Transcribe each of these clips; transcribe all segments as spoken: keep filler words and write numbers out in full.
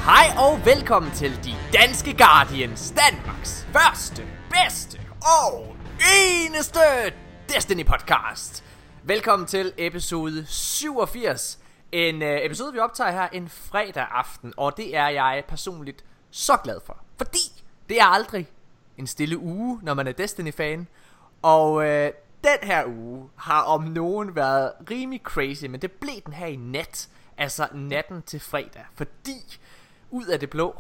Hej og velkommen til De Danske Guardians, Danmarks første, bedste og eneste Destiny podcast. Velkommen til episode syvogfirs. En øh, episode vi optager her en fredag aften, og det er jeg personligt så glad for. Fordi det er aldrig en stille uge, når man er Destiny-fan. Og øh, den her uge har om nogen været rimelig crazy, men det blev den her i nat. Altså natten til fredag. Fordi ud af det blå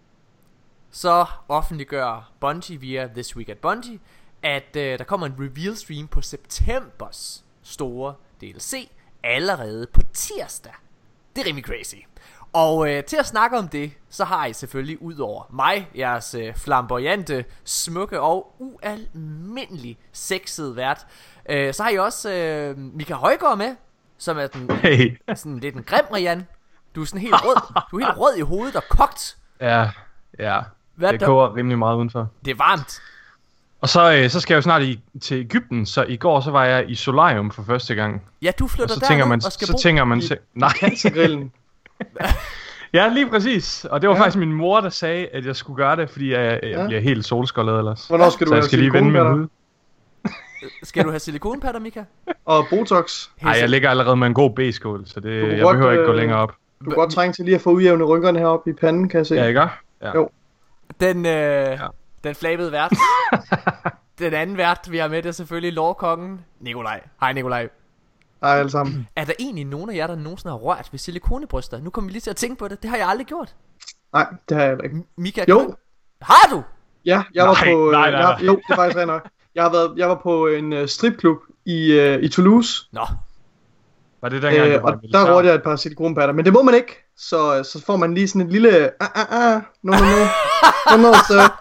så offentliggør Bungie via This Week at Bungie, at øh, der kommer en reveal stream på septembers store D L C allerede på tirsdag. Det er rimelig crazy. Og øh, til at snakke om det, så har I selvfølgelig ud over mig, jeres øh, flamboyante, smukke og ualmindelig sexede vært, øh, så har I også øh, Mika Højgaard med, som er den, hey. sådan lidt en grim Rian. Du er sådan helt rød. Du er helt rød i hovedet og kogt. Ja, ja. Hvad det der? koger rimelig meget udenfor. Det er varmt. Og så, øh, så skal jeg jo snart i, til Egypten, så i går så var jeg i Solarium for første gang. Ja, du flytter og så tænker derned man, og skal så bo tænker man, i, nej, Cancergrillen. Ja, lige præcis. Og det var ja. faktisk min mor, der sagde, at jeg skulle gøre det, fordi jeg, jeg ja. bliver helt solskoldet ellers. Hvornår skal du så have jeg skal lige vende min hud. Skal du have silikonpatter, Mika? Og Botox. Nej, jeg ligger allerede med en god B-skål, så det, jeg godt, behøver ikke gå øh, længere op. Du kan godt trænge til lige at få udjævnet rynkerne heroppe i panden, kan jeg se. Ja, ikke? Ja. Jo. Den, øh, ja. den flabede vært. Den anden vært, vi har med, det er selvfølgelig lovkongen Nikolaj. Hej Nikolaj. Hej alle sammen. Er der egentlig nogen af jer, der nogensinde har rørt ved silikonebryster? Nu kommer vi lige til at tænke på det. Det har jeg aldrig gjort. Nej, det har jeg heller ikke. Mika, Jo. du... Har du? Ja, jeg var nej, på... Nej, nej, jeg, nej. jo, det er faktisk rent nok. Jeg, har været, jeg var på en uh, stripklub i, uh, i Toulouse. Nå. Var det dengang, Øh, du var og der rådte jeg et par silikonpatter. Men det må man ikke. Så, så får man lige sådan en lille... Ah, ah, ah. No, no, no. No, no, så...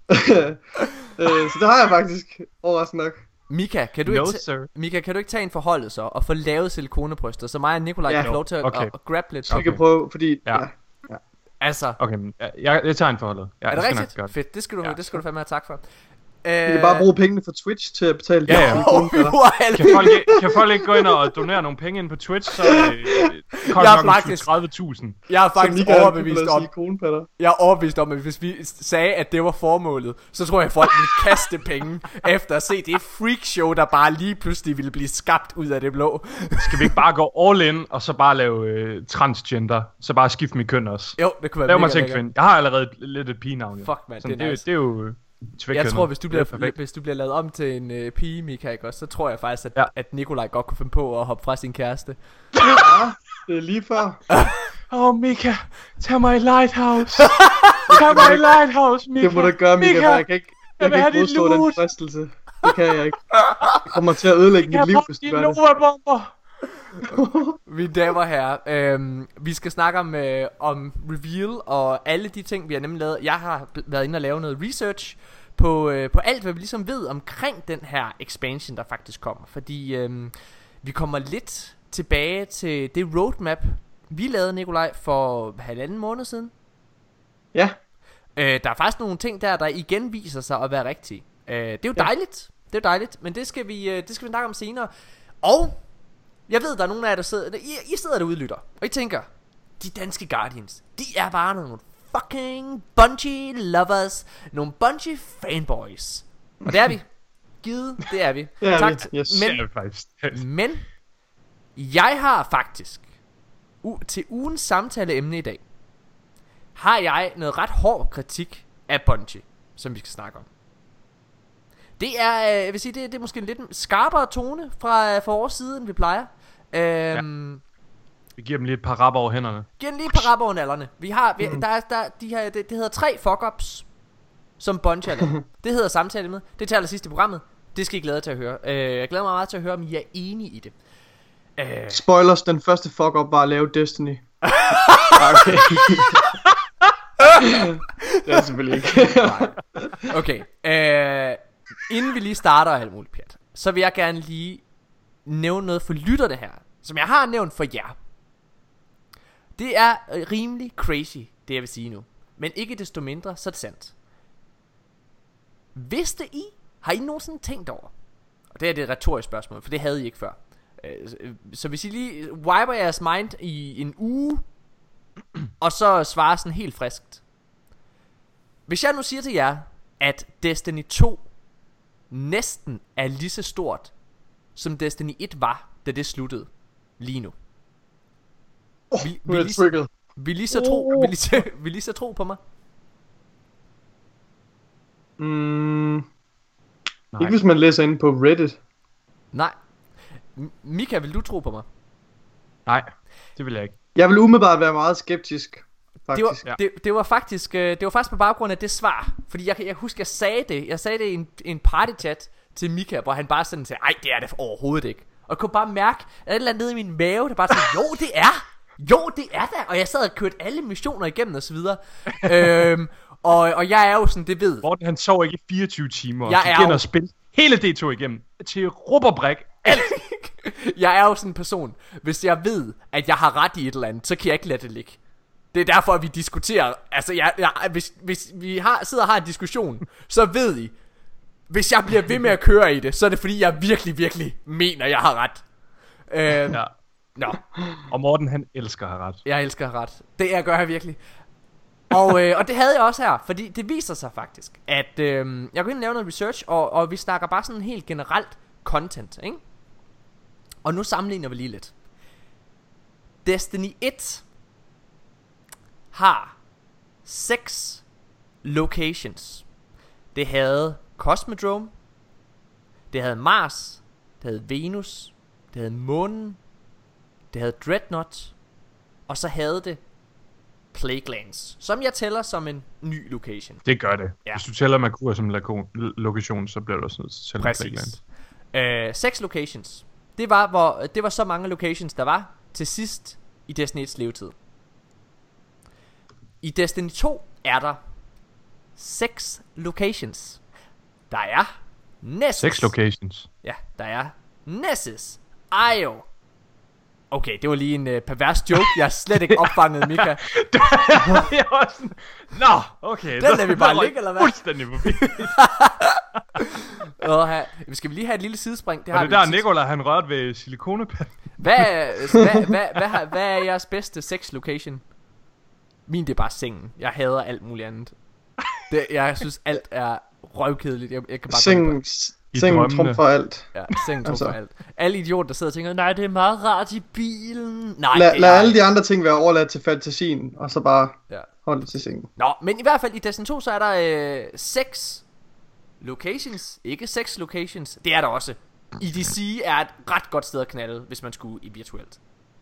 øh, så det har jeg faktisk. Overraskende nok. Mika, kan du No, ikke sir. Mika, kan du ikke tage en forholdet så og få lavet silikonebryster, så mig og Nikolaj Ja. kan få lov til at, Okay. at, at grab lidt? Så vi Okay. kan prøve, fordi... Ja. Ja. Altså, Okay, men jeg, jeg, jeg tager en forholdet. Ja, er det jeg skal nok rigtigt? gøre det. Fedt, det skal du, Ja. det skal du fandme have tak for. Vi kan bare bruge pengene fra Twitch til at betale Ja, ja. de silikonpatter. Kan folk, ikke, kan folk ikke gå ind og donere nogle penge ind på Twitch, så øh, koster Jeg er nok faktisk- tredive tusind. Jeg er Så faktisk Mika, han overbevist kunne lave om, silikonpatter. jeg er overbevist om, at hvis vi sagde, at det var formålet, så tror jeg, at folk ville kaste penge efter at se det freakshow, der bare lige pludselig ville blive skabt ud af det blå. Skal vi ikke bare gå all in, og så bare lave øh, transgender? Så bare skifte mit køn også. Jo, det kunne være Lav mig mega til en lækkert. kvinde. Jeg har allerede lidt et pigenavn. jo. Fuck, man, Sådan, det er det, nice. det er jo øh, tvækkønnet. Jeg tror, hvis du Det er bliver, perfekt. hvis du bliver lavet om til en øh, pige, Mika, ikke også, så tror jeg faktisk, at, Ja. at Nikolaj godt kunne finde på at hoppe fra sin kæreste. Ja, det er lige før. Åh, oh, Mika, tag mig i Lighthouse. Tag mig i Lighthouse, Mika. Det må du gøre, Mika, for jeg kan ikke, jeg jeg vil kan have ikke dit modstå den loot. fristelse. Det kan jeg ikke. Det kommer til at ødelægge Jeg mit liv, har hvis de du gør det. Nova-bomber. Mine damer og herrer, øhm, vi skal snakke om, øh, om reveal og alle de ting, vi har nemlig lavet. Jeg har bl- været inde og lave noget research på, øh, på alt, hvad vi ligesom ved omkring den her expansion, der faktisk kommer. Fordi øhm, vi kommer lidt tilbage til det roadmap, vi lavede, Nikolaj, for halvanden måned siden. Ja, Øh, der er faktisk nogle ting der, der igen viser sig at være rigtige. Øh, det er jo Ja. dejligt. Det er jo dejligt, men det skal vi, øh, det skal vi snakke om senere. Og jeg ved, der er nogen af jer, der sidder, I, I sidder derude og lytter, og I tænker, de danske Guardians, de er bare nogle fucking Bungie lovers, nogle Bungie fanboys. Og det er vi. Givet, det er vi. det er tak. vi. Yes. Men, Ja, faktisk. men jeg har faktisk u- til ugens samtaleemne i dag har jeg noget ret hård kritik af Bungie, som vi skal snakke om. Det er, øh, jeg vil sige, det, det er måske en lidt skarpere tone fra, fra vores side, end vi plejer. Øhm, Vi giver dem lige et par rapper over hænderne. Giv den lige et par rap over nallerne. Vi har, vi, der er, der, de her, det, det hedder tre fuck-ups, som Bungie har lavet. Det hedder samtale med. Det tager allersidst i programmet. Det skal I glæde jer til at høre. Øh, jeg glæder mig meget til at høre, om I er enige i det. Øh, Spoilers, den første fuck-up var at lave Destiny. Okay. Det er selvfølgelig ikke. Okay, øh, inden vi lige starter alt muligt pjat, så vil jeg gerne lige nævne noget for lytterne her, som jeg har nævnt for jer. Det er øh, rimelig crazy, det jeg vil sige nu, men ikke desto mindre, så er det sandt. Vidste I, har I nogensinde tænkt over, og det er det et retorisk spørgsmål, for det havde I ikke før, øh, så hvis I lige wiper jeres mind i en uge, Og så svarer sådan helt friskt: hvis jeg nu siger til jer, at Destiny to næsten er lige så stort, som Destiny et var, da det sluttede lige nu. Oh, vil, nu er vil, jeg I, triggered. vil, I så tro, Oh. vil, I så, vil I så tro på mig? Mm, Nej. ikke hvis man læser inde på Reddit. Nej. M- Mika, vil du tro på mig? Nej, det vil jeg ikke. Jeg vil umiddelbart være meget skeptisk, Det var, faktisk. Ja. det, det var faktisk øh, det var faktisk på baggrund af det svar. Fordi jeg, jeg husker jeg sagde det Jeg sagde det i en, en partychat til Mika, hvor han bare sådan sagde: ej, det er det overhovedet ikke. Og jeg kunne bare mærke at et eller andet nede i min mave, der bare sagde: jo, det er Jo, det er der. Og jeg sad og kørte alle missioner igennem og så videre. øhm, og, og jeg er jo sådan, det ved Morten, han sov ikke i fireogtyve timer, og Jeg gik er ind jo- og spille hele D to igennem, til rub og brik, alt. Jeg er jo sådan en person, hvis jeg ved at jeg har ret i et eller andet, så kan jeg ikke lade det ligge. Det er derfor at vi diskuterer. Altså jeg, jeg, hvis, hvis vi har, sidder og har en diskussion, så ved I, hvis jeg bliver ved med at køre i det, så er det fordi jeg virkelig, virkelig mener jeg har ret. øh, Ja. Nå, Og Morten, han elsker at have ret. jeg elsker at have ret. Det jeg gør jeg virkelig. Og, øh, og det havde jeg også her, fordi det viser sig faktisk, at øh, jeg går ind og laver noget research, og, og vi snakker bare sådan helt generelt content, ikke? Og nu sammenligner vi lige lidt. Destiny et har seks locations. Det havde Cosmodrome, det havde Mars, det havde Venus, det havde Månen, det havde Dreadnought, og så havde det Plaguelands, som jeg tæller som en ny location. Det gør det. Ja. Hvis du tæller Merkur som lako- lokation, så bliver du også nødt til at tælle Præcis. Øh, seks locations. Det var, hvor, det var så mange locations, der var til sidst i Destiny et's levetid. I Destiny to er der seks locations. Der er Nessus. Seks locations. Ja, der er Nessus, Io. Okay, det var lige en uh, pervers joke. Jeg har slet ikke opfanget, Mika. Jeg var sådan, nå, okay. Den lader vi bare røg ligge, eller hvad? Fuldstændig forbi. Og her, skal vi lige have et lille sidespring? Det Og har det vi der, sidst. Nikolaj, han rørte ved silikonepanden. Hvad, hvad, hvad, hvad, hvad, hvad er jeres bedste sex location? Min, det er bare sengen. Jeg hader alt muligt andet. Det, jeg synes alt er røvkedeligt. Jeg, jeg kan bare gå ind på- Sengen, I sengen drømmene. trumfer alt. Ja, sengen tror Altså. for alt. Alle idioter der sidder og tænker: nej, det er meget rart i bilen. Nej, Lad, det lad er alle de andre ting være overladt til fantasien, og så bare Ja. holde det til sengen. Nå, men i hvert fald i Destiny to, så er der øh, seks locations. Ikke seks locations. Det er der også. E D C er et ret godt sted at knalde, hvis man skulle i virtuelt.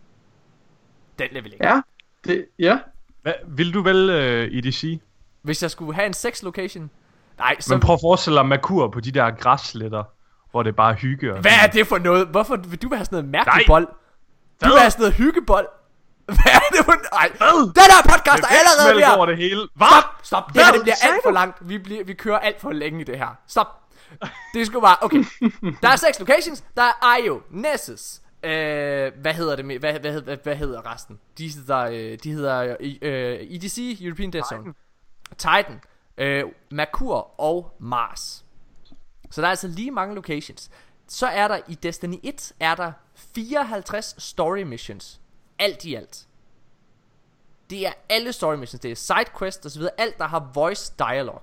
Den level ikke. Ja, det, ja. Hvad, vil du vel uh, E D C? Hvis jeg skulle have en seks location. Nej, så Men prøv at forestille dig Merkur på de der græssletter, hvor det er bare hygge. Og hvad er det for noget? Hvorfor vil du have sådan noget mærkelig Nej. bold? Du Hvad? vil have sådan noget hyggebold. Hvad er det for... Ej, Hvad? den her podcast er allerede Væksmælk over ved det hele. Hvad? Stop, stop. Det her, Hvad? det bliver Sagde alt for langt. Vi, bliver, vi kører alt for længe i det her. Stop. Det skal bare... Okay. Der er seks locations. Der er Io, Nessus. Øh, hvad hedder det med, hvad, hvad, hvad, hvad hedder resten? De hedder, øh, de hedder øh, E D C, European Dead Zone, Titan, øh, Merkur og Mars. Så der er altså lige mange locations. Så er der i Destiny et er der fireoghalvtreds story missions. Alt i alt. Det er alle story missions. Det er sidequests og så videre. Alt der har voice dialogue.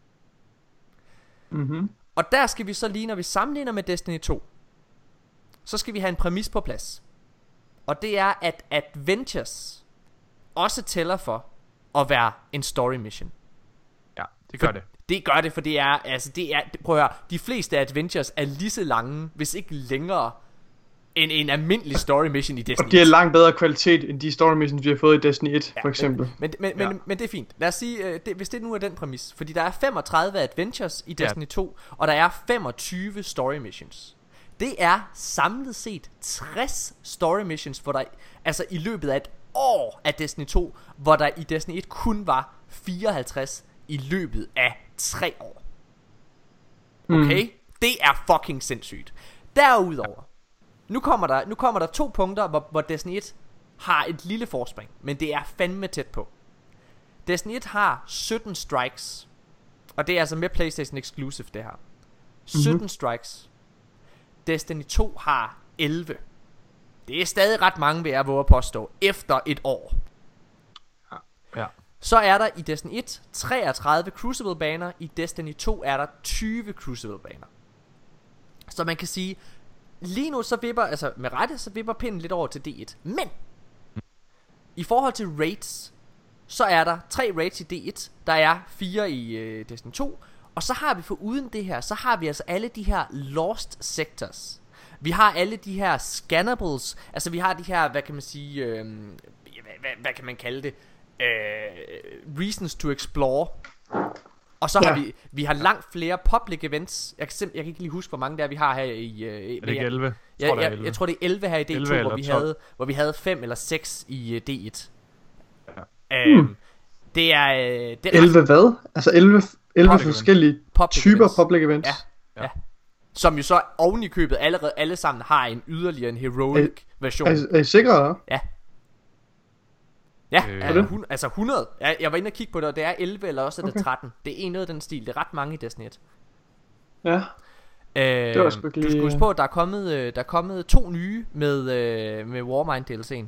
Mm-hmm. Og der skal vi så lige, når vi sammenligner med Destiny to, så skal vi have en præmis på plads. Og det er, at adventures også tæller for at være en story mission. Ja, det gør For, det. Det gør det, for det er, altså det er, prøv at høre, de fleste adventures er lige så lange, hvis ikke længere, end en almindelig story mission i Destiny Og det er et. langt bedre kvalitet, end de story missions, vi har fået i Destiny et, Ja, for eksempel. Men, men, men, Ja. men, men det er fint. Lad os sige, øh, det, hvis det nu er den præmis. Fordi der er femogtredive adventures i Destiny to, og der er femogtyve story missions. Det er samlet set tres story missions, hvor der, altså i løbet af et år af Destiny to, hvor der i Destiny et kun var fireoghalvtreds i løbet af tre år. Okay? Mm. Det er fucking sindssygt. Derudover, nu kommer der, nu kommer der to punkter, hvor, hvor Destiny et har et lille forspring, men det er fandme tæt på. Destiny et har sytten strikes, og det er altså med PlayStation Exclusive det her. sytten mm-hmm. strikes. Destiny to har elleve. Det er stadig ret mange, vil jeg våge at påstå, efter et år. Ja. Så er der i Destiny et treogtredive Crucible baner. I Destiny to er der tyve Crucible baner. Så man kan sige, lige nu så vipper, altså med rette, så vipper pinden lidt over til D et. Men i forhold til raids, så er der tre raids i D et. Der er fire i øh, Destiny to. Og så har vi for uden det her, så har vi altså alle de her lost sectors. Vi har alle de her scannables. Altså vi har de her, hvad kan man sige, øh, hvad, hvad, hvad kan man kalde det, øh, reasons to explore. Og så ja. har vi Vi har langt flere public events. Jeg kan, simp- jeg kan ikke lige huske hvor mange der vi har her i, øh, Er det ikke elleve? Jeg, jeg, tror, jeg, elleve. jeg tror det er elleve her i D to, hvor vi, havde, hvor vi havde fem eller seks i uh, D et. Ja. øhm, hmm. Det er, øh, det er elleve hvad? Altså elleve, elleve public forskellige public typer events. public events. Ja. Ja. Ja. Som jo så oven i købet allerede alle sammen har en yderligere en heroic er, version. Er, er I sikre, eller? Ja. Ja, øh. er hun, altså hundrede. Jeg, jeg var inde og kigge på det, og det er elleve eller også er det okay. tretten. Det er en noget af den stil. Det er ret mange i Destiny et. Ja. Øh, det var sgu ikke du skal huske på, at der er kommet, øh, der er kommet to nye med, øh, med Warmind D L C'en.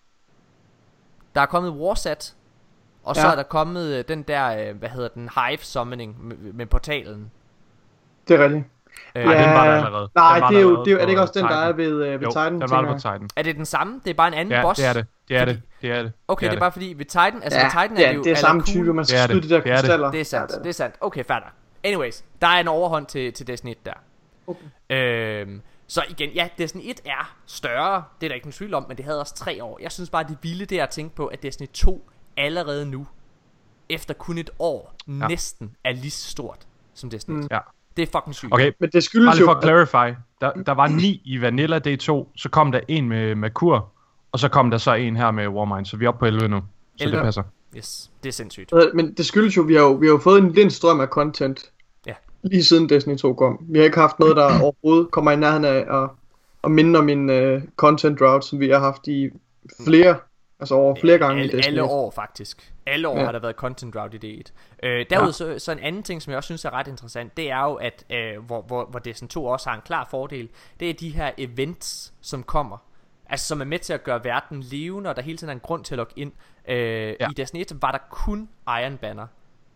Der er kommet Warsat. Og så ja. er der kommet øh, den der, øh, hvad hedder den, Hive Summoning med, med portalen. Det er rigtigt. Øh, ja, den var der allerede. Nej, var det er jo, det er, jo, er det på ikke også den, Titan. der er ved, øh, ved jo, Titan? den var der på Titan. Er det den samme? Det er bare en anden ja, boss? det er det. Det er fordi... det. Det er det. Okay, det er, det er bare fordi ved Titan, altså ja, ved Titan ja, er det jo det er samme cool. type, man skal det skyde de der det er krystaller. Det er sandt, det er sandt. Okay, fatter. Anyways, der er en overhånd til, til Destiny et der. Okay. Øhm, så igen, ja, Destiny et er større. Det er der ikke nogen tvivl om, men det havde også tre år. Jeg synes bare, det vilde det er at tænke på, at Destiny to allerede nu, efter kun et år, ja. næsten er lige så stort som Destiny et. Mm. Ja. Det er fucking sygt. Okay, men det skyldes bare lige jo... for at clarify. Der, der var ni i Vanilla D to, så kom der en med Merkur, og så kom der så en her med Warmind, så vi er oppe på elleve nu. Så elleve. det passer. Yes, det er sindssygt. Men det skyldes jo, vi har jo, vi har jo fået en lind strøm af content, ja. lige siden Destiny to kom. Vi har ikke haft noget, der overhovedet kommer i nærheden af at, at minde om en uh, content drought, som vi har haft i flere, altså over flere gange alle, i Destiny. Alle år faktisk. Alle år ja. har der været content drought i D et. Øh, derudover ja. så, så en anden ting, som jeg også synes er ret interessant, det er jo, at øh, hvor, hvor, hvor Destiny to også har en klar fordel, det er de her events, som kommer. Altså som er med til at gøre verden levende, og der hele tiden er en grund til at logge ind. Øh, ja. I Destiny et var der kun Iron Banner.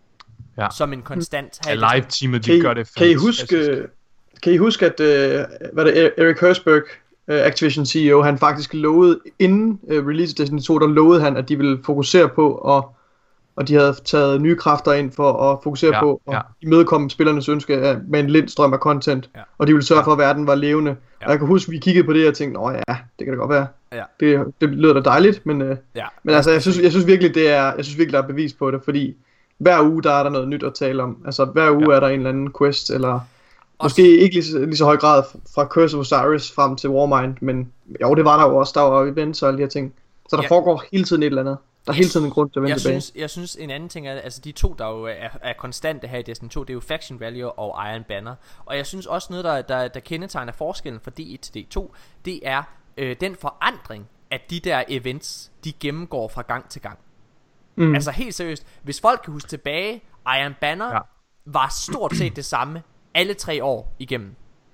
Ja. Som en konstant. Ja, live-teamet, de kan, gør det kan I huske, kan I huske, at uh, hvad det, Eric Herzberg, uh, Activision C E O, han faktisk lovede, inden uh, release Destiny to, der lovede han, at de ville fokusere på, og, og de havde taget nye kræfter ind for at fokusere ja, på, og ja. imødekomme spillernes ønske uh, med en lind strøm af content, ja. og de ville sørge ja. for, at verden var levende. Ja. Og jeg kan huske, at vi kiggede på det og tænkte, åh ja, det kan da godt være. Ja. Det, det lyder da dejligt, men, uh, ja. men altså, jeg synes, jeg synes virkelig, det er, jeg synes virkelig, der er bevis på det, fordi hver uge, der er der noget nyt at tale om. Altså, hver uge ja. er der en eller anden quest, eller også... måske ikke lige så, lige så høj grad fra Curse of Osiris frem til Warmind, men jo, det var der jo også. Der var events og alle de her ting. Så der ja. foregår hele tiden et eller andet. Der er hele tiden en grund til at vende jeg tilbage. Synes, jeg synes, en anden ting er, altså de to, der jo er, er konstante her i Destiny to, det er jo Faction Value og Iron Banner. Og jeg synes også noget, der, der, der kendetegner forskellen fra D et til D to, det er øh, den forandring, at de der events, de gennemgår fra gang til gang. Mm. Altså helt seriøst, hvis folk kan huske tilbage, Iron Banner ja. var stort set det samme alle tre år igennem.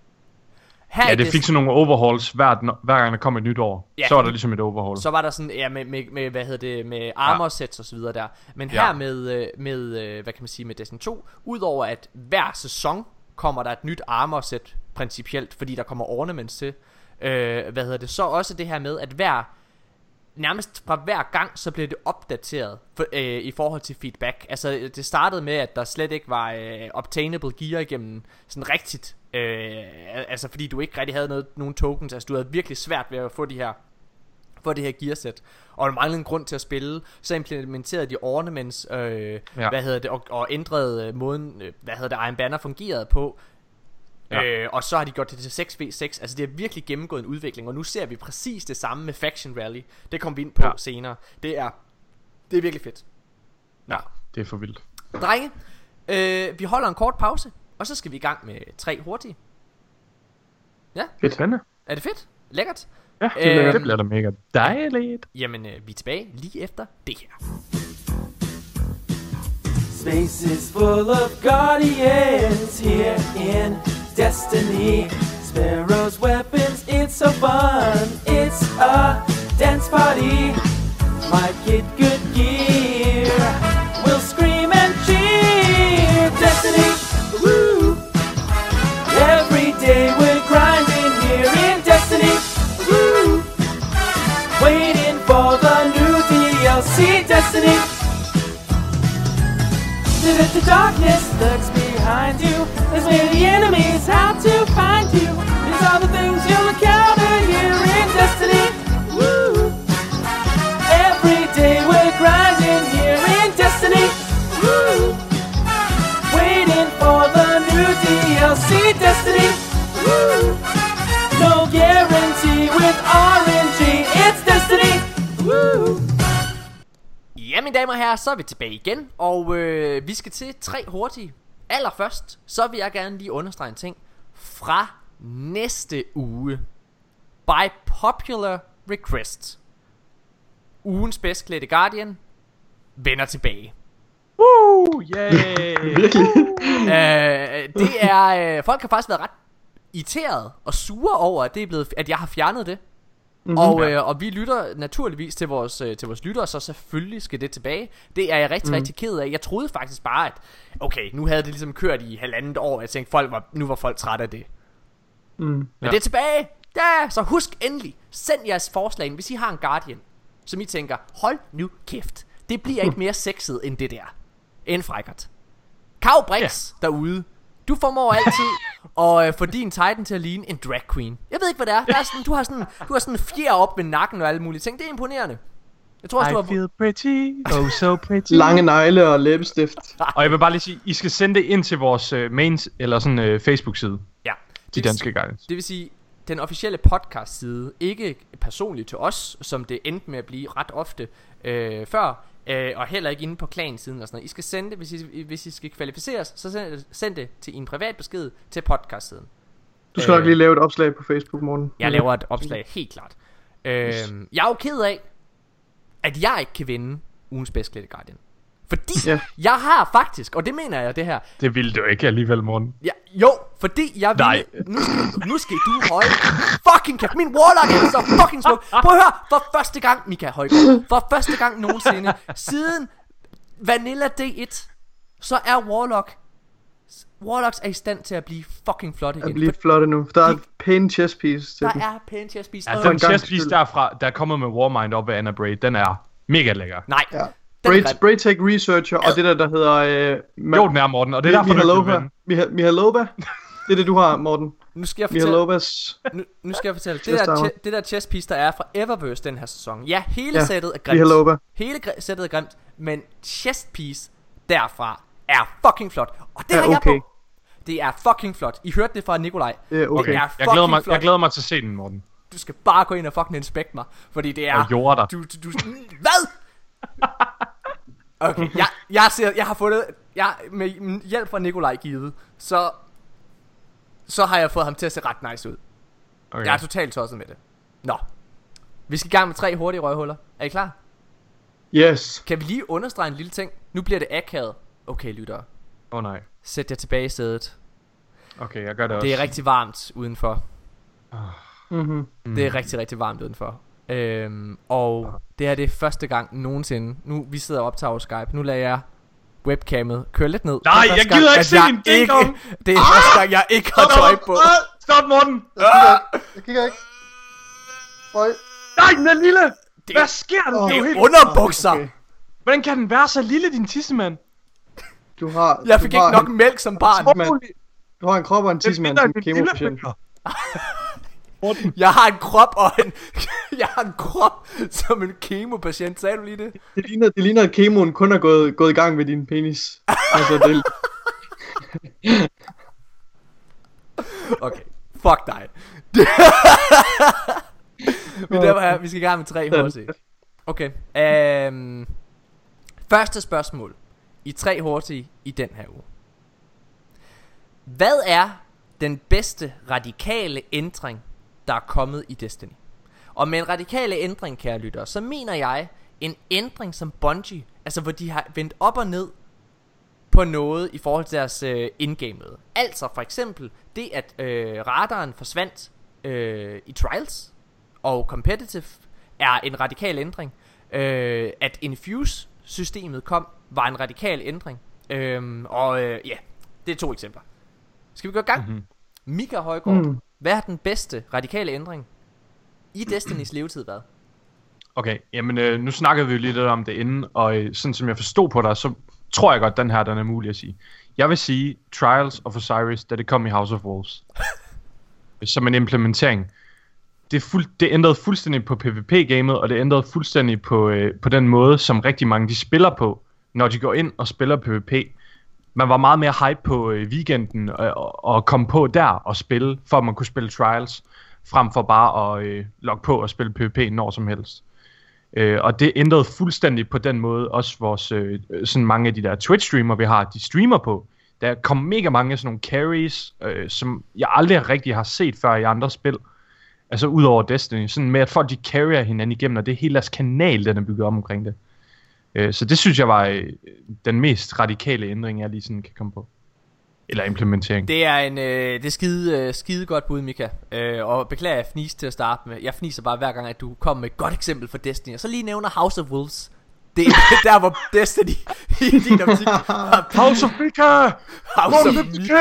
Her ja, det fik sådan nogle overhauls hver, hver gang der kom et nyt år. Ja, så var der ligesom et overhaul. Så var der sådan, ja, med, med, med hvad hedder det, med armor sets og så videre der. Men her ja. med, med, hvad kan man sige, med Destiny to, udover at hver sæson kommer der et nyt armor set principielt, fordi der kommer ornaments til. Øh, hvad hedder det, så også det her med, at hver nærmest fra hver gang, så bliver det opdateret for, øh, i forhold til feedback. Altså det startede med, at der slet ikke var øh, obtainable gear igennem sådan rigtigt, øh, altså fordi du ikke rigtig havde noget, nogen tokens. Altså du havde virkelig svært ved at få de her få det her gearsæt, og der manglede en grund til at spille. Så implementerede de ornaments, øh, ja. hvad hedder det, og, og ændrede måden, øh, hvad hedder det, Iron Banner fungerede på. Ja. Øh, og så har de gjort det til seks v seks. Altså det har virkelig gennemgået en udvikling. Og nu ser vi præcis det samme med Faction Rally. Det kommer vi ind på ja. senere. Det er Det er virkelig fedt. Ja, det er for vildt. Drenge, øh, vi holder en kort pause, og så skal vi i gang med tre hurtige. Ja, fedt. Spændende. Er det fedt? Lækkert. Ja, det, øh, det bliver da mega dejligt. Jamen øh, vi er tilbage lige efter det her. Space is full of guardians here in Destiny. Sparrow's weapons, it's so fun. It's a dance party. Might get good gear That if the darkness lurks behind you, there's many enemies, how to find you. These are the things you'll encounter here in Destiny. Woo! Every day we're grinding here in Destiny. Woo! Waiting for the new D L C Destiny. Woo! No guarantee with R N G, it's Destiny. Woo! Ja, mine damer og herrer, så er vi tilbage igen. Og øh, vi skal til tre hurtige. Allerførst, så vil jeg gerne lige understrege en ting. Fra næste uge, by popular request, ugens bedst klædte Guardian vender tilbage. Woo! Yay! øh, Det er øh, folk har faktisk været ret irriteret og sure over at det er blevet, at jeg har fjernet det. Mm-hmm. Og, øh, og vi lytter naturligvis til vores, øh, til vores lyttere, så selvfølgelig skal det tilbage. Det er jeg rigtig, mm. rigtig ked af. Jeg troede faktisk bare, at okay, nu havde det ligesom kørt i halvandet år. Jeg tænkte, folk var, nu var folk trætte af det. Mm. Men ja. Det er tilbage. Ja, så husk endelig, send jeres forslag, hvis I har en Guardian, som I tænker, hold nu kæft, det bliver ikke mere sexet end det der. End frækkert. Kav Brix ja. Derude, du formår altid at øh, få din Titan til at ligne en drag queen. Jeg ved ikke hvad det er, der er sådan, du har sådan Du har sådan en fjer op med nakken og alle mulige ting. Det er imponerende. Jeg tror også, I du har... feel pretty, oh so pretty. Lange negle og læbestift. Og jeg vil bare lige sige, I skal sende det ind til vores uh, mains eller sådan uh, Facebook side. Ja. De danske guides. Det vil sige den officielle podcast side, ikke personligt til os, som det endte med at blive ret ofte øh, før. Øh, og heller ikke inde på klansiden og sådan noget. I skal sende det, hvis I, hvis I skal kvalificeres, så send, send det til en privat besked til podcastsiden. Du skal øh, nok lige lave et opslag på Facebook, Morten. Jeg laver et opslag, helt klart. øh, Jeg er jo ked af at jeg ikke kan vinde ugens bedst klædte Guardian. Fordi yeah. jeg har faktisk, og det mener jeg det her. Det ville du ikke alligevel, Morten. Ja, jo, fordi jeg ville. Nu skal, nu skal du holde fucking kæft. Min Warlock er så fucking smuk. Prøv at høre, for første gang, Mika Højgaard, for første gang nogensinde siden Vanilla D et, så er Warlock Warlocks er i stand til at blive fucking flot igen. At blive flotte nu. Der er et pæn chest piece til Der den. er pæn chest piece. Ja, den chest piece derfra, der er kommet med Warmind op af Anna Braid, den er mega lækker. Nej. Ja. Braid-Tech Researcher, og det der, der hedder... Øh, Ma- jo, den er, Morten, og det er derfor, Mihalova. Mih- Mihalova. Det er det, du har, Morten. Nu skal jeg fortælle... Mihalovas... Nu, nu skal jeg fortælle. Det der, che- det der chest piece, der er fra Eververse den her sæson. Ja, hele ja, sættet er grimt. Mihalova. Hele gr- sættet er grimt. Men chest piece derfra er fucking flot. Og det er har jeg okay. på. Det er fucking flot. I hørte det fra Nikolaj. Det er okay. Det er jeg, glæder mig, jeg glæder mig til at se den, Morten. Du skal bare gå ind og fucking inspect mig. Fordi det er... Og jorde dig. Du, du, du, hvad? Okay, jeg, jeg, ser, jeg har fundet jeg, med hjælp fra Nikolaj givet, så Så har jeg fået ham til at se ret nice ud. Okay. Jeg er totalt tosset med det. Nå, vi skal i gang med tre hurtige røghuller. Er I klar? Yes. Kan vi lige understrege en lille ting? Nu bliver det akavet. Okay, lyttere. Åh oh, nej. Sæt jer tilbage i stedet. Okay, jeg gør det også. Det er rigtig varmt udenfor. Mm-hmm. Det er rigtig, rigtig varmt udenfor. Øhm, og det her det er første gang nogensinde. Nu vi sidder og optager over Skype. Nu lader jeg webcamet køre lidt ned. Nej, jeg gider gang, ikke se en ding om. Det er ah! første gang jeg ikke har tøj på. Stop, Morten. Jeg kigger ikke. Jeg kigger ikke. Øj. Nej, den er lille. Det, hvad sker der? Det er helt... underbukser. Okay. Hvordan kan den være så lille, din tissemand? Du har. Jeg fik du ikke har nok en... mælk som barn. Du har en krop og en tissemand som kemopatient. Jeg har en krop og en jeg har en krop som en kemopatient. Sagde du lige det? Det ligner, det ligner at kemoen kun er gået, gået i gang med din penis. Altså det. Okay, fuck dig. Men der var, vi skal i gang med tre hurtige. Okay, um, første spørgsmål i tre hurtige i den her uge. Hvad er den bedste radikale ændring, der er kommet i Destiny? Og med en radikale ændring, kære lyttere, så mener jeg en ændring som Bungie, altså hvor de har vendt op og ned på noget i forhold til deres øh, indgame møde. Altså for eksempel det at øh, radaren forsvandt øh, i Trials og Competitive er en radikal ændring. øh, At Infuse systemet kom var en radikal ændring. øh, Og øh, ja, det er to eksempler. Skal vi gå i gang? Mm-hmm. Mika Højgaard, mm. hvad er den bedste radikale ændring i Destinys levetid været? Okay, jamen øh, nu snakkede vi jo lidt om det inden, og øh, sådan som jeg forstod på dig, så tror jeg godt, den her den er mulig at sige. Jeg vil sige Trials of Osiris, da det kom i House of Wolves. Som en implementering. Det, fuld, det ændrede fuldstændig på PvP-gamet, og det ændrede fuldstændig på, øh, på den måde, som rigtig mange de spiller på, når de går ind og spiller PvP. Man var meget mere hype på øh, weekenden og, og, og komme på der og spille, for at man kunne spille Trials, frem for bare at øh, logge på og spille PvP når som helst. Øh, og det ændrede fuldstændig på den måde, også vores, øh, sådan mange af de der Twitch-streamer, vi har, de streamer på. Der kom mega mange sådan nogle carries, øh, som jeg aldrig rigtig har set før i andre spil. Altså ud over Destiny, sådan med at folk de carrier hinanden igennem, og det er hele deres kanal, den er bygget op omkring det. Øh, så det synes jeg var øh, den mest radikale ændring, jeg lige sådan kan komme på. Eller implementering. Det er en øh, det er skide, øh, skide godt bud, Mika. øh, Og beklager jeg fnis til at starte med. Jeg fniser bare hver gang at du kommer med et godt eksempel for Destiny. Og så lige nævner House of Wolves. Det er der hvor Destiny i din optik. House of Mika! House of Mika.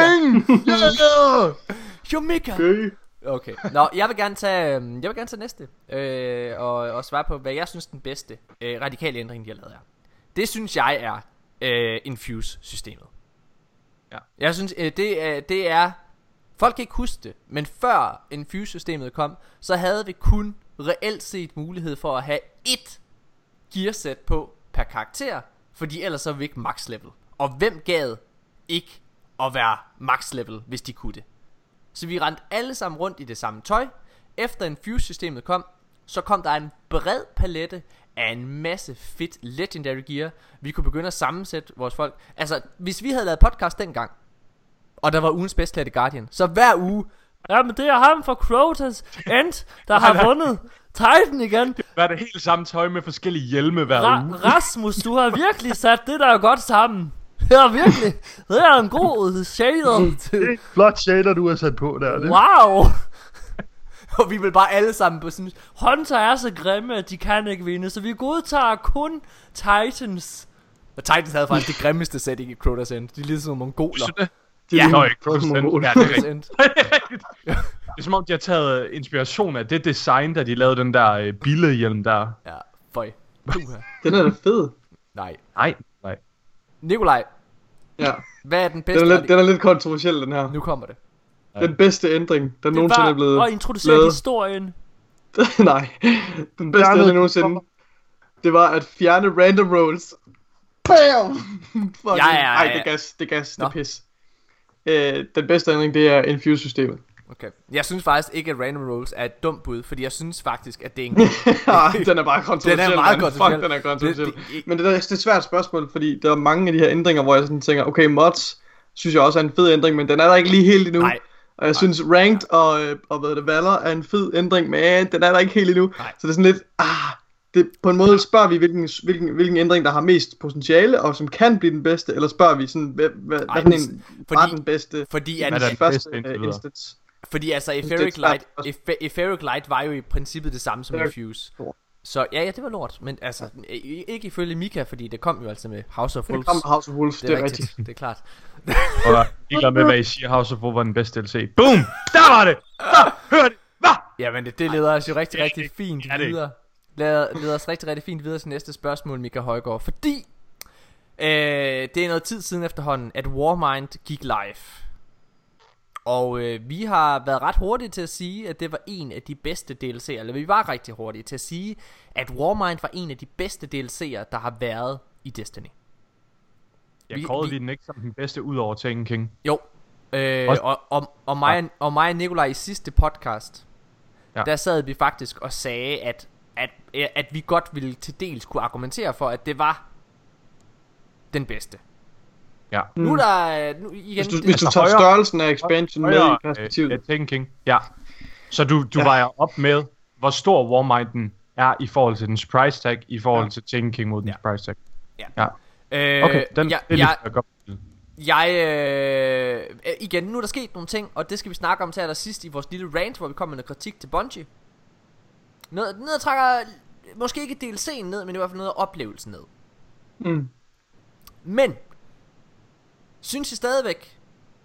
Yeah! Jo Mika. Okay. Okay. Nå, jeg vil gerne tage øh, Jeg vil gerne tage næste øh, og, og svare på hvad jeg synes den bedste øh, radikale ændring de har lavet er. Det synes jeg er øh, Infuse systemet. Ja. Jeg synes øh, det, er, det er folk kan ikke huske det, men før Infuse systemet kom, så havde vi kun reelt set mulighed for at have ét gearsæt på per karakter, fordi ellers så er vi ikke max level. Og hvem gad ikke at være max level, hvis de kunne det? Så vi rendte alle sammen rundt i det samme tøj. Efter Infuse systemet kom, så kom der en bred palette af en masse fedt legendary gear. Vi kunne begynde at sammensætte vores folk. Altså hvis vi havde lavet podcast dengang, og der var ugens bedst klædte Guardian, så hver uge, jamen det er ham fra Crotas End, der har vundet Titan igen. Var det helt samme tøj med forskellige hjelme hver Ra- uge. Rasmus, du har virkelig sat det der godt sammen. Det er virkelig, det er en god shader til. Flot shader, du har sat på der. Det. Wow. Og vi vil bare alle sammen på sådan, Hunter er så grimme, at de kan ikke vinde, så vi godtager kun Titans. Og Titans havde faktisk det grimmeste setting i Crotas End. De er lidt som mongoler. Det? Ja. Nå, ikke Crotas End. Ja, det er Crotas rigtigt. End. Det er som om de har taget inspiration af det design, da de lavede den der øh, billedhjelm der. Ja, føj. Den er da fed. Nej. Nej, nej. Nikolaj, Ja. hvad er den bedste? Den er, lidt, den er lidt kontroversiel, den her. Nu kommer det. Den bedste ændring, der Det nogensinde er var blevet at introducere lavet. historien. Nej, den bedste ændring nogensinde, det var at fjerne random rolls. Bam! Fuck. Ja, ja, ja, Ej, ja. det er gas, det er gas, det Nå. er pis. Øh, den bedste ændring, det er Infuse-systemet. Okay. Jeg synes faktisk ikke, at random rolls er et dumt bud, fordi jeg synes faktisk, at det er en god. Ah, den er bare kontroversiel. Den er meget man. kontroversiel. Fuck, den er kontroversiel. Det- det- Men det, er, det er et svært spørgsmål, fordi der er mange af de her ændringer, hvor jeg sådan tænker, okay, mods synes jeg også er en fed ændring, men den er der ikke lige helt endnu. Nej. Og jeg synes Ranked og, øh, og hvad det, Valor er en fed ændring, men den er der ikke helt endnu. Nej. Så det er sådan lidt, ah, det, på en måde spørger vi, hvilken, hvilken, hvilken ændring, der har mest potentiale, og som kan blive den bedste, eller spørger vi sådan, hvad, hvad, Ej, hvad den fordi- var den bedste Fordi at Hvad er den første bedste indtil øh, videre? instance. Fordi altså det er Etheric et svært Light spørgsmål. Efe- Etheric Light var jo i princippet det samme som Etheric Infuse. lort. Så ja, ja, det var lort. Men altså, i- ikke ifølge Mika, fordi det kom jo altså med House of Det Wolves. kom House of Wolves, Det er rigtigt, rigtigt. det er klart. Og I glad med, hvad I siger, House of Wolves var den bedste D L C. Boom! Der var det! Så, hør det! Hvad? Ja, men det, det leder os jo rigtig, rigtig fint Ja, det er videre. Leder, leder os rigtig, rigtig fint videre til næste spørgsmål, Mika Højgaard. Fordi øh, det er noget tid siden efterhånden, at Warmind gik live. Og øh, vi har været ret hurtige til at sige, at det var en af de bedste D L C'er. Eller vi var rigtig hurtige til at sige, at Warmind var en af de bedste D L C'er, der har været i Destiny. Jeg Vi- kårede vi- vi den ikke som den bedste ud over Taken King. Jo. Øh, Også- og, og, og, mig, og mig og Nikolaj i sidste podcast, Ja. ja. der sad vi faktisk og sagde, at, at, at vi godt ville til dels kunne argumentere for, at det var den bedste. Ja. Mm. Nu er der nu, igen, Hvis du, det- hvis du Altså tager højere- størrelsen af expansion med i Højere, perspektivet. øh, Taken King. Ja. Så du, du Ja. vejer op med, hvor stor Warminden er i forhold til dens price tag, i forhold Ja. til Taken King mod dens Ja. price tag. Ja. Ja. øh, Okay, den jeg, det er jeg, lidt godt. jeg øh, igen, nu er der sket nogle ting, og det skal vi snakke om til allersidst i vores lille rant, hvor vi kommer med noget kritik til Bungie. Noget, noget trækker måske ikke D L C'en ned, men i hvert fald noget af oplevelsen ned. Mm. Men synes I stadigvæk,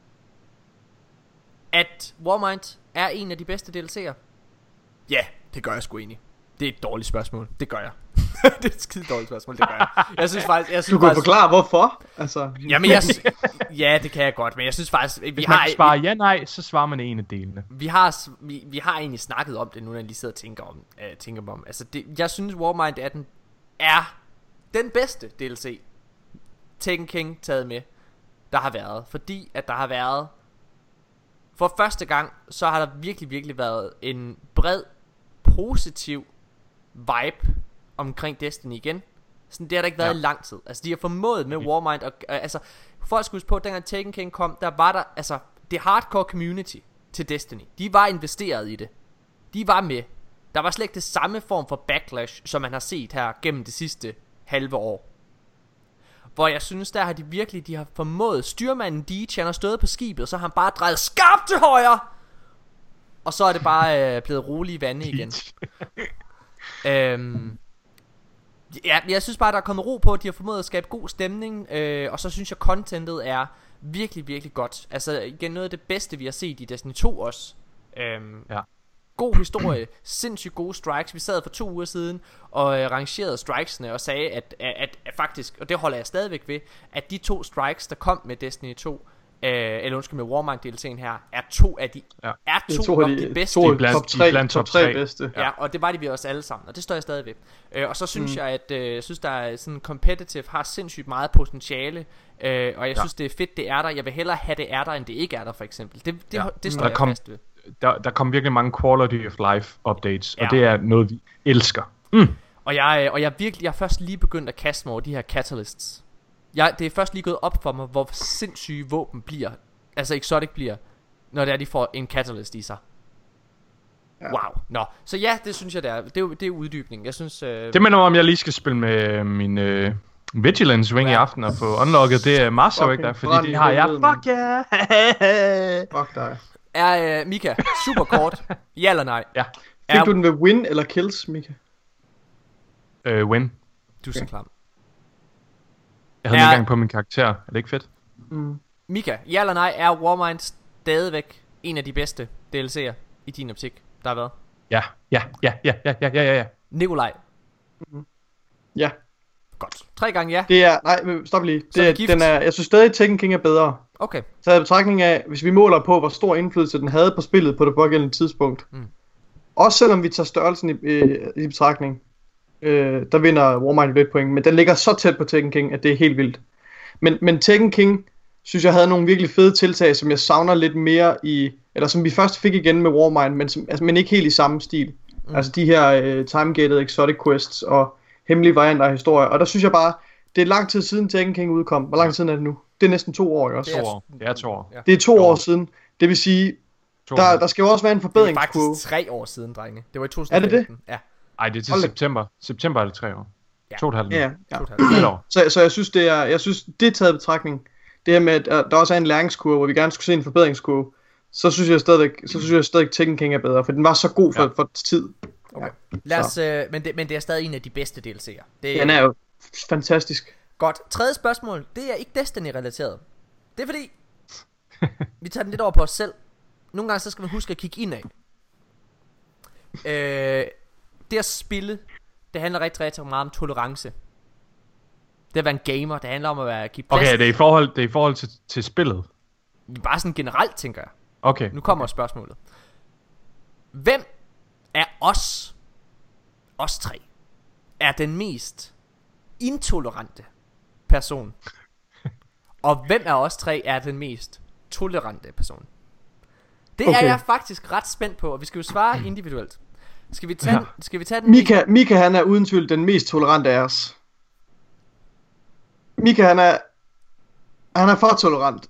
at Warmind er en af de bedste D L C'er? Ja, det gør jeg sgu egentlig. Det er et dårligt spørgsmål. Det gør jeg. Det er et skide dårligt spørgsmål, det gør jeg. Jeg synes faktisk, jeg synes Du kan faktisk, forklare hvorfor. Altså, jamen jeg, sy- ja, det kan jeg godt, men jeg synes faktisk, vi Hvis man har, kan svare ja, nej, så svarer man en af delene. vi har, s- vi, vi har egentlig snakket om det nu, når jeg lige sidder og tænker om, øh, tænker mig om. Altså, det, jeg synes Warmind er den er den bedste D L C Taken King taget med, der har været, fordi at der har været for første gang, så har der virkelig, virkelig været en bred, positiv vibe omkring Destiny igen. Sådan, det har der ikke været ja. i lang tid. Altså de har formået med Warmind og, øh, altså folk skulle huske på, at dengang Taken King kom, der var der, altså det hardcore community til Destiny, de var investeret i det. De var med. Der var slet ikke det samme form for backlash, som man har set her gennem det sidste halve år. Hvor jeg synes, der har de virkelig, de har formået. Styrmanden Deej, han har stået på skibet, så har han bare drejet skarpt til højre. Og så er det bare øh, blevet roligt vande igen. øhm, ja, jeg synes bare, der er kommet ro på, at de har formået at skabe god stemning. Øh, og så synes jeg, contentet er virkelig, virkelig godt. Altså igen, noget af det bedste, vi har set i Destiny to også. Øhm, Ja. God historie, sindssygt gode strikes. Vi sad for to uger siden og øh, rangerede strikesene og sagde at, at, at, at faktisk, og det holder jeg stadigvæk ved, at de to strikes der kom med Destiny to, øh, eller undskyld med Warmind D L C'en her, er to af de, Ja. er to, to af af de, de bedste. to blandt- top de er tre, blandt top top tre tre. bedste. Ja, og det var det vi også alle sammen, og det står jeg stadig ved. øh, Og så synes Mm. jeg at øh, jeg synes der er sådan competitive har sindssygt meget potentiale, øh, og jeg Ja. synes det er fedt det er der. Jeg vil hellere have det er der end det ikke er der, for eksempel. Det, det, Ja. det står Der jeg kom- fast ved. Der, der kom virkelig mange quality of life updates, Ja. og det er noget, vi elsker. Og jeg, øh, og jeg virkelig, jeg er først lige begyndt at kaste mig over de her catalysts. Jeg, det er først lige gået op for mig, hvor sindssyge våben bliver, altså exotic bliver, når det er, de får en catalyst i sig. Ja. Wow. Nå, så ja, det synes jeg det er. Det er, jo- det er uddybning. Jeg synes øh, Det minder mig om, jeg lige skal spille med min øh, Vigilance Wing Ja. i aften og få unlocket det er Master Fucking der, fordi brand det i har jeg. helvede, Fuck yeah! Fuck dig. er øh, Mika super kort. Ja eller nej? Ja. Fik Er, du den ved win eller kills, Mika? Øh, win. du er så klam. Jeg havde Er- en gang på min karakter. Er det ikke fedt? Mm. Mika, ja eller nej, er Warmind stadigvæk en af de bedste D L C'er i din optik, der har været? Ja, ja, ja, ja, ja, ja, ja, ja. Nikolaj, Ja, godt. Tre gange ja. det er... Nej, men stop lige. Så er Det, det er, gift. den er, jeg synes stadig, Taken King er bedre. Okay. Taget i betragtning af, hvis vi måler på, hvor stor indflydelse den havde på spillet på det pågældende tidspunkt. Mm. Også selvom vi tager størrelsen i, i, i betragtning, øh, der vinder Warmind lidt point, men den ligger så tæt på Taken King, at det er helt vildt. Men, men Taken King, synes jeg havde nogle virkelig fede tiltag, som jeg savner lidt mere i, eller som vi først fik igen med Warmind, men, som, altså, men ikke helt i samme stil. Mm. Altså de her øh, time-gated exotic quests og hemmelige varianter af historier. Og der synes jeg bare, det er lang tid siden Taken King udkom. Hvor lang tid er det nu? Det er næsten to år, ikke også? Det er- To år. Det er to år. Ja. Det er to To år år. siden. Det vil sige, To der, år. der skal jo også være en Det er forbedringskurve. faktisk tre år siden, drenge. Det var i to tusind Er det det? femten. Ja. Ej, det er til Hold da. september. September er det tre år. Ja. To og et halvt. Ja, ja. To og et halvt. Et år. Så, så jeg synes, det er, jeg synes, det er taget i betragtning. Det her med, at øh, der også er en læringskurve, hvor vi gerne skulle se en forbedringskurve. Så synes jeg stadigvæk, så synes jeg stadigvæk Taken King er bedre, for den var så god for, Ja. for tid. Okay. Lad os, øh, men, det, men det er stadig en af de bedste D L C'er. Det Den er jo fantastisk. Godt. Tredje spørgsmål, det er ikke Destiny-relateret. Det er fordi, vi tager den lidt over på os selv. Nogle gange så skal man huske at kigge indad. Øh, det at spille, det handler rigtig, rigtig meget om tolerance. Det at være en gamer, det handler om at være, give plads. Okay, det er i forhold, det er i forhold til, til spillet. Bare sådan generelt, tænker jeg. Okay. Nu kommer spørgsmålet. Hvem af os, os tre, er den mest intolerante person? Og hvem af os tre er den mest tolerante person? Det okay. er Okay. jeg faktisk ret spændt på, og vi skal jo svare individuelt. Skal vi tage, Ja. ja. skal vi tage den? Mika, Mika han er uden tvivl den mest tolerante af os. Mika han er, han er for tolerant.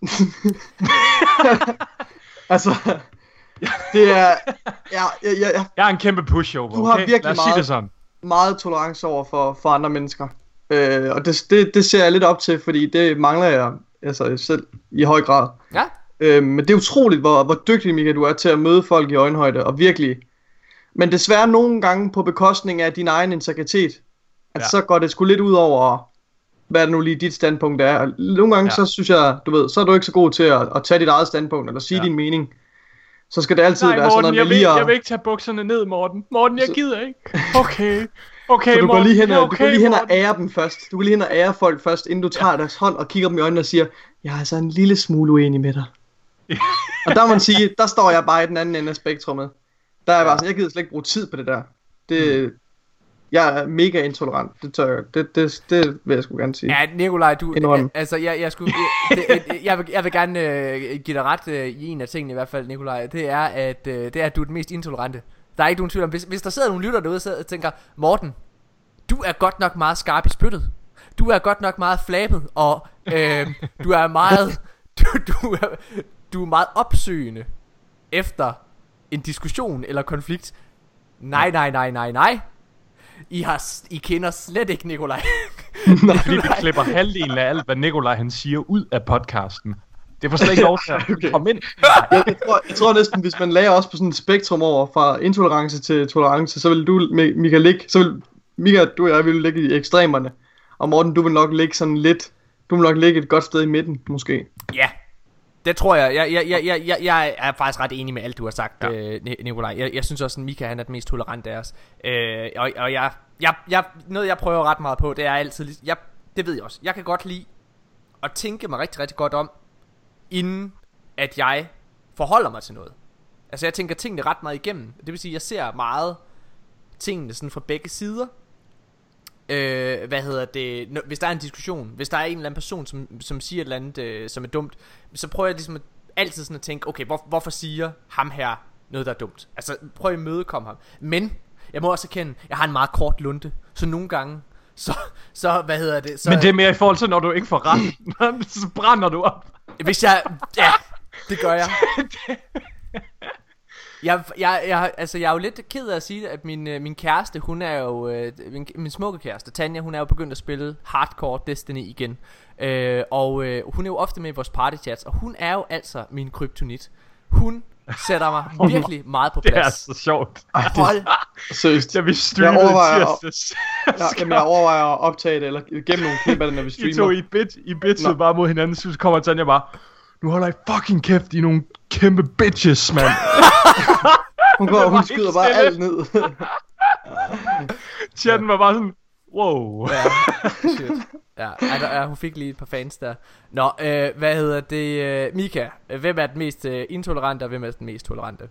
Altså, det er, ja, ja, ja, Jeg er en kæmpe pushover, Du har okay? virkelig Lad os sige meget- det sådan. meget tolerance over for, for andre mennesker. Øh, og det, det, det ser jeg lidt op til, fordi det mangler jeg altså selv i høj grad. Ja, Øh, men det er utroligt, hvor, hvor dygtig, Mika, du er til at møde folk i øjenhøjde, og virkelig. Men desværre nogle gange på bekostning af din egen integritet. At Ja. så går det sgu lidt ud over, hvad det nu lige dit standpunkt er. Og nogle gange, Ja. så synes jeg, du ved, så er du ikke så god til at, at tage dit eget standpunkt, eller sige Ja. din mening. Så skal det altid Nej, være sådan Morten, noget jeg med vil, lige at... jeg vil ikke tage bukserne ned, Morten. Morten, jeg Så- gider ikke. Okay. Okay, så du går lige hen, og, okay, du går lige hen og Morten. ære dem først. Du går lige hen og ære folk først, inden du tager deres hånd og kigger dem i øjnene og siger, jeg er altså en lille smule uenig med dig. Og der må man sige, der står jeg bare i den anden ende af spektrummet. Der er jeg bare sådan, jeg gider slet ikke bruge tid på det der. Det, mm. Jeg er mega intolerant, det tør jeg. Det, det, det vil jeg sgu gerne sige. Ja, Nikolaj, du, Indrømme. altså, jeg, jeg, skulle, jeg, det, jeg, vil, jeg vil gerne øh, give dig ret øh, i en af tingene i hvert fald, Nikolaj. Det er, at, øh, det er, at du er den mest intolerante. Der er ikke nogen tvivl om, hvis, hvis der sidder nogle lytter derude og tænker, Morten, du er godt nok meget skarp i spyttet. Du er godt nok meget flabet, og øh, du er meget, du, du, er, du er meget opsøgende efter en diskussion eller konflikt. Nej, nej, nej, nej, nej. I, har, I kender slet ikke Nikolaj. Fordi vi klipper halvdelen af alt, hvad Nikolaj han siger ud af podcasten. Det får slet ikke lov til at Okay. komme ind. Jeg, jeg, tror, jeg tror næsten, hvis man lagde os på sådan et spektrum over fra intolerance til tolerance, så vil du, Michael, ligge, så vil Michael, du og jeg vil ligge i ekstremerne. Og Morten, du vil nok ligge sådan lidt, du vil nok ligge et godt sted i midten, måske. Ja, det tror jeg. Jeg, jeg, jeg, jeg, jeg, jeg er faktisk ret enig med alt, du har sagt, Ja. øh, Ni- Nikolaj. Jeg, jeg synes også, at Mika han er den mest tolerant af os. Øh, og og jeg, jeg, jeg, noget, jeg prøver ret meget på, det er altid... lig- Jeg, det ved jeg også. Jeg kan godt lide at tænke mig rigtig, rigtig godt om, inden at jeg forholder mig til noget. Altså, jeg tænker tingene ret meget igennem. Det vil sige, jeg ser meget tingene sådan fra begge sider. Øh, hvad hedder det, N- hvis der er en diskussion, hvis der er en eller anden person som, som siger et eller andet øh, som er dumt, så prøver jeg ligesom at, altid sådan at tænke, okay, hvor, hvorfor siger ham her noget der er dumt. Altså prøv at imødekomme ham. Men jeg må også erkende, jeg har en meget kort lunte, så nogle gange så, så hvad hedder det så, Men det er mere i forhold til, når du ikke får ret. Så brænder du op. hvis jeg, ja, det gør jeg. Jeg, jeg, jeg, altså jeg er jo lidt ked af at sige det, at min, øh, min kæreste, hun er jo, øh, min, min smukke kæreste, Tanja, hun er jo begyndt at spille hardcore Destiny igen. øh, Og øh, hun er jo ofte med i vores partychats, og hun er jo altså min kryptonit. Hun sætter mig virkelig meget på Det er plads. så sjovt. Hold, Seriøst. Da vi Jeg streamede overvejer, i tirsdags. ja, jamen, jeg overvejer at optage det, eller gennem nogle klip af det, når vi I streamer. tog i bit, i bitsede Nå. bare mod hinanden, så kommer Tanja bare, nu holder I fucking kæft, I er nogle kæmpe bitches, mand. Hun går, Det hun var skyder helt bare stille. alt ned. Chatten var bare sådan, wow. ja, shit. Ja, ej, der, ja, hun fik lige et par fans der. Nå, øh, hvad hedder det, øh, Mika, hvem er den mest øh, intolerante, og hvem er den mest tolerante?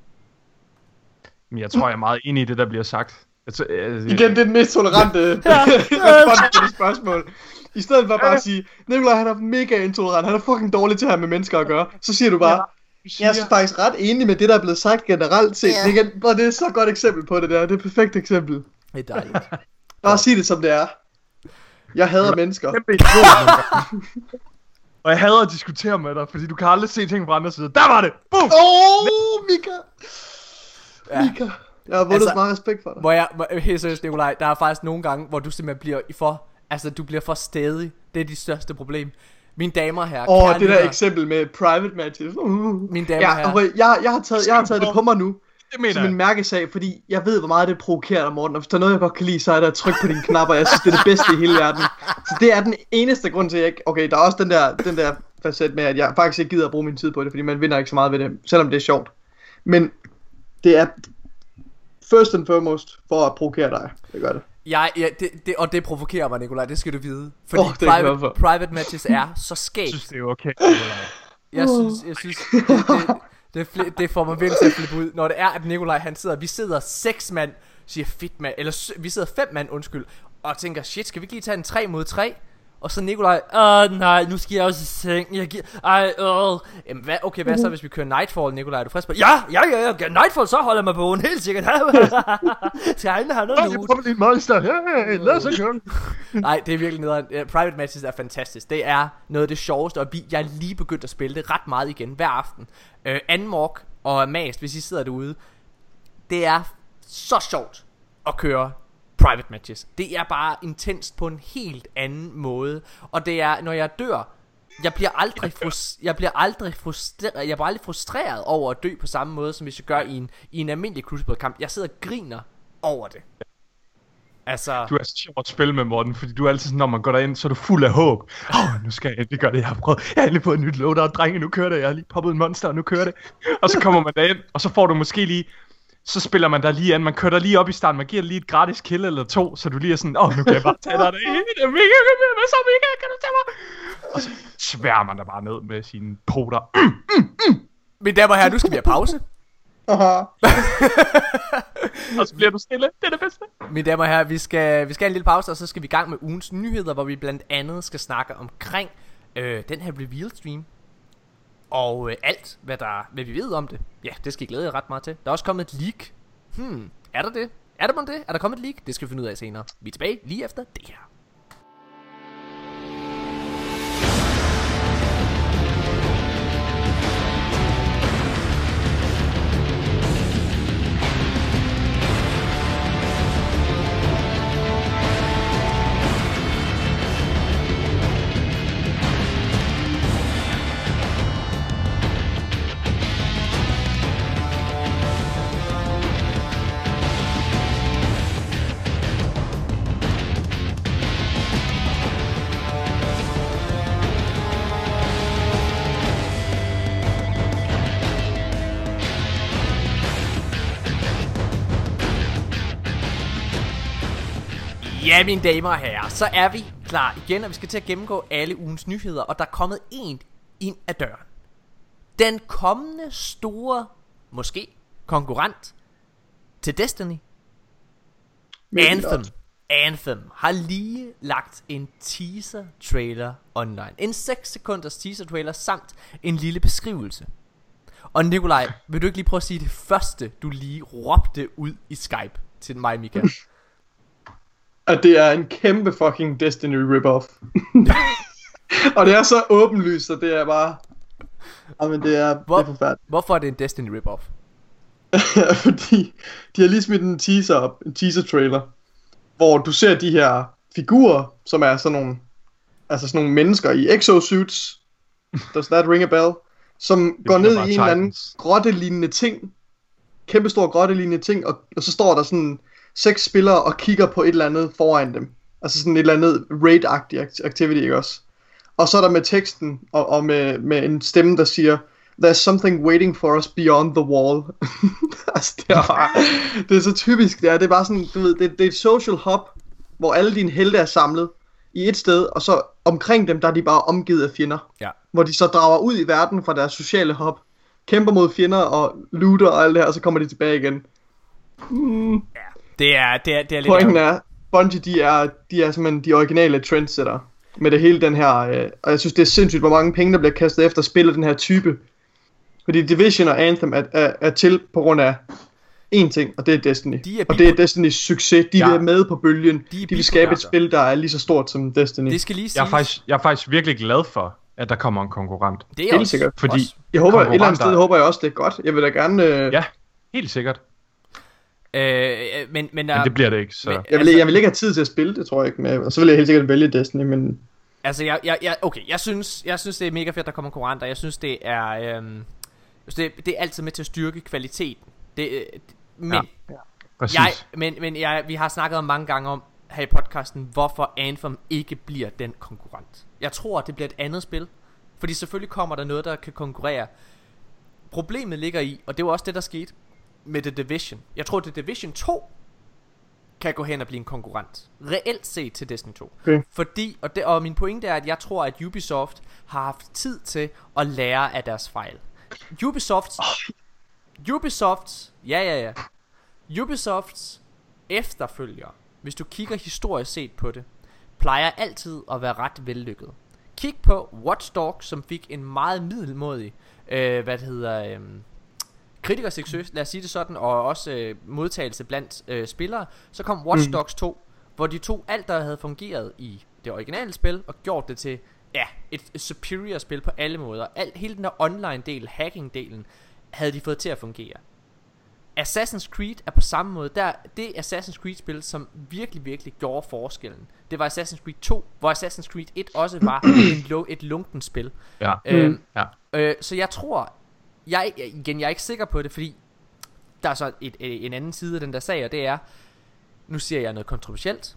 Men jeg tror, jeg er meget enig i det, der bliver sagt. Jeg tror, jeg, Igen, det er den mest tolerante respons på det spørgsmål. I stedet for bare at sige, Nikolaj, han er mega intolerant, han er fucking dårlig til at have med mennesker at gøre. Så siger du bare, jeg er faktisk ret enig med det, der er blevet sagt generelt set. Ja. Det, igen, og det er så godt eksempel på det der, det er et perfekt eksempel. Det er dejligt. Bare sig det som det er. Jeg hader mennesker. kæmpe idiot, mand. Og jeg hader at diskutere med dig, fordi du kan aldrig se ting fra andre sider. Der var det! Boom! Åh, oh, Mika! Ja. Mika! Jeg har vundet Altså, altså, meget respekt for dig. Hvor jeg, hvor- helt seriøst, Nikolaj, der er faktisk nogle gange, hvor du simpelthen bliver for, altså du bliver for stædig. Det er dit største problem. Mine damer her, Åh, kære oh, det der lyttere, eksempel med private matches. Uh. mine damer Ja, her. okay, jeg, jeg, har taget, jeg har taget det på mig nu. Det mener Som en jeg. mærkesag, fordi jeg ved, hvor meget det provokerer dig, Morten. Og hvis der er noget, jeg godt kan lide, så er det at trykke på dine knapper. Jeg synes, det er det bedste i hele verden. Så det er den eneste grund til, at jeg ikke... Okay, der er også den der, den der facet med, at jeg faktisk ikke gider at bruge min tid på det, fordi man vinder ikke så meget ved det, selvom det er sjovt. Men det er first and foremost for at provokere dig. Det gør det. Jeg, ja, det, det, og det provokerer mig, Nikolaj, det skal du vide. Fordi Åh, det er jeg glad private, for. private matches er så Jeg skægt. synes, det er okay. Jeg synes, jeg synes det, det, det, fl- det får mig virkelig til at flippe ud. Når det er, at Nikolaj han sidder, vi sidder seks mand, siger fedt mand, eller s- vi sidder fem mand, undskyld, og tænker, shit, skal vi ikke lige tage en tre mod tre? Og så Nikolaj, åh nej, nu skal jeg også i seng, jeg giver, ej, åh. Jamen, hvad, okay, hvad så hvis vi kører Nightfall, Nikolaj, er du frisk på? Ja, ja, ja, ja, Nightfall, så holder jeg mig på en helt sikkert. Skal han have noget Jeg loot? prøver din monster. Hey, lad os så køre. Nej, det er virkelig noget. Uh, private matches er fantastisk. Det er noget af det sjoveste, og vi, jeg er lige begyndt at spille det ret meget igen hver aften. Uh, Anmork og Mast, hvis I sidder derude, det er så sjovt at køre private matches. Det er bare intenst på en helt anden måde. Og det er, når jeg dør, jeg bliver aldrig frus- jeg bliver aldrig frustreret, jeg bliver aldrig frustreret over at dø på samme måde, som hvis jeg gør i en, i en almindelig Crucible-kamp. Jeg sidder og griner over det. Altså, Du er så sjov at spille med, Morten, fordi du er altid sådan, når man går derind, så er du fuld af håb. Åh, oh, nu skal jeg endelig gøre det, jeg har prøvet. Jeg har endelig fået et nyt loadout, drenge, nu kører det. Jeg har lige poppet en monster, og nu kører det. Og så kommer man derind, og så får du måske lige så spiller man der lige an, man kører der lige op i starten, man giver lige et gratis kill eller to, så du lige er sådan, åh, oh, nu kan jeg bare tage dig, det er mega, hvad så mega, kan du tage mig? Og så sværger man der bare ned med sine poter. Mm, mm, mm. Mine damer og herrer, nu skal vi have pause. Og så bliver du stille, det er det bedste. Mine damer og herrer, vi skal, vi skal have en lille pause, og så skal vi i gang med ugens nyheder, hvor vi blandt andet skal snakke omkring øh, den her reveal stream. Og øh, alt, hvad, der, hvad vi ved om det. Ja, det skal I glæde jer ret meget til. Der er også kommet et leak. Hmm, er der det? Er der måske det? Er der kommet et leak? Det skal vi finde ud af senere. Vi er tilbage lige efter det her. Ja, mine damer og herrer, så er vi klar igen, og vi skal til at gennemgå alle ugens nyheder, og der er kommet en ind ad døren. Den kommende store, måske, konkurrent til Destiny, Anthem, Anthem, har lige lagt en teaser trailer online. En seks sekunders teaser trailer samt en lille beskrivelse. Og Nikolaj, vil du ikke lige prøve at sige det første, du lige råbte ud i Skype til mig, Michael? At det er en kæmpe fucking Destiny rip-off. Og det er så åbenlyst, at det er bare... Jamen det er, Hvor, det er forfærdeligt. Hvorfor er det en Destiny rip-off? Fordi de har lige smidt en teaser op, en teaser trailer, hvor du ser de her figurer, som er sådan nogle, altså sådan nogle mennesker i exosuits, does that ring a bell, som går ned i en eller anden grottelignende ting, kæmpestor grottelignende ting, og, og så står der sådan seks spillere og kigger på et eller andet foran dem, altså sådan et eller andet raid-agtig activity, ikke også? Og så er der med teksten, og, og med, med en stemme, der siger, there's something waiting for us beyond the wall. Altså, det er, bare, det er så typisk, det er, det er bare sådan, du ved, det, det er et social hub, hvor alle dine helte er samlet i et sted, og så omkring dem, der er de bare omgivet af fjender. Ja. Hvor de så drager ud i verden fra deres sociale hub, kæmper mod fjender og looter og alt det her, og så kommer de tilbage igen. Mm. Ja, det er, det er, det er lidt... Pointen er, Bungie, de er, de er simpelthen de originale trendsetter med det hele den her, øh, og jeg synes det er sindssygt, hvor mange penge der bliver kastet efter spillet den her type. Fordi Division og Anthem er, er, er til på grund af én ting, og det er Destiny. De er og det er Destinys succes. De ja. er med på bølgen. De, de vil skabe et spil, der er lige så stort som Destiny. Det skal lige siges. Jeg er faktisk, jeg er faktisk virkelig glad for, at der kommer en konkurrent. Det er helt også, sikkert. Fordi også. Jeg håber, et eller andet sted håber jeg også, det er godt. Jeg vil da gerne... Øh... Ja, helt sikkert. Øh, men, men, men det bliver det ikke, så... Men, jeg, vil, jeg vil ikke have tid til at spille det, tror jeg ikke. Med. Og så vil jeg helt sikkert vælge Destiny, men... Altså, jeg, jeg, jeg, okay, jeg synes, jeg synes, det er mega fedt, der kommer konkurrenter. Jeg synes, det er... Øhm, det, det er altid med til at styrke kvaliteten. Det, øh, men... Ja. Ja. Præcis. Jeg, men men jeg, vi har snakket om mange gange om her i podcasten, hvorfor Anthem ikke bliver den konkurrent. Jeg tror, det bliver et andet spil, fordi selvfølgelig kommer der noget, der kan konkurrere. Problemet ligger i, og det var også det, der skete med The Division. Jeg tror, The Division to kan gå hen og blive en konkurrent, reelt set, til Destiny to. Okay. Fordi, og, det, og min pointe er, at jeg tror, at Ubisoft har haft tid til at lære af deres fejl. Ubisofts oh. Ubisofts Ja ja ja Ubisofts efterfølger, hvis du kigger historisk set på det, plejer altid at være ret vellykket. Kig på Watch Dogs, som fik en meget middelmådig øh, Hvad det hedder øh, kritikersucces, lad os sige det sådan, og også øh, modtagelse blandt øh, spillere. Så kom Watch Dogs mm. to, hvor de tog alt, der havde fungeret i det originale spil, og gjort det til ja, et, et superior spil på alle måder. Alt, hele den der online del, hacking-delen, havde de fået til at fungere. Assassin's Creed er på samme måde. Der, det Assassin's Creed spil, som virkelig, virkelig gjorde forskellen, det var Assassin's Creed to, hvor Assassin's Creed et også var en, et lunken spil. Ja. Øhm, ja. øh, Så jeg tror, jeg, igen, jeg er ikke sikker på det, fordi der er så et, et, en anden side af den der sag, og det er, nu siger jeg noget kontroversielt.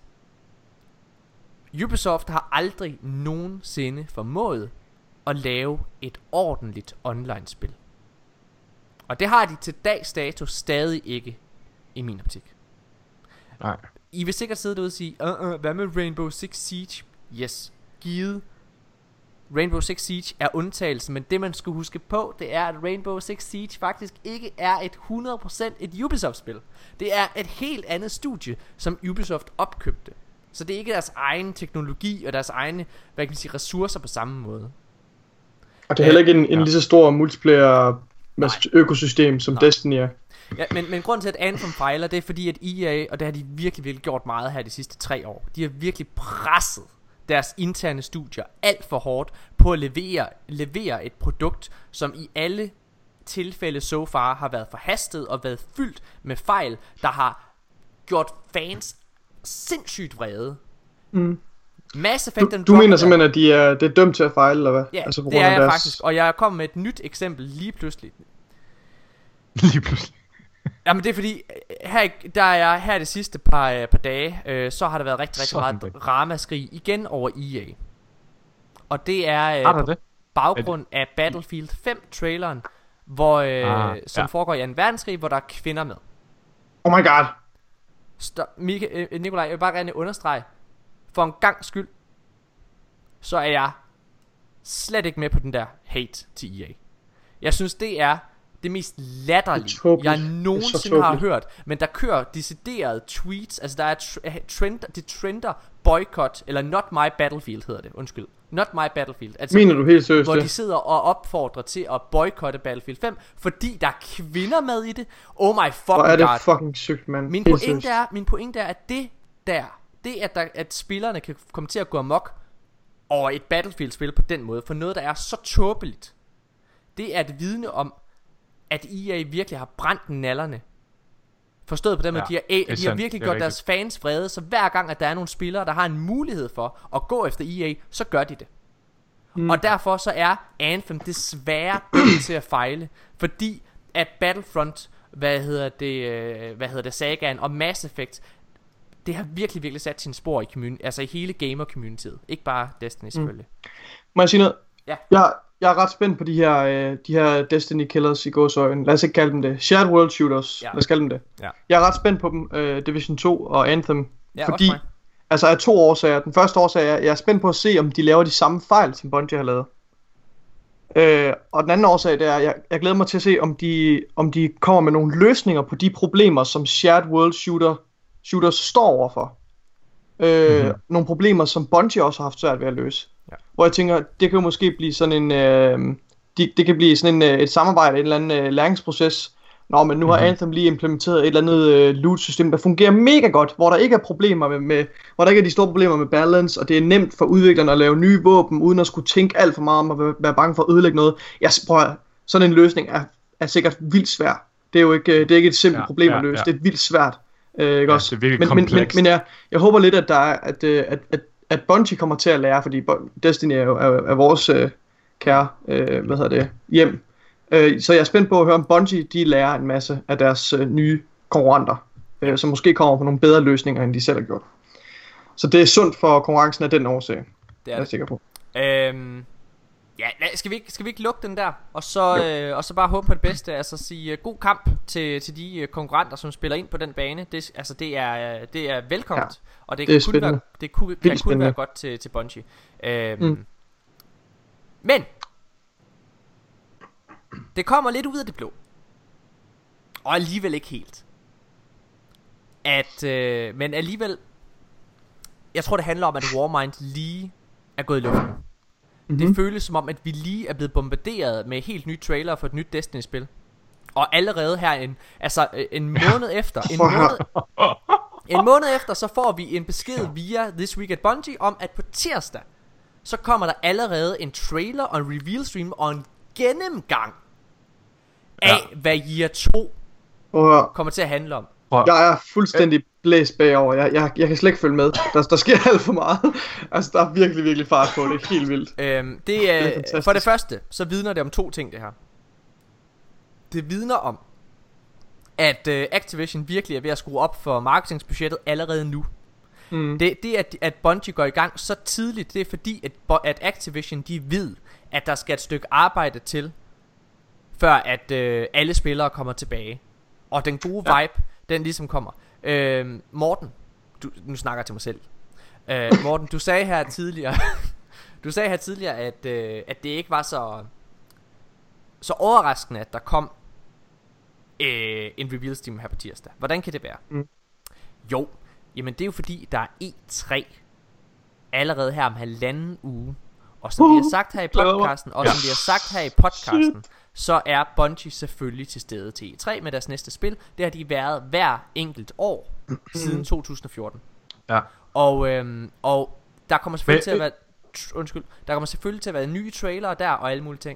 Ubisoft har aldrig nogensinde formået at lave et ordentligt online-spil. Og det har de til dags dato stadig ikke i min optik. Nej. I vil sikkert sidde derude og sige, uh, uh, hvad med Rainbow Six Siege? Yes, givet. Rainbow Six Siege er undtagelsen, men det man skal huske på, det er, at Rainbow Six Siege faktisk ikke er et hundrede procent et Ubisoft-spil. Det er et helt andet studie, som Ubisoft opkøbte. Så det er ikke deres egen teknologi og deres egne, hvad kan man sige, ressourcer på samme måde. Og det er heller ikke en, en ja. lige så stor multiplayer økosystem som Nej. Destiny er. Ja, men, men grunden til at Anthem fejler, det er fordi at E A, og det har de virkelig, virkelig gjort meget her de sidste tre år, de har virkelig presset deres interne studier alt for hårdt på at levere, levere et produkt, som i alle tilfælde so far har været forhastet og været fyldt med fejl, der har gjort fans sindssygt vrede. Mm. Mass Effect du, du mener simpelthen, at de er, det er dømt til at fejle, eller hvad? Ja, altså, det er jeg deres... faktisk. Og jeg kom med et nyt eksempel lige pludselig. Lige pludselig. Jamen det er fordi her, der er, her det sidste par, par dage øh, så har der været rigtig, rigtig meget ramaskrig igen over E A. Og det er øh, på det? baggrund af Battlefield fem traileren, hvor, øh, ah, som ja. foregår i anden verdenskrig, hvor der er kvinder med. Oh my god. Stop, Mika, øh, Nikolaj, jeg vil bare gerne understrege, for en gang skyld, så er jeg slet ikke med på den der hate til E A. Jeg synes det er det mest latterlige jeg nogensinde har hørt. Men der kører deciderede tweets. Altså der er tr- trend, det trender boycott, eller not my battlefield hedder det. Undskyld, not my battlefield, altså, mener du helt seriøst hvor det? de sidder og opfordrer til at boykotte Battlefield fem, fordi der er kvinder med i det. Oh my fucking god. Hvor er det God. fucking sygt, mand. Min pointe er, min pointe er at det der, det at, der, at spillerne kan komme til at gå amok over et Battlefield spil på den måde, for noget der er så tåbeligt, det er et vidne om at E A virkelig har brændt nallerne. Forstået på den måde, ja, de, har, de har virkelig gjort deres fans vrede. Så hver gang at der er nogle spillere, der har en mulighed for at gå efter E A, så gør de det. mm. Og derfor så er Anthem desværre dømt til at fejle, fordi at Battlefront, hvad hedder det, øh, hvad hedder det, Sagaen og Mass Effect, det har virkelig, virkelig sat sin spor i community, altså i hele gamer-communityet. Ikke bare Destiny selvfølgelig. mm. Må jeg sige noget? Ja. Jeg, jeg er ret spændt på de her, øh, de her Destiny killers i gåseøjne. Lad os ikke kalde dem det. Shared World Shooters. Ja. Lad os kalde dem det. Ja. Jeg er ret spændt på dem, øh, Division to og Anthem. Ja, fordi, altså af to årsager. Den første årsag er, jeg er spændt på at se, om de laver de samme fejl, som Bungie har lavet. Øh, og den anden årsag, det er, jeg, jeg glæder mig til at se, om de, om de kommer med nogle løsninger på de problemer, som Shared World Shooter, Shooters står overfor. Øh, mm-hmm. Nogle problemer, som Bungie også har haft svært ved at løse. Ja. Hvor jeg tænker, det kan jo måske blive sådan en, øh, de, det kan blive sådan en, øh, et samarbejde, en eller anden øh, læringsproces. Nå, men nu har mm-hmm. Anthem lige implementeret et eller andet øh, loot-system, der fungerer mega godt, hvor der ikke er problemer med, med, hvor der ikke er de store problemer med balance, og det er nemt for udviklerne at lave nye våben, uden at skulle tænke alt for meget om at være bange for at ødelægge noget. Jeg prøver, sådan en løsning er, er sikkert vildt svær. Det er jo ikke, det er ikke et simpelt ja, problem at løse, ja, ja. Det er vildt svært. Øh, ikke ja, også? Det er men, men, men, men jeg, jeg håber lidt, at der er, at, at, at at Bungie kommer til at lære, fordi Destiny er jo er, er vores øh, kære, øh, hvad hedder det, hjem. Øh, så jeg er spændt på at høre, om Bungie, de lærer en masse af deres øh, nye konkurrenter, øh, som måske kommer på nogle bedre løsninger, end de selv har gjort. Så det er sundt for konkurrencen af den årsag. Det er, er jeg sikker på. Øhm, ja, skal vi ikke, skal vi ikke lukke den der, og så, øh, og så bare håbe på det bedste, altså sige uh, god kamp til, til de uh, konkurrenter, som spiller ind på den bane. Det, altså det er, det er velkomment. Ja. Og det, det kan kun være, det kunne, kan kun være godt til, til Bungie. øhm, mm. Men det kommer lidt ud af det blå, og alligevel ikke helt. At, øh, men alligevel, jeg tror det handler om, at Warmind lige er gået i luften. Mm-hmm. Det føles som om, at vi lige er blevet bombarderet med helt nye trailer for et nyt Destiny-spil. Og allerede her en, altså en måned efter en måned, en måned efter så får vi en besked via This Week at Bungie om, at på tirsdag så kommer der allerede en trailer og en reveal stream og en gennemgang af ja. hvad Year to kommer til at handle om. Jeg er fuldstændig blæst bagover. Jeg, jeg, jeg kan slet ikke følge med. Der, der sker alt for meget. Altså der er virkelig virkelig fart på. Det er helt vildt. øhm, det er, det er for det første så vidner det om to ting, det her. Det vidner om, at uh, Activision virkelig er ved at skrue op for marketingsbudgettet allerede nu. Mm. Det, det at, at Bungie går i gang så tidligt, det er fordi at, at Activision de ved, at der skal et stykke arbejde til, før at øh, alle spillere kommer tilbage, og den gode ja. vibe, den ligesom kommer. øh, Morten, du, nu snakker jeg til mig selv. øh, Morten, du sagde her tidligere Du sagde her tidligere at, øh, at det ikke var så Så overraskende at der kom øh, en reveal stream her på tirsdag. Hvordan kan det være? mm. Jo, jamen det er jo fordi der er E tre allerede her om halvanden uge. Og som uh, vi har sagt her i podcasten Og ja. som vi har sagt her i podcasten så er Bungie selvfølgelig til stede til E tre med deres næste spil. Det har de været hver enkelt år siden to tusind og fjorten. Ja. Og, øhm, og der kommer selvfølgelig til at være Undskyld Der kommer selvfølgelig til at være nye trailere der og alle mulige ting.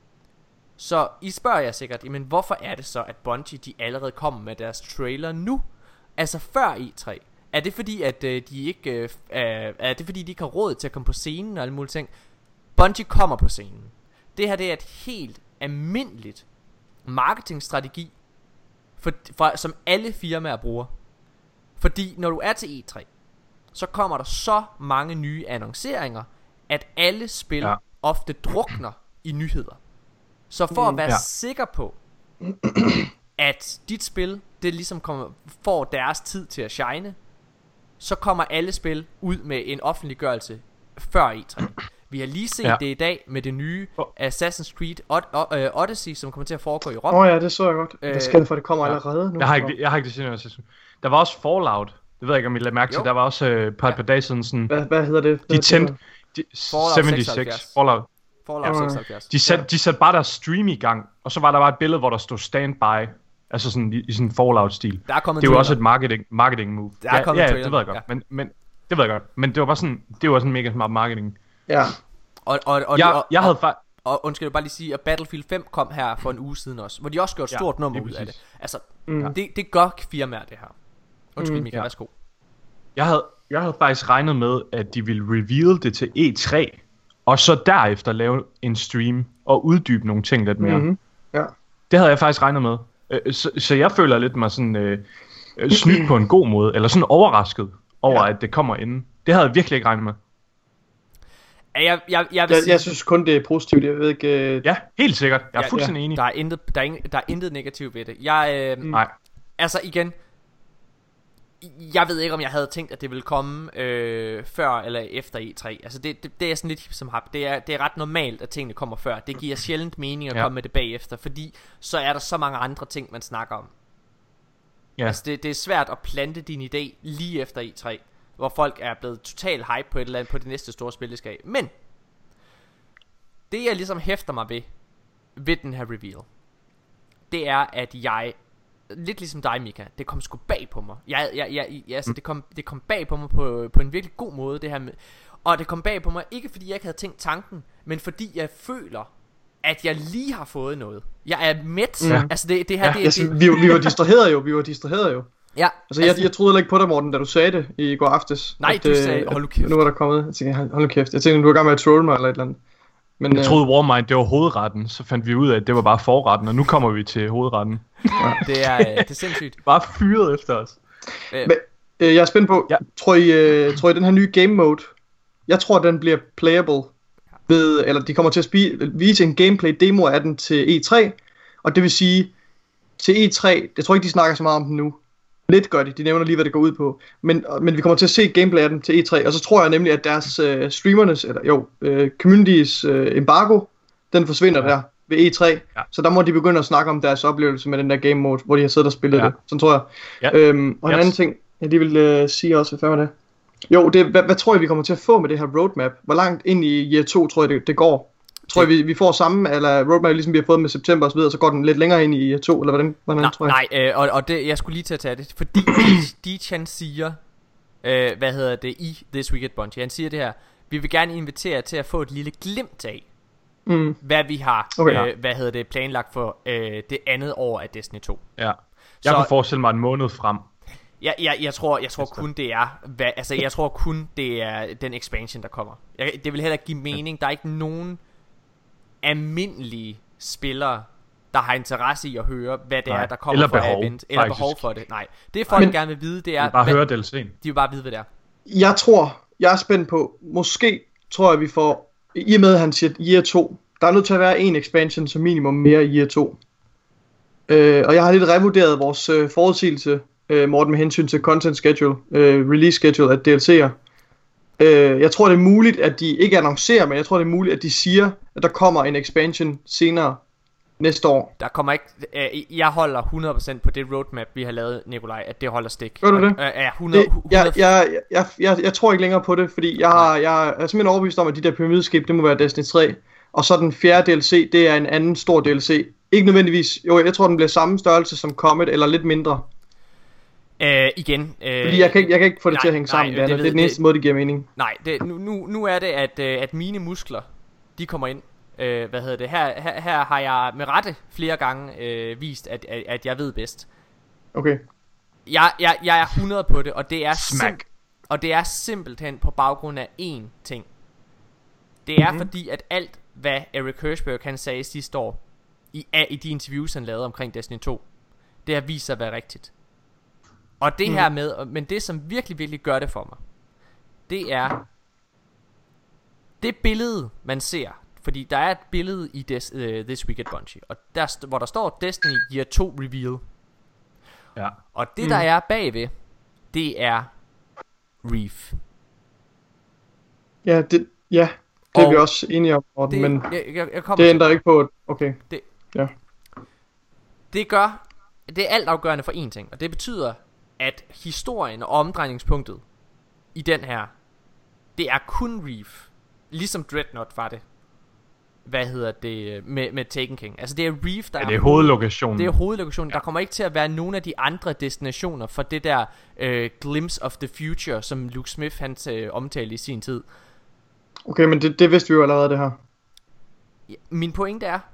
Så I spørger jer sikkert, men hvorfor er det så at Bungie de allerede kommer med deres trailer nu? Altså før E tre. Er det fordi at øh, de ikke øh, er, er det fordi de ikke har råd til at komme på scenen og alle mulige ting? Bungie kommer på scenen. Det her det er et helt almindeligt marketingstrategi for, for, som alle firmaer bruger. Fordi når du er til E tre, så kommer der så mange nye annonceringer, at alle spil ja. ofte drukner i nyheder. Så for at være ja. sikker på at dit spil det ligesom kommer, får deres tid til at shine, så kommer alle spil ud med en offentliggørelse før E tre. Vi har lige set ja. det i dag med det nye Assassin's Creed Odyssey, som kommer til at foregå i Rom. Åh oh ja, det så jeg godt. Hvad skal det for, det kommer ja. allerede nu? Jeg har ikke, jeg har ikke det set noget. Der var også Fallout. Det ved jeg ikke, om I lagde mærke til. Der var også øh, på et par dage siden sådan... Hvad, hvad hedder det? De tændte... seksoghalvfjerds. Fallout. Fallout ja. seksoghalvfjerds. De satte de sat bare deres stream i gang, og så var der bare et billede, hvor der stod standby. Altså sådan i, i sådan en Fallout-stil. Der er kommet det er jo også et marketing, marketing move. Der er kommet ja, ja, det ved jeg godt. Ja. Men, men, det ved jeg godt. Men det var bare sådan... Det var sådan mega smart marketing. Ja. Og, og, og, jeg, og, jeg havde faktisk... Og undskyld, jeg bare lige sige, at Battlefield fem kom her for en uge siden også, hvor de også gjorde et stort ja, nummer ud af det. Altså, mm. det, det gør firmaer det her. Undskyld, mm. Michael, ja. værsgo. Jeg havde, jeg havde faktisk regnet med, at de ville reveal det til E tre, og så derefter lave en stream og uddybe nogle ting lidt mere. Mm-hmm. Ja. Det havde jeg faktisk regnet med. Så, så jeg føler lidt mig sådan øh, snydt på en god måde, eller sådan overrasket over, ja. at det kommer inden. Det havde jeg virkelig ikke regnet med. Jeg, jeg, jeg, jeg, jeg, jeg synes kun det er positivt. Jeg ved ikke. Øh... Ja, helt sikkert. Jeg er ja, fuldstændig ja. enig. Der er intet, der er ingen, der er intet negativt ved det. Jeg, øh, mm. Nej. Altså igen, jeg ved ikke om jeg havde tænkt at det ville komme øh, før eller efter E tre. Altså det, det, det er sådan lidt hip som hap. Det er, det er ret normalt at tingene kommer før. Det giver sjældent mening at ja. komme med det bagefter, fordi så er der så mange andre ting man snakker om. Ja. Altså det, det er svært at plante din idé lige efter E tre, hvor folk er blevet total hype på et eller andet på det næste store spil det skal. Men det jeg ligesom hæfter mig ved ved den her reveal, det er at jeg lidt ligesom dig, Mika, det kom sgu bag på mig. Jeg, jeg, jeg, jeg, altså, det, kom, det kom bag på mig på, på en virkelig god måde, det her med. Og det kom bag på mig, ikke fordi jeg ikke havde tænkt tanken, men fordi jeg føler, at jeg lige har fået noget. Jeg er mæt. Ja. Altså det, det her, ja. det, altså, det, vi, vi var distraheret jo, vi var distraheret jo. Ja. Altså, jeg, jeg troede ikke på dig, Morten, da du sagde det i går aftes. Nej, at, du sagde, hold nu kæft. Nu er der kommet, jeg tænkte, hold nu kæft. Jeg tænkte, du var i gang med at trolle mig eller et eller andet. Men, jeg troede Warmind det var hovedretten, så fandt vi ud af at det var bare forretten, og nu kommer vi til hovedretten. Ja, det er det er sindssygt. Bare fyret efter os. Men, øh, jeg er spændt på, ja. tror, I, øh, tror I den her nye game mode, jeg tror den bliver playable ved, eller de kommer til at spi- vise en gameplay demo af den til E tre, og det vil sige til E tre, jeg tror ikke de snakker så meget om den nu. Lidt gør de, de nævner lige hvad det går ud på. Men, men vi kommer til at se gameplay af den til E tre. Og så tror jeg nemlig at deres øh, streamernes, eller jo, øh, communities øh, embargo, den forsvinder ja. der ved E tre. Ja. Så der må de begynde at snakke om deres oplevelse med den der game mode, hvor de har siddet og spillet ja. det. Sådan tror jeg. Ja. Øhm, og yes. en anden ting, jeg lige vil øh, sige også, hvad fanden er det? Jo, det, hvad, hvad tror jeg vi kommer til at få med det her roadmap? Hvor langt ind i year to tror jeg det, det går? Tror jeg, vi, vi får samme, eller roadmap ligesom vi har fået med september og så videre, så går den lidt længere ind i year to, eller hvordan, hvordan Nå, tror jeg? Nej, øh, og, og det, jeg skulle lige til at tage det, fordi D-Chan siger, øh, hvad hedder det, i This Week at Bungie, han siger det her, vi vil gerne invitere til at få et lille glimt af, mm. hvad vi har, okay. øh, hvad hedder det, planlagt for øh, det andet år af Destiny to. Ja, jeg så, kunne forestille mig en måned frem. Ja, jeg, jeg tror, jeg tror kun det er, hvad, altså jeg tror kun det er den expansion der kommer. Jeg, det vil heller ikke give mening, der er ikke nogen almindelige spillere der har interesse i at høre hvad det nej, er der kommer eller fra behov, event eller faktisk. behov for det. Nej, det folk men, gerne vil vide det er de vil bare hvad, høre D L C'en. De vil bare vide hvad det er. Jeg tror, jeg er spændt på, måske tror jeg vi får, i og med at han siger year to, der er nødt til at være en expansion som minimum mere i year to. Øh, og jeg har lidt revurderet vores øh, forudsigelse, øh, Morten, med hensyn til content schedule, øh, release schedule af D L C'er. Øh, jeg tror det er muligt at de ikke annoncerer, men jeg tror det er muligt at de siger at der kommer en expansion senere næste år. Der kommer ikke øh, jeg holder hundrede procent på det roadmap vi har lavet, Nikolaj, at det holder stik. Gør du det? Og, øh, ja, hundrede, det jeg, jeg, jeg, jeg, jeg tror ikke længere på det, fordi jeg, har, jeg er simpelthen overbevist om at de der pyramideskib, det må være Destiny tre. Og så den fjerde D L C, det er en anden stor D L C. Ikke nødvendigvis, jo jeg tror den bliver samme størrelse som Comet, eller lidt mindre. Øh, igen øh, Fordi jeg kan, ikke, jeg kan ikke få det nej, til at hænge sammen. nej, det, det, det, det er den eneste det, måde det giver mening. Nej, det, nu, nu, nu er det at, øh, at mine muskler de kommer ind. øh, Hvad hedder det her, her, her har jeg med rette flere gange øh, vist at, at, at jeg ved bedst. Okay. Jeg, jeg, jeg er hundrede på det. Og det er Smack. sim- Og det er simpelthen på baggrund af én ting. Det er mm-hmm. fordi at alt hvad Eric Hirshberg han sagde sidste år i, i de interviews han lavede omkring Destiny to, det har vist sig at være rigtigt. Og det mm. her med, men det som virkelig virkelig gør det for mig, det er det billede man ser. Fordi der er et billede i Des, uh, This Week at Bungie, og der, hvor der står Destiny Year to Reveal. Ja. Og det Mm. der er bagved, det er Reef. Ja, det, ja, det er Og vi også enige om, Morten, det, men jeg, jeg, jeg kommer det til- ændrer ikke på, at okay. Det, Ja. det gør, det er altafgørende for én ting, og det betyder, at historien og omdrejningspunktet i den her, det er kun Reef. Ligesom Dreadnought var det. Hvad hedder det med, med Taken King. Altså det er Reef, der Ja, det er hovedlokationen. Det er hovedlokationen. Der kommer ikke til at være nogen af de andre destinationer for det der øh, glimpse of the future, som Luke Smith han øh, omtalte i sin tid. Okay, men det, det vidste vi jo allerede, det her. Ja, min pointe er,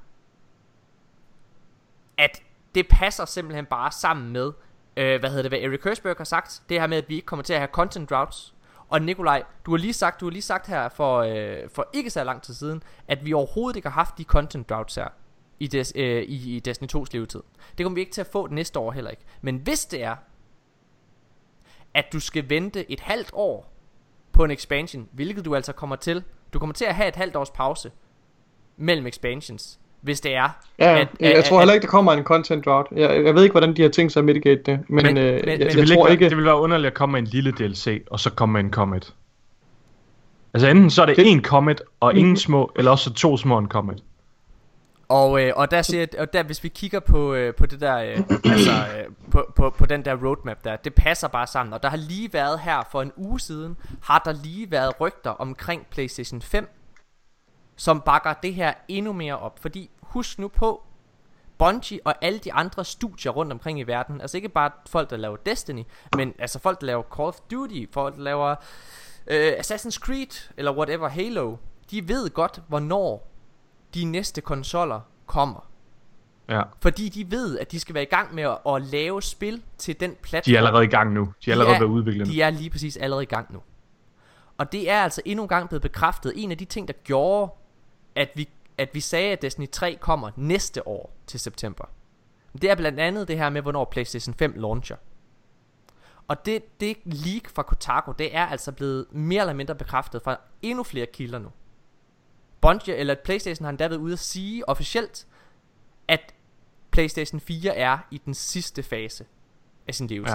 at det passer simpelthen bare sammen med, øh, hvad hedder det, hvad Eric Hirshberg har sagt. Det her med, at vi ikke kommer til at have content droughts. Og Nikolaj, du har lige sagt, du har lige sagt her for, øh, for ikke så lang tid siden, at vi overhovedet ikke har haft de content droughts her i, des, øh, i, i Destiny to's levetid. Det kommer vi ikke til at få næste år heller ikke. Men hvis det er, at du skal vente et halvt år på en expansion, hvilket du altså kommer til, du kommer til at have et halvt års pause mellem expansions, hvis det er. Ja, at, at, jeg at, tror heller ikke, der kommer en content drought. Jeg, jeg ved ikke, hvordan de har tænkt sig at mitigate det, men, Men- men, øh, men- jeg, men- jeg Det vil, tror ikke, ikke... det vil være underligt at komme med en lille D L C, og så komme med en Comet. Altså enten så er det Det- en Comet, og ingen små, eller også to små en Comet. Og, øh, og der siger jeg- og der hvis vi kigger på øh, på det der øh, altså øh, på, på på den der roadmap der, det passer bare sammen. Og der har lige været her for en uge siden, har der lige været rygter omkring PlayStation fem, som bakker det her endnu mere op. Fordi husk nu på, Bungie og alle de andre studier rundt omkring i verden, altså ikke bare folk der laver Destiny, men altså folk der laver Call of Duty, folk der laver øh, Assassin's Creed eller whatever, Halo, de ved godt hvornår de næste konsoller kommer. Ja. Fordi de ved at de skal være i gang med at, at lave spil til den platform. De er allerede i gang nu. De er allerede er, ved at udvikle den. De er lige præcis allerede i gang nu. Og det er altså endnu en gang blevet bekræftet. En af de ting der gjorde at vi, at vi sagde at Destiny tre kommer næste år til september, det er blandt andet det her med hvornår PlayStation fem launcher. Og det, det leak fra Kotaku, det er altså blevet mere eller mindre bekræftet fra endnu flere kilder nu. Bungie eller PlayStation har endda været ude at sige officielt at PlayStation fire er i den sidste fase af sin levetid. Ja.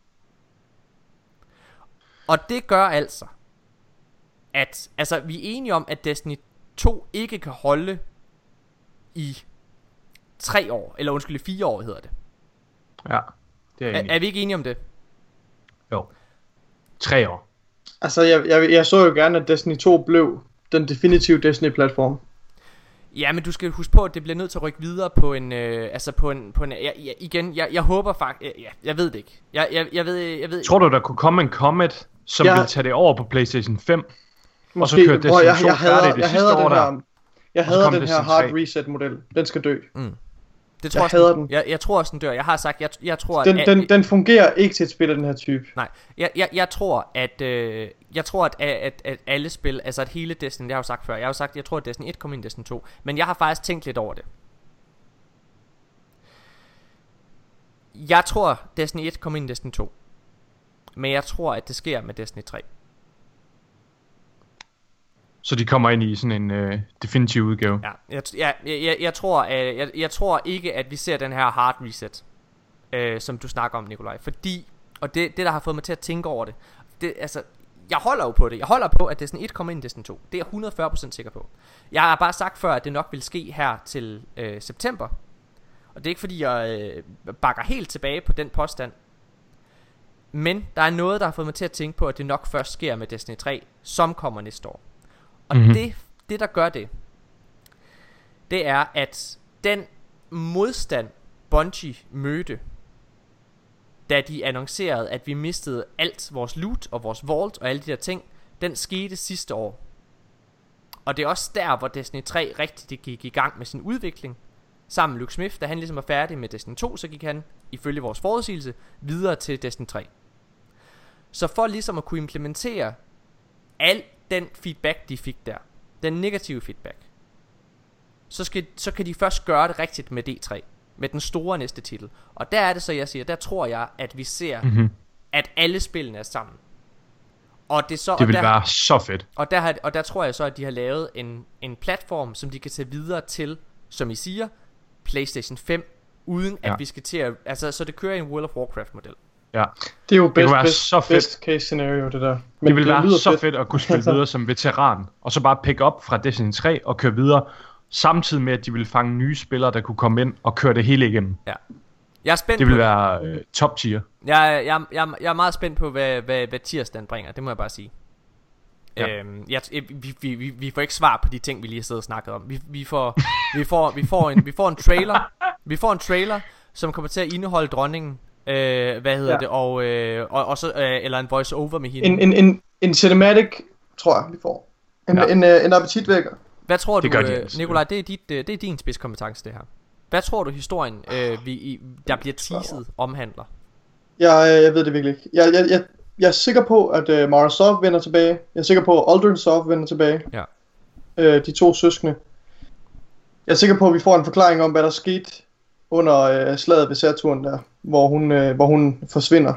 Og det gør altså at, altså vi er enige om at Destiny to ikke kan holde i tre år, eller undskyld, fire år hedder det. Ja, det er jeg Er, enig. er vi ikke enige om det? Jo. Tre år. Altså, jeg, jeg, jeg så jo gerne, at Destiny to blev den definitive Destiny-platform. Ja, men du skal huske på at det bliver nødt til at rykke videre på en øh, altså på en på en jeg, jeg, igen, jeg, jeg håber faktisk jeg, jeg ved det ikke. Jeg jeg jeg ved jeg ved Tror du, der kunne komme en Comet, som Ja. vil tage det over på PlayStation fem? Måske, og så kører Destiny hvor jeg, to jeg hader, færdigt det jeg sidste hader år den der. her, jeg så hader kom den her Destiny hard tre. reset model. Den skal dø. det tror jeg også, hader den. Jeg, jeg tror også den dør. Jeg har sagt jeg jeg tror Den, at, den, den fungerer ikke til et spil af den her type. nej, jeg, jeg, jeg tror at øh, jeg tror at, at, at alle spil, altså at hele Destiny, det har jeg jo sagt før. Jeg har jo sagt jeg tror at Destiny et kommer ind i Destiny to, men jeg har faktisk tænkt lidt over det. Jeg tror Destiny et kommer ind i Destiny to, men jeg tror at det sker med Destiny tre. så de kommer ind i sådan en øh, definitiv udgave. Ja, jeg, jeg, jeg, jeg, tror, øh, jeg, jeg tror ikke, at vi ser den her hard reset, øh, som du snakker om, Nikolaj. Fordi, og det, det der har fået mig til at tænke over det, det altså, jeg holder jo på det. Jeg holder på, at Destiny et kommer ind i Destiny to. Det er jeg hundrede og fyrre procent sikker på. Jeg har bare sagt før, at det nok vil ske her til øh, september. Og det er ikke fordi, jeg øh, bakker helt tilbage på den påstand. Men der er noget, der har fået mig til at tænke på, at det nok først sker med Destiny tre, som kommer næste år. Og mm-hmm. det, det der gør det, det er at den modstand Bungie mødte, da de annoncerede at vi mistede alt vores loot og vores vault og alle de der ting, den skete sidste år. Og det er også der hvor Destiny tre rigtig gik i gang med sin udvikling. Sammen med Luke Smith, da han ligesom var færdig med Destiny to, så gik han ifølge vores forudsigelse videre til Destiny tre. Så for ligesom at kunne implementere al den feedback de fik der, den negative feedback, så, skal, så kan de først gøre det rigtigt med D tre, med den store næste titel. Og der er det så jeg siger, der tror jeg at vi ser mm-hmm. at alle spillene er sammen. Og det, så, det vil og der, være så fedt. Og der, har, og der tror jeg så at de har lavet en, en platform, som de kan tage videre til, som I siger, PlayStation fem, uden at ja. vi skal til at, altså så det kører i en World of Warcraft model. Ja. Det er jo best, det best, så fedt. best case scenario det der. Men det vil det være så fedt. fedt at kunne spille videre som veteran, og så bare pick op fra Destiny tre og køre videre, samtidig med at de vil fange nye spillere der kunne komme ind og køre det hele igennem. Ja. Jeg er spændt. Det vil på være øh, top tier. Jeg, jeg, jeg, jeg er meget spændt på hvad, hvad, hvad tirsdagen bringer. Det må jeg bare sige. Ja. Øhm, jeg, vi, vi, vi, vi får ikke svar på de ting vi lige har siddet og snakket om. Vi, vi, får, vi, får, vi, får en, vi får en trailer. Vi får en trailer som kommer til at indeholde dronningen. Øh, hvad hedder ja. det og, øh, og, og så, øh, eller en voice over med hende. En, en, en, en cinematic tror jeg vi får. En, ja. en, en, en appetitvækker. Hvad tror det du, de øh, Nikolaj, det er, dit, øh, det er din spidskompetence det her. Hvad tror du historien øh, vi, i, der bliver teaset omhandler? Jeg, jeg ved det virkelig ikke. Jeg, jeg, jeg, jeg er sikker på at uh, Mara Sov vender tilbage. Jeg er sikker på at Aldrin Sov vender tilbage. Ja. øh, De to søskende. Jeg er sikker på at vi får en forklaring om hvad der skete under uh, slaget ved Saturn der, hvor hun, uh, hvor hun forsvinder.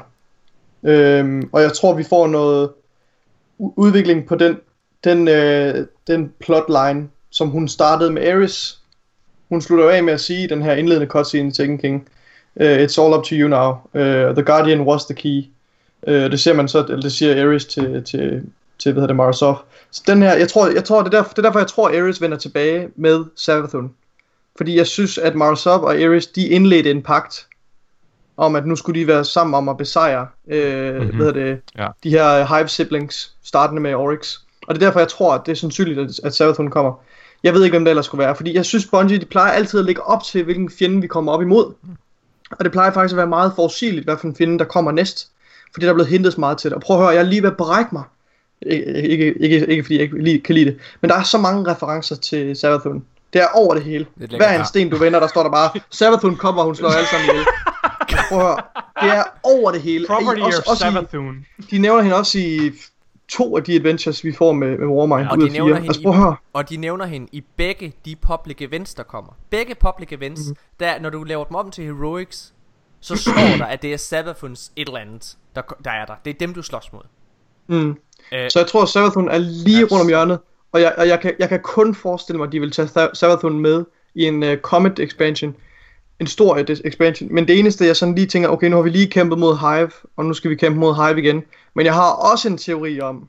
øhm, Og jeg tror vi får noget u- udvikling på den Den, uh, den plotline som hun startede med Ares. Hun slutter af med at sige den her indledende cutscene i Taken King, uh, It's all up to you now. uh, The Guardian was the key. uh, Det ser man så, eller det siger Ares til, til, til hvad hedder det, Mara Sov. Så den her, jeg tror, jeg tror det, er derfor, det er derfor jeg tror Ares vender tilbage med Savathun. Fordi jeg synes at Mara Sov og Ares de indledte en pagt om at nu skulle de være sammen om at besejre øh, mm-hmm. hvad hedder det, ja. de her Hive siblings, startende med Oryx. Og det er derfor jeg tror at det er sandsynligt at, at Savathun kommer. Jeg ved ikke hvem det ellers skulle være, fordi jeg synes Bungie de plejer altid at lægge op til hvilken fjende vi kommer op imod. Og det plejer faktisk at være meget forudsigeligt hvad for en fjende der kommer næst, fordi der er blevet hintet så meget til det. Og prøv at høre, jeg er lige ved at brække mig. Ikke, ikke, ikke, ikke fordi jeg ikke lige kan lide det, men der er så mange referencer til Savathun. Det er over det hele. Det Hver en sten du vender, der står der bare Savathun kommer, og hun slår alle sammen ihjel. Prøv at høre, det er over det hele. Property også, of også Savathun. I, de nævner hende også i to af de adventures vi får med, med Warmind, ja, ud af fire. Altså, prøv at høre. Og de nævner hende i begge de public events der kommer. Begge public events, mm-hmm. der når du laver dem om til Heroics, så står der at det er Savathuns et eller andet der, der er der. Det er dem du slås mod. Mm. Øh, så jeg tror at Savathun er lige rundt om hjørnet. Og jeg, og jeg, kan, jeg kan kun forestille mig at de vil tage Savathun med i en uh, Comet expansion. En stor uh, expansion. Men det eneste jeg sådan lige tænker, okay, nu har vi lige kæmpet mod Hive, og nu skal vi kæmpe mod Hive igen. Men jeg har også en teori om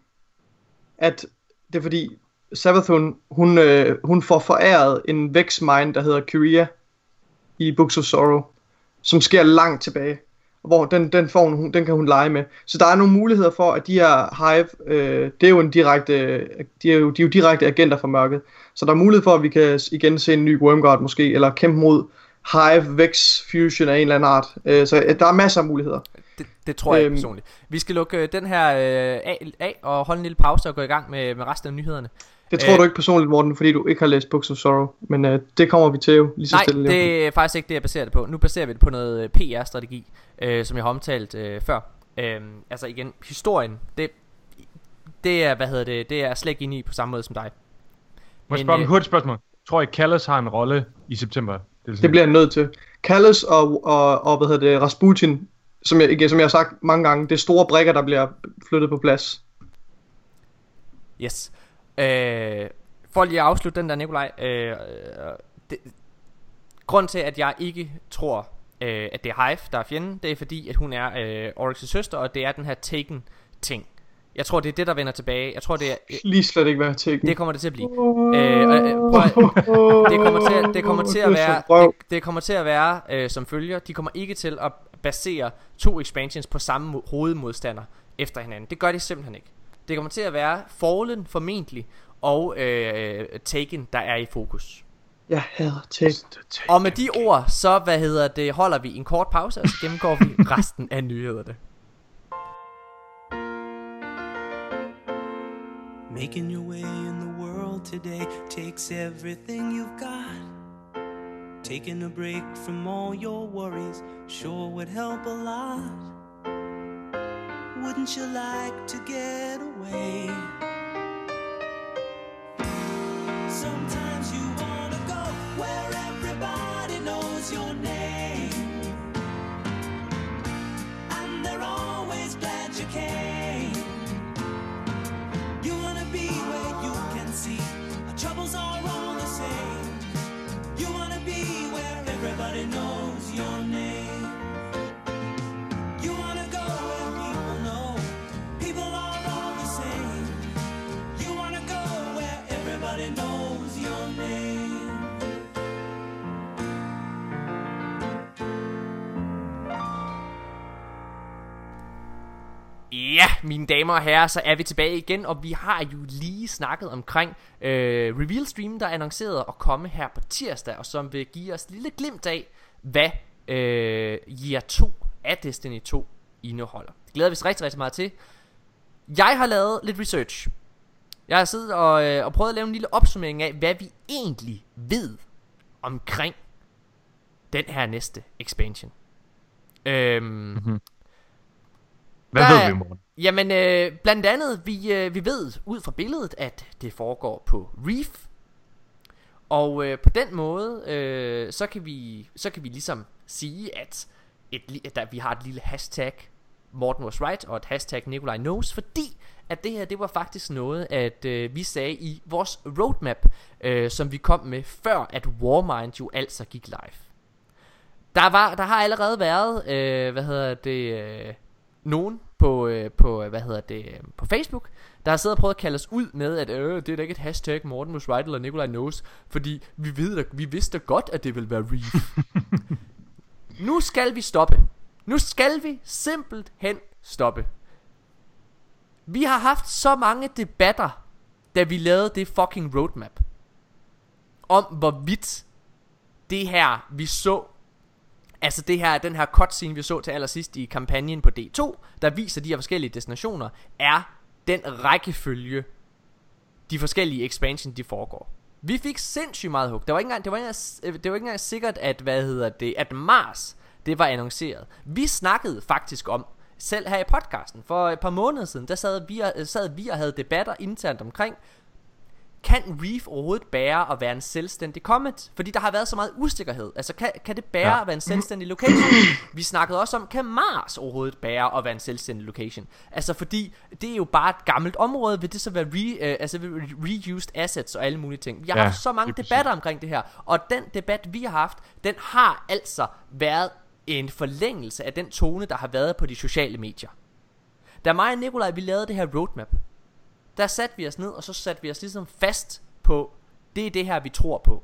at det er fordi Savathun hun, øh, hun får foræret en Vex Mine der hedder Kyria i Books of Sorrow, som sker langt tilbage, hvor den, den, får hun, den kan hun lege med. Så der er nogle muligheder for at de her Hive øh, det er jo en direkte de er jo, de er jo direkte agenter for mørket. Så der er mulighed for at vi kan igen se en ny Wormguard måske, eller kæmpe mod Hive Vex Fusion af en eller anden art. øh, Så øh, der er masser af muligheder. Det, det tror jeg øhm, personligt. Vi skal lukke øh, den her øh, af, af og holde en lille pause og gå i gang med, med resten af nyhederne. Det tror Æh, du ikke personligt, Morten, fordi du ikke har læst Books of Sorrow. Men øh, det kommer vi til jo lige så nej, stille. Nej, det er faktisk ikke det jeg baserer det på. Nu baserer vi det på noget P R-strategi, øh, som jeg har omtalt øh, før. øh, Altså igen, historien det, det er, hvad hedder det, det er slet ikke inde i på samme måde som dig. Må jeg spørge om et hurtigt spørgsmål? Tror I Calus har en rolle i september? Det, det bliver han nødt til. Calus og, og, og hvad hedder det, Rasputin, som jeg, som jeg har sagt mange gange, det er store brikker der bliver flyttet på plads. Yes. øh, For lige at afslutte den der, Nikolaj, øh, det, grund til at jeg ikke tror øh, at det er Hive der er fjenden, det er fordi at hun er øh, Oryx's søster, og det er den her Taken ting. Jeg tror det er det der vender tilbage. Jeg tror det er øh, lige slet ikke være Taken. Det kommer det til at blive. øh, øh, prøv, at- Det kommer til at, det kommer til at være det, det kommer til at være øh, som følger. De kommer ikke til at basere to expansions på samme mo- hovedmodstander efter hinanden. Det gør de simpelthen ikke. Det kommer til at være Fallen formentlig og øh, Taken der er i fokus. Jeg hader Taken. Og med de ord så hvad hedder det holder vi en kort pause, og så gennemgår vi resten af nyhederne. Making your way in the world today takes everything you've got. Taking a break from all your worries sure would help a lot. Wouldn't you like to get away? Sometimes you wanna go where everybody knows your name, and they're always glad you came. You wanna be where you can see our troubles are all the same. You wanna be where everybody knows your name. You wanna go where people know people are all the same. You wanna go where everybody knows your name. Ja, mine damer og herrer, så er vi tilbage igen, og vi har jo lige snakket omkring øh, Reveal Streamen, der er annonceret at komme her på tirsdag, og som vil give os et lille glimt af, hvad øh, Year to af Destiny to indeholder. Det glæder vi os rigtig, rigtig meget til. Jeg har lavet lidt research. Jeg har siddet og, øh, og prøvet at lave en lille opsummering af, hvad vi egentlig ved omkring den her næste expansion. Øhm... Mm-hmm. Hvad Der ved er- vi, Morten? Jamen, øh, blandt andet, vi, øh, vi ved ud fra billedet, at det foregår på Reef. Og øh, på den måde, øh, så, kan vi, så kan vi ligesom sige, at, et, li- at der, vi har et lille hashtag Morten was right, og et hashtag Nikolaj knows, fordi at det her, det var faktisk noget, at øh, vi sagde i vores roadmap, øh, som vi kom med, før at Warmind jo altså gik live. Der, var, der har allerede været, øh, hvad hedder det... Øh, nogen på, øh, på, hvad hedder det, øh, på Facebook, der har siddet og prøvet at kalde os ud med, at øh, det er da ikke et hashtag Morten was right eller Nikolaj knows, fordi vi, ved, da, vi vidste godt, at det ville være Reef. Nu skal vi stoppe. Nu skal vi simpelthen stoppe. Vi har haft så mange debatter, da vi lavede det fucking roadmap, om hvorvidt det her, vi så, altså det her, den her cutscene vi så til allersidst i kampagnen på D to, der viser de her forskellige destinationer, er den rækkefølge de forskellige expansion de foregår. Vi fik sindssygt meget hug. Det var ikke engang, det var ikke engang, det var ikke engang sikkert at hvad hedder det, at Mars det var annonceret. Vi snakkede faktisk om selv her i podcasten for et par måneder siden, der sad vi, sad vi og havde debatter internt omkring, kan Reef overhovedet bære at være en selvstændig comet? Fordi der har været så meget usikkerhed. Altså kan, kan det bære ja. at være en selvstændig location? Vi snakkede også om, kan Mars overhovedet bære at være en selvstændig location? Altså fordi det er jo bare et gammelt område. Vil det så være re, øh, altså reused assets og alle mulige ting? Vi har ja, haft så mange debatter omkring det her. Og den debat vi har haft, den har altså været en forlængelse af den tone der har været på de sociale medier. Da mig og Nikolaj vi lavede det her roadmap, der satte vi os ned, og så satte vi os ligesom fast på, det er det her vi tror på.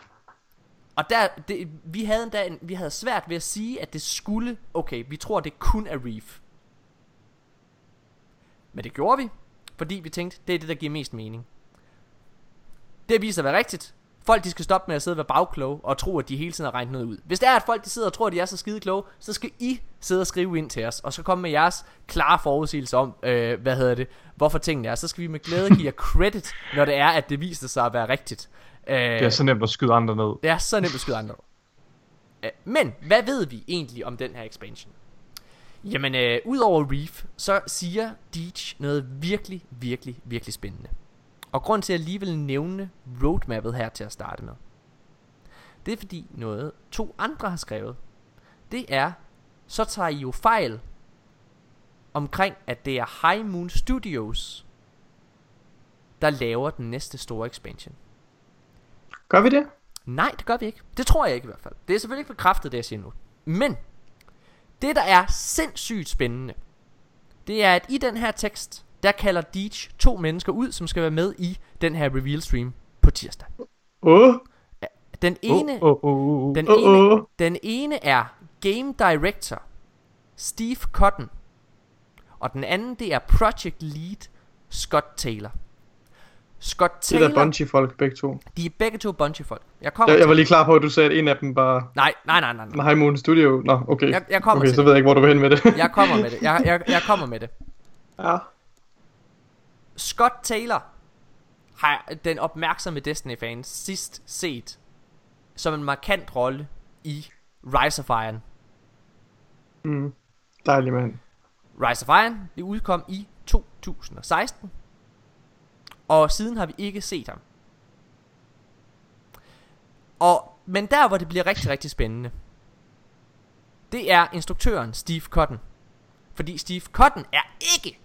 Og der, det, vi havde endda en, vi havde svært ved at sige, at det skulle, okay, vi tror det kun er Reef. Men det gjorde vi, fordi vi tænkte, det er det der giver mest mening. Det viser at være rigtigt. Folk de skal stoppe med at sidde og være bagkloge og tro at de hele tiden har regnet noget ud. Hvis det er at folk de sidder og tror at de er så skide kloge, så skal I sidde og skrive ind til os, og så komme med jeres klare forudsigelse om øh, hvad hedder det, hvorfor tingene er. Så skal vi med glæde give jer credit, når det er at det viser sig at være rigtigt. øh, Det er så nemt at skyde andre ned. Det er så nemt at skyde andre ned. øh, Men hvad ved vi egentlig om den her expansion? Jamen øh, udover Reef, så siger Deej noget virkelig, virkelig, virkelig spændende. Og grund til at jeg lige vil nævne roadmappet her til at starte med, det er fordi noget to andre har skrevet. Det er, så tager I jo fejl omkring at det er High Moon Studios der laver den næste store expansion. Gør vi det? Nej, det gør vi ikke. Det tror jeg ikke i hvert fald. Det er selvfølgelig ikke bekræftet, det jeg siger nu. Men det der er sindssygt spændende, det er at i den her tekst, der kalder Deej to mennesker ud, som skal være med i den her reveal stream på tirsdag. Åh, Den ene, Oh, oh, oh. den Åh, ene, åh. den ene er Game Director Steve Cotton, og den anden det er Project Lead Scott Taylor. Scott det er der Taylor, Bungie-folk begge to. de er begge to Bungie-folk. Jeg kommer Jeg, jeg til- var lige klar på, at du sagde, at en af dem var Nej, nej, nej, nej, nej. High Moon Studio. Nå, okay. Jeg, jeg kommer Okay, til så det. ved jeg ikke, hvor du vil hen med det. Jeg kommer med det. Jeg, jeg, jeg kommer med det. Ja. Scott Taylor har den opmærksomme Destiny-fan sidst set som en markant rolle i Rise of Iron. Mm. Dejlig mand. Rise of Iron, det udkom i to tusind og seksten, og siden har vi ikke set ham. Og, men der hvor det bliver rigtig rigtig spændende, det er instruktøren Steve Cotton. Fordi Steve Cotton er ikke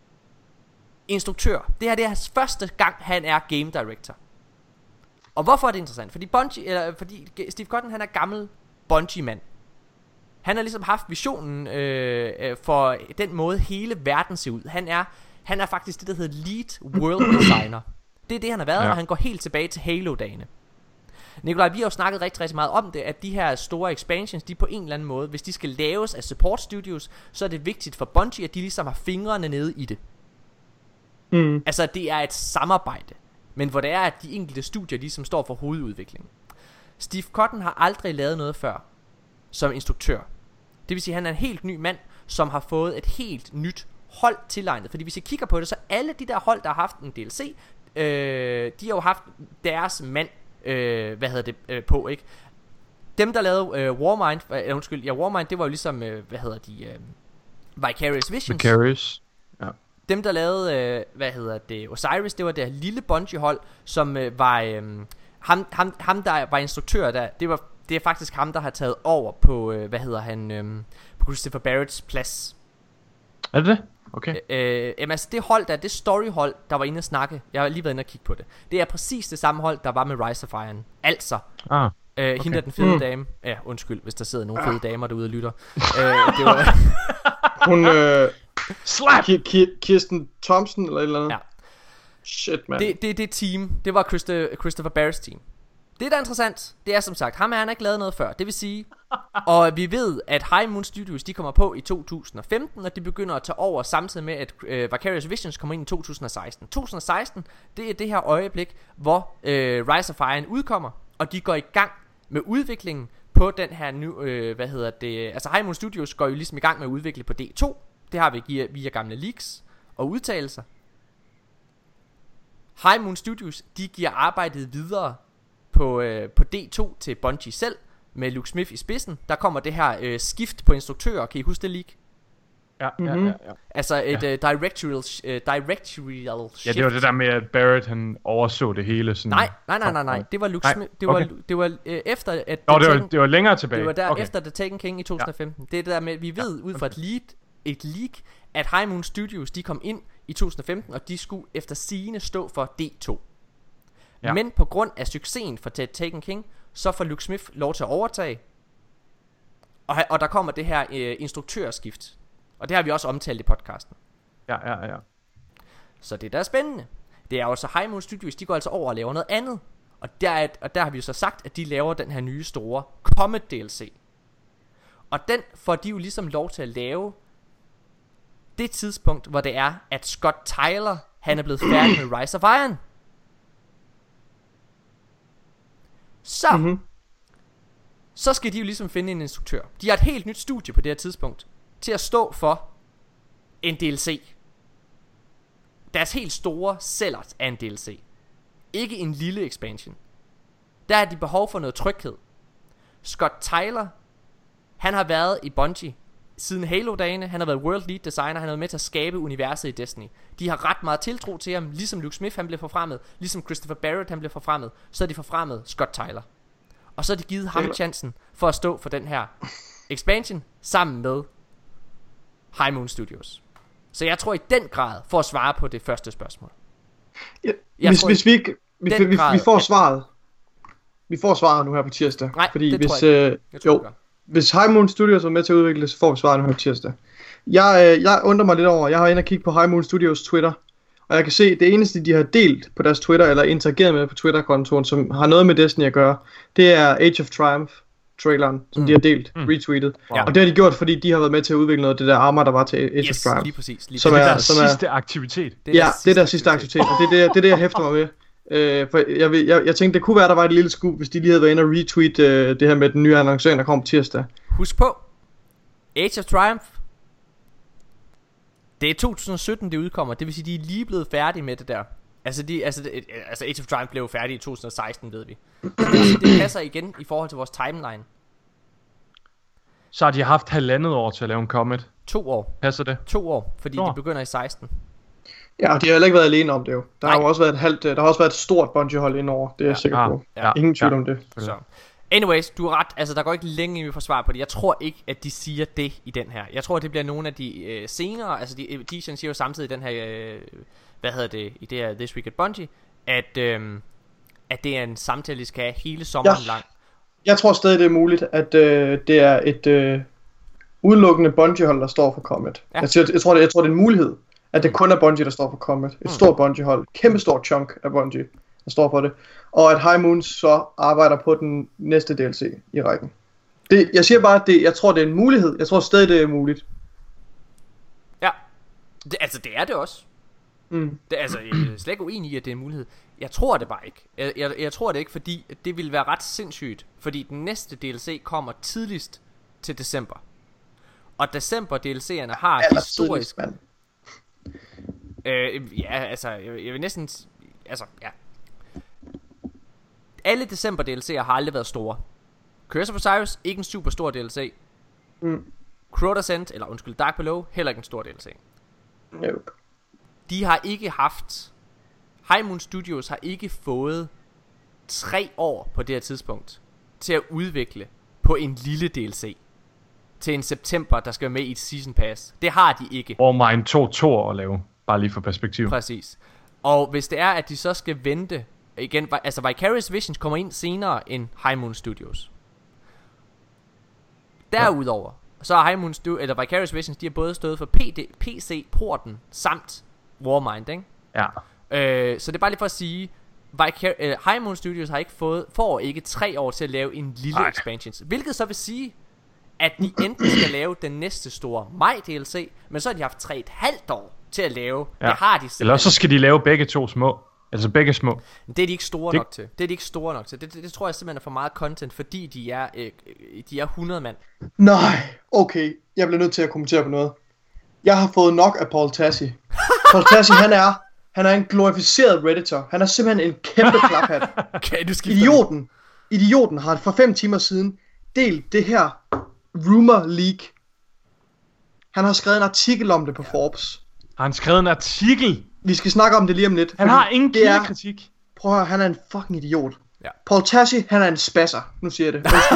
instruktør. Det her det er hans første gang han er game director. Og hvorfor er det interessant? Fordi Bungie, eller fordi Steve Cotton han er gammel Bungie mand. Han har ligesom haft visionen øh, øh, for den måde hele verden ser ud. Han er han er faktisk det der hedder lead world designer. Det er det han har været, Ja. og han går helt tilbage til Halo-dagene. Nikolaj, vi har jo snakket rigtig, rigtig meget om det, at de her store expansions, de på en eller anden måde, hvis de skal laves af support studios, så er det vigtigt for Bungie, at de ligesom har fingrene nede i det. Mm. Altså, det er et samarbejde, men hvor det er, at de enkelte studier ligesom står for hovedudviklingen. Steve Cotton har aldrig lavet noget før som instruktør. Det vil sige, at han er en helt ny mand, som har fået et helt nyt hold tilegnet. Fordi hvis I kigger på det, så alle de der hold, der har haft en D L C, øh, de har jo haft deres mand øh, hvad hedder det, øh, på, ikke? Dem der lavede øh, Warmind, øh, undskyld, ja, Warmind, det var jo ligesom øh, hvad hedder de, øh, Vicarious Visions. Vicarious. Dem der lavede øh, hvad hedder det, Osiris, det var det her lille Bungie hold, som øh, var øh, ham, ham, ham der var instruktør der. Det var det er faktisk ham der har taget over på øh, hvad hedder han øh, på Christopher Barretts plads. Er det det? Okay. Øh, jamen, altså det hold der, det storyhold der var inde at snakke, jeg har lige været inde og kigge på det. Det er præcis det samme hold der var med Rise of Iron. Altså Ah. øh, Okay. hende der den fede Mm. dame. Ja, undskyld hvis der sidder nogle fede damer derude og lytter. øh, det var Hun, øh, Slap! Ki- Ki- Kirsten Thompson eller et eller andet. Ja. Shit, man. Det, det, det team, det var Christo- Christopher Barretts team. Det der er interessant, det er som sagt, ham har han ikke lavet noget før. Det vil sige, og vi ved at High Moon Studios, de kommer på i to tusind og femten, og de begynder at tage over samtidig med at øh, Vicarious Visions kommer ind i to tusind og seksten. to tusind og seksten, det er det her øjeblik, hvor øh, Rise of Iron udkommer, og de går i gang med udviklingen på den her nu, øh, hvad hedder det, altså High Moon Studios går jo ligesom i gang med at udvikle på D to. Det har vi via, via gamle leaks og udtalelser. High Moon Studios, de giver arbejdet videre på, øh, på D to til Bungie selv, med Luke Smith i spidsen. Der kommer det her øh, skift på instruktører. Kan I huske det leak? Ja, ja, Mhm. ja, ja. Altså et ja. uh, directorial, uh, directorial shift. Ja, det var det der med, at Barrett han overså det hele sådan. Nej, nej, nej, nej, nej. Det var Luke Nej, Smith. Det var, okay. det var øh, efter at Nå, The det var, Taken- det var længere tilbage. det var der okay. efter The Taken King i to tusind og femten. Det er det der med, vi ved ud fra et leak, et leak, at High Moon Studios de kom ind i to tusind og femten, og de skulle efter sigende stå for D to. Ja. Men på grund af succesen for The Taken King, så får Luke Smith lov til at overtage. Og, og der kommer det her øh, instruktørskift. Og det har vi også omtalt i podcasten. Ja, ja, ja. Så det der er spændende, det er også High Moon Studios, de går altså over og laver noget andet. Og der, er, og der har vi jo så sagt, at de laver den her nye store Comet D L C. Og den får de jo ligesom lov til at lave det tidspunkt, hvor det er, at Scott Taylor, han er blevet færdig med Rise of Iron. Så Mhm. Så skal de jo ligesom finde en instruktør. De har et helt nyt studie på det her tidspunkt til at stå for en D L C. Deres helt store sælgert af en D L C. Ikke en lille expansion. Der er de behov for noget tryghed. Scott Taylor, han har været i Bungie siden Halo-dagene. Han har været World Lead Designer. Han har været med til at skabe universet i Destiny. De har ret meget tiltro til ham. Ligesom Luke Smith han blev forfremmet, ligesom Christopher Barrett han blev forfremmet, så er de forfremmet Scott Taylor. Og så har de givet ham Taylor. chancen for at stå for den her expansion sammen med High Moon Studios. Så jeg tror i den grad, for at svare på det første spørgsmål, Ja, Jeg hvis, tror hvis vi ikke... Vi, den vi, grad- vi får svaret. Vi får svaret nu her på tirsdag. Nej, fordi det hvis, tror jeg øh, Jeg tror, jo, det gør. hvis High Moon Studios er med til at udvikle det, så får vi svaret nu her på tirsdag. Jeg, øh, jeg undrer mig lidt over, jeg har inde og kigge på High Moon Studios Twitter, og jeg kan se, det eneste de har delt på deres Twitter, eller interageret med på Twitter-kontoen, som har noget med Destiny at gøre, det er Age of Triumph traileren, som mm. de har delt, mm. retweetet. Ja. Og det har de gjort, fordi de har været med til at udvikle noget af det der armor, der var til Age Yes, of Triumph. lige præcis. Lige Som Det er- er deres som er- sidste aktivitet. Det Ja, det er deres sidste aktivitet, og det er det, det, er det jeg hæfter mig med. Øh, for jeg, vil- jeg, jeg tænkte, det kunne være, der var et lille skub, hvis de lige havde været inde og retweet øh, det her med den nye annoncering, der kommer på tirsdag. Husk på, Age of Triumph, det er to tusind og sytten, det udkommer. Det vil sige, de er lige blevet færdige med det der. Altså, de, altså, det, altså Age of Triumph blev færdig i to tusind og seksten, ved vi. Det, vil sige, det passer igen i forhold til vores timeline. Så har de haft halvandet år til at lave en comet. To år. Passer det? To år, fordi Nå. de begynder i seksten. Ja, og de har heller ikke været alene om det jo. Der Nej. har jo også været et halvt, øh, der har også været et stort Bungie-hold indover, det er jeg sikker Ah, på. Ja. Ingen tvivl ja. om det. Så. Anyways, du er ret. Altså, der går ikke længe, inden vi får svar på det. Jeg tror ikke, at de siger det i den her. Jeg tror, det bliver nogle af de øh, senere. Altså, de, de siger jo samtidig i den her, øh, hvad hedder det, i det her This Week at Bungie, at, øh, at det er en samtale, de skal have hele sommeren Ja. lang. Jeg tror stadig, det er muligt, at øh, det er et øh, udelukkende Bungie-hold, der står for Comet. Ja. Jeg, siger, jeg, tror, det, jeg tror, det er en mulighed, at det kun er Bungie, der står for Comet. Et stort Bungie-hold, kæmpe stort chunk af Bungie, der står for det. Og at High Moon så arbejder på den næste D L C i rækken. Det, jeg siger bare, at det, jeg tror, det er en mulighed. Jeg tror stadig, det er muligt. Ja, det, altså det er det også. Mm. Det, altså, jeg er slet ikke uenig i, at det er en mulighed. Jeg tror det bare ikke. Jeg, jeg, jeg tror det ikke, fordi det ville være ret sindssygt. Fordi den næste D L C kommer tidligst til december. Og december D L C'erne har Eller historisk... tidligst, mand. Øh, ja, altså, jeg, jeg vil næsten... s- Altså, ja. Alle december D L C'er har aldrig været store. Curse of Osiris, ikke en super stor D L C. Mm. Crowd Ascent, eller undskyld, Dark Below, heller ikke en stor D L C. Jo. De har ikke haft... High Moon Studios har ikke fået tre år på det her tidspunkt til at udvikle på en lille D L C til en september, der skal være med i et season pass. Det har de ikke. Warmind tog to år at lave. Bare lige for perspektiv. Præcis. Og hvis det er, at de så skal vente igen, vi- altså Vicarious Visions kommer ind senere end High Moon Studios. Derudover, så har High Moon Stu- eller Vicarious Visions, de har både stået for P D, P C-porten samt Warmind, ikke? Ja. Øh, så det er bare lige for at sige, Vicar- øh, High Moon Studios har ikke fået, får ikke tre år til at lave en lille Ej. expansion. Hvilket så vil sige, at de enten skal lave den næste store maj D L C, men så har de haft tre et halvt år til at lave. Ja. Det har de simpelthen. Eller så skal de lave begge to små. Altså begge små. Det er de ikke store Det- nok til. Det er de ikke store nok til. Det, det, det tror jeg simpelthen er for meget content, fordi de er, øh, øh, de er hundrede mand. Nej, okay. Jeg bliver nødt til at kommentere på noget. Jeg har fået nok af Paul Tassi. Paul Tassi, han er, han er en glorificeret redditor. Han er simpelthen en kæmpe klaphat. Okay, du skifter. Idioten, idioten har for fem timer siden delt det her rumor leak. Han har skrevet en artikel om det på Forbes. Har han skrevet en artikel? Vi skal snakke om det lige om lidt. Han fordi har ingen det er- kildekritik. Prøv at høre, han er en fucking idiot. Ja. Paul Tassi, han er en spasser. Nu siger jeg det. Undskyld.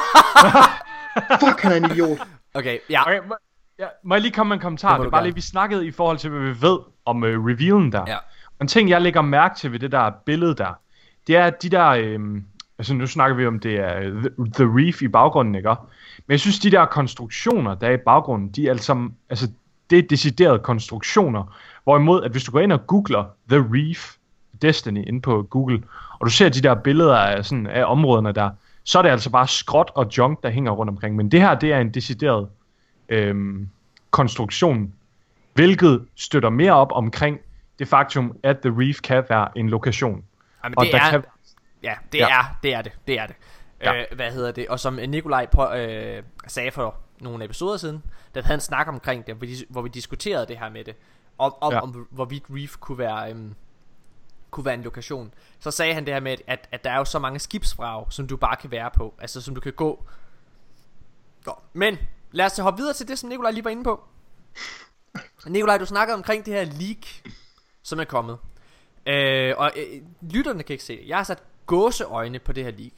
Fuck, han er en idiot. Okay, ja. Okay, må, ja, må jeg lige komme med en kommentar? Det må Det, du er bare gerne. lige, vi snakkede i forhold til, hvad vi ved om uh, revealen der. Ja. Og en ting, jeg lægger mærke til ved det der billede der, det er, at de der... Øhm, altså, nu snakker vi om, det er The, the Reef i baggrunden, ikke? Men jeg synes, de der konstruktioner, der er i baggrunden, de er altså... altså det er deciderede konstruktioner. Hvorimod, at hvis du går ind og googler The Reef Destiny inde på Google, og du ser de der billeder af, sådan, af områderne der, så er det altså bare skrot og junk, der hænger rundt omkring. Men det her, det er en decideret øhm, konstruktion, hvilket støtter mere op omkring det faktum, at The Reef kan være en lokation. Jamen, Og det der er, kan... ja, det Ja. er, det er det, det er det. Ja. Øh, hvad hedder det? Og som Nikolaj på, øh, sagde for nogle episoder siden, der havde en snak omkring det, hvor, de, hvor vi diskuterede det her med det, om, om, Ja. om hvorvidt Reef kunne være, øhm, kunne være en lokation. Så sagde han det her med, at, at der er jo så mange skibsvrag, som du bare kan være på, altså som du kan gå. Nå, men lad os så hoppe videre til det, som Nikolaj lige var inde på. Nikolaj, du snakkede omkring det her leak, som er kommet. Øh, og øh, lytterne kan ikke se det. Jeg har sat gåseøjne på det her leak.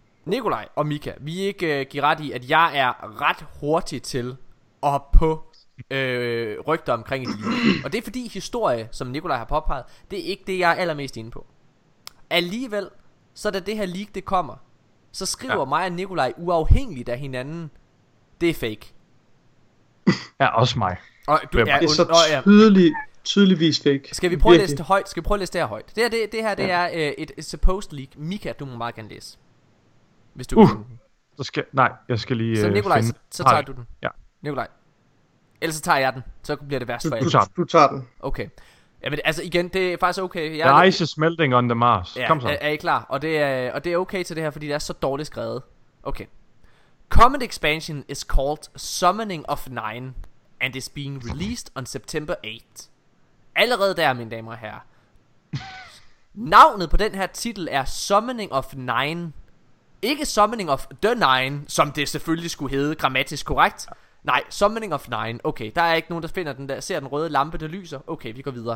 Nikolaj og Mika, vi ikke øh, give ret i, at jeg er ret hurtig til at hoppe på øh, rygter omkring et leak. Og det er fordi historie, som Nikolaj har påpeget, det er ikke det, jeg er allermest inde på. Alligevel, så da det her leak det kommer, så skriver ja. mig og Nikolaj uafhængigt af hinanden, det er fake. Ja, også mig. Og du, Det ja, Det er så und, og, ja. tydelig, tydeligvis fake. Skal vi prøve at læse Virkelig. det højt? Skal vi prøve at læse det her højt? Det her, det, det her det er øh, et, et supposed leak. Mika, du må meget gerne læse. Hvis du Uh. kan. Så skal, nej, jeg skal lige Så øh, Nikolaj, finde... så, så tager Nej. du den. Ja. Nikolaj. Ellers så tager jeg den. Så bliver det værst Du, for du, jer. tager den. du tager den. Okay. Jamen altså igen, det er faktisk okay. Jeg The er, ice is melting on the Mars. ja, Kom så. er, er I klar? Og det er, og det er okay til det her, fordi det er så dårligt skrevet. Okay. Comet expansion is called Summoning of Nine and is being released on September eighth. Allerede der, mine damer og herrer. Navnet på den her titel er Summoning of Nine. Ikke Summoning of the Nine, som det selvfølgelig skulle hedde grammatisk korrekt. Nej, Summoning of Nine. Okay, der er ikke nogen, der finder den der, ser den røde lampe, der lyser. Okay, vi går videre.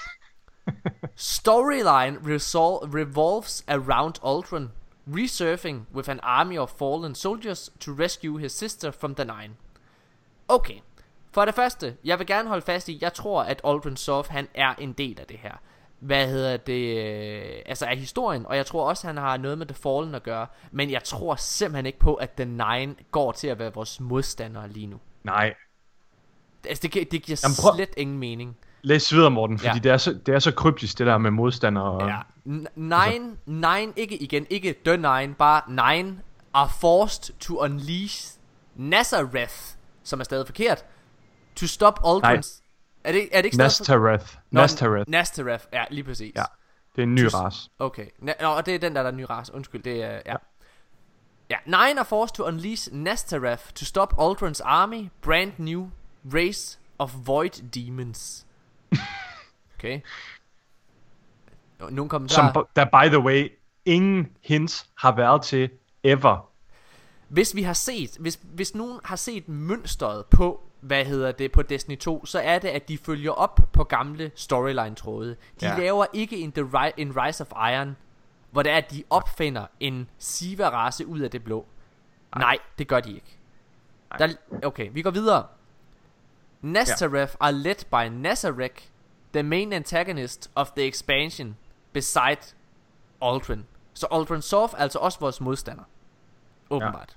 Storyline resol- revolves around Ultron resurfing with an army of fallen soldiers to rescue his sister from the Nine. Okay, for det første, jeg vil gerne holde fast i, jeg tror, at Ultron Soft, han er en del af det her. Hvad hedder det, øh, altså af historien, og jeg tror også, han har noget med The Fallen at gøre. Men jeg tror simpelthen ikke på, at The Nine går til at være vores modstandere lige nu. Nej. Altså det, gi- det giver Jamen, prøv- slet ingen mening. Læs videre, Morten, fordi Ja. ja. det, er så, det er så kryptisk, det der med modstandere. Og... Ja. N- Nine, nine, ikke igen, ikke The Nine, bare Nine are forced to unleash Nazareth, som er stadig forkert, to stop Ultron's. Er det, er det ikke stadig Nastareth. Nå, Nastareth. Nazareth, ja, lige præcis. Ja. Det er en ny Tus- race. Okay, Na- Nå, og det er den der, der er ny race. Undskyld, det er, ja. Ja, Nine are forced to unleash Nazareth to stop Ultron's army, brand new race of void demons. Okay. Nogle kommentarer. Som der, by the way, ingen hints har været til ever. Hvis vi har set, hvis, hvis nogen har set mønstret på, hvad hedder det, på Destiny to, så er det, at de følger op på gamle storyline-tråde. De ja. Ja. laver ikke en, The Ri- en Rise of Iron, hvor det er, at de opfinder en Siva-race ud af det blå. Nej, Nej det gør de ikke. Der, okay, vi går videre. Nazareth ja. are led by Nazarek, the main antagonist of the expansion, beside Ultron. Så Ultron Soft er altså også vores modstander. Åbenbart.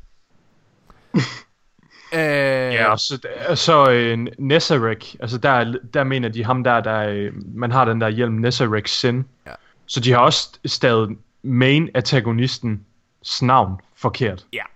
øh, Ja, og så, så øh, Nazarek, altså der, der mener de ham der, der øh, man har den der hjelm Nazarek Sin. Ja. Så de har også stadig main antagonistens navn forkert. Ja.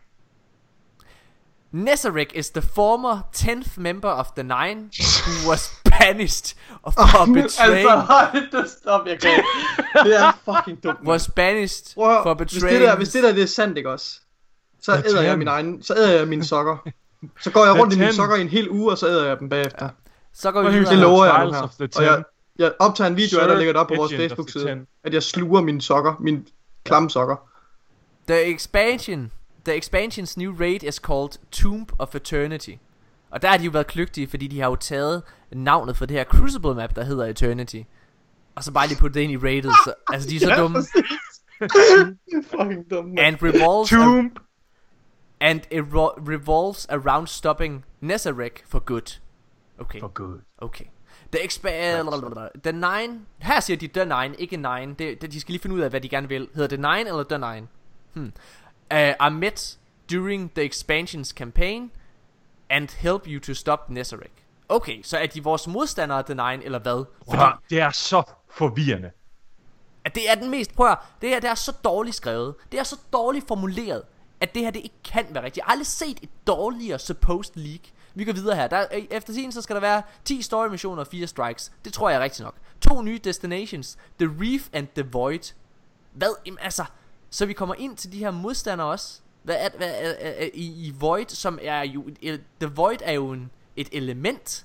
Nazarek is the former tenth member of the Nine who was banished for betraying Altså, hold det stop, jeg kan. Det er fucking dumt. was banished Prøv at- for hvis det betraying der, hvis det der det er sandt, ikke også? Så The æder jeg ten. min egen, så æder jeg mine sokker. Så går jeg The rundt i mine ten. sokker i en hel uge, og så æder jeg dem bagefter. Ja. Så går vi Hvor videre. Det lover jeg nu Trials her. of the Og jeg, ten. jeg optager en video af det og Sir lægger det op på vores Agent of the Facebook-side. ten. At jeg sluger mine sokker, mine klamme sokker. The expansion The expansion's new raid is called Tomb of Eternity. Og der har de jo været kløgtige, fordi de har jo taget navnet for det her Crucible map, der hedder Eternity, og så bare lige puttet det ind i raidet. Så, altså de er så dumme. Det er fucking dumt. And revolves Tomb. And it ro- revolves around stopping Nazarek for good. Okay. For good. Okay. The expa- The Nine. Her siger de The Nine, ikke Nine. Det, det, de skal lige finde ud af, hvad de gerne vil. Hedder det Nine eller The Nine? Hmm. Uh, are met during the expansion's campaign and help you to stop Nazarek. Okay, så er de vores modstandere The Nine, eller hvad? Fordi Wow, det er så forvirrende. at det er den mest, prøv at, høre, det her det er så dårligt skrevet, det er så dårligt formuleret, at det her det ikke kan være rigtigt. Jeg har aldrig set et dårligere supposed leak. Vi går videre her. Der, efter tiden så skal der være ti story missioner og fire strikes. Det tror jeg er rigtigt nok. To nye destinations, The Reef and The Void. Hvad? Jamen, altså, så vi kommer ind til de her modstandere også. Hvad er, hvad er, er, er i, i Void, som er jo et, The Void er jo en, et element.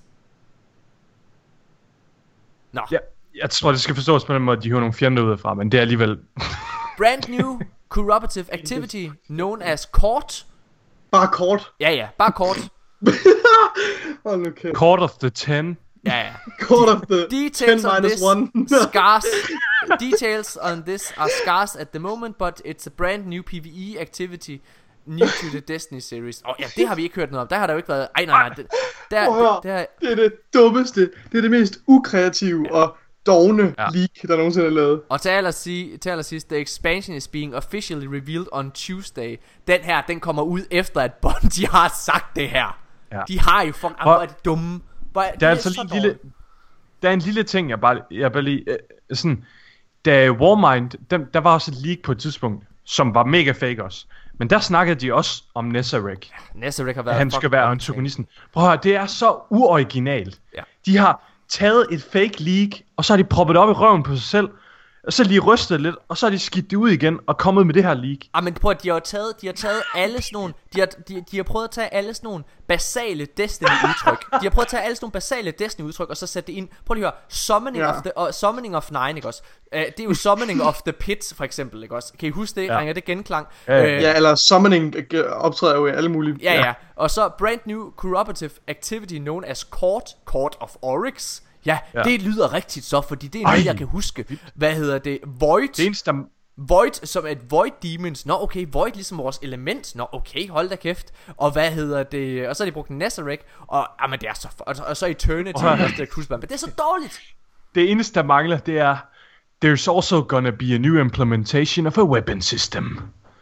Nå. Ja, jeg tror, det skal forstås på den måde, at de hiver nogle fjender udefra, men det er alligevel... Brand new corruptive activity known as Court. Bare kort. Ja ja, bare Court. Hold nu kæft. Court of the ten. Ja ja. Court of the Details ten on minus this one. scarce. Details on this are scarce at the moment, but it's a brand new PvE activity new to the Destiny series. Åh oh, ja, det har vi ikke hørt noget om. Der har der jo ikke været... Ej, nej, nej. Det, der, Prøv at høre, det, der, det er det dummeste. Det er det mest ukreative ja. og dogne Ja. leak, der nogensinde er lavet. Og til allersidst, til allersidst, the expansion is being officially revealed on Tuesday. Den her, den kommer ud efter, at Bungie har sagt det her. Ja. De har jo fucking... Hvor er det dumme. Hvor, Der er de altså så lige en lille, der er en lille ting, jeg bare, jeg bare lige, øh, sådan, da Warmind, der, der var også et leak på et tidspunkt, som var mega fake også. Men der snakkede de også om Nezarek. Nezarek har været... At han skal være antagonisten. Prøv at høre, det er så uoriginalt. Ja. De har taget et fake leak, og så har de proppet op i røven på sig selv, og så lige rystet lidt, og så har de skidt det ud igen, og kommet med det her leak. Ah, men prøv at de har jo taget, de har taget alle sådan nogle, de har, de, de har prøvet at tage alle sådan nogle basale Destiny-udtryk. De har prøvet at tage alle sådan nogle basale Destiny-udtryk, og så sætte det ind. Prøv lige at høre, Summoning, Ja. of, the, uh, Summoning of Nine, ikke også? Uh, det er jo Summoning of the Pit, for eksempel, ikke også? Kan I huske det? Ja. Ringer det genklang? Ja, ja. Øh, Ja, eller Summoning øh, optræder jo i alle mulige... Ja, ja. Og så brand new cooperative activity known as Court, Court of Oryx. Ja, ja, Ja. det lyder rigtigt så, fordi det er noget, Ej. jeg kan huske. Hvad hedder det? Void. Det eneste, der, Void som et Void Demons. Nå okay, Void ligesom vores element. Nå okay, hold da kæft. Og hvad hedder det? Og så har de brugt Nezarek. Og jamen det er så og, og så Eternity Åh. og også det Crucible. Men det er så dårligt. det eneste, der mangler, det er, there's also gonna be a new implementation of a weapon system.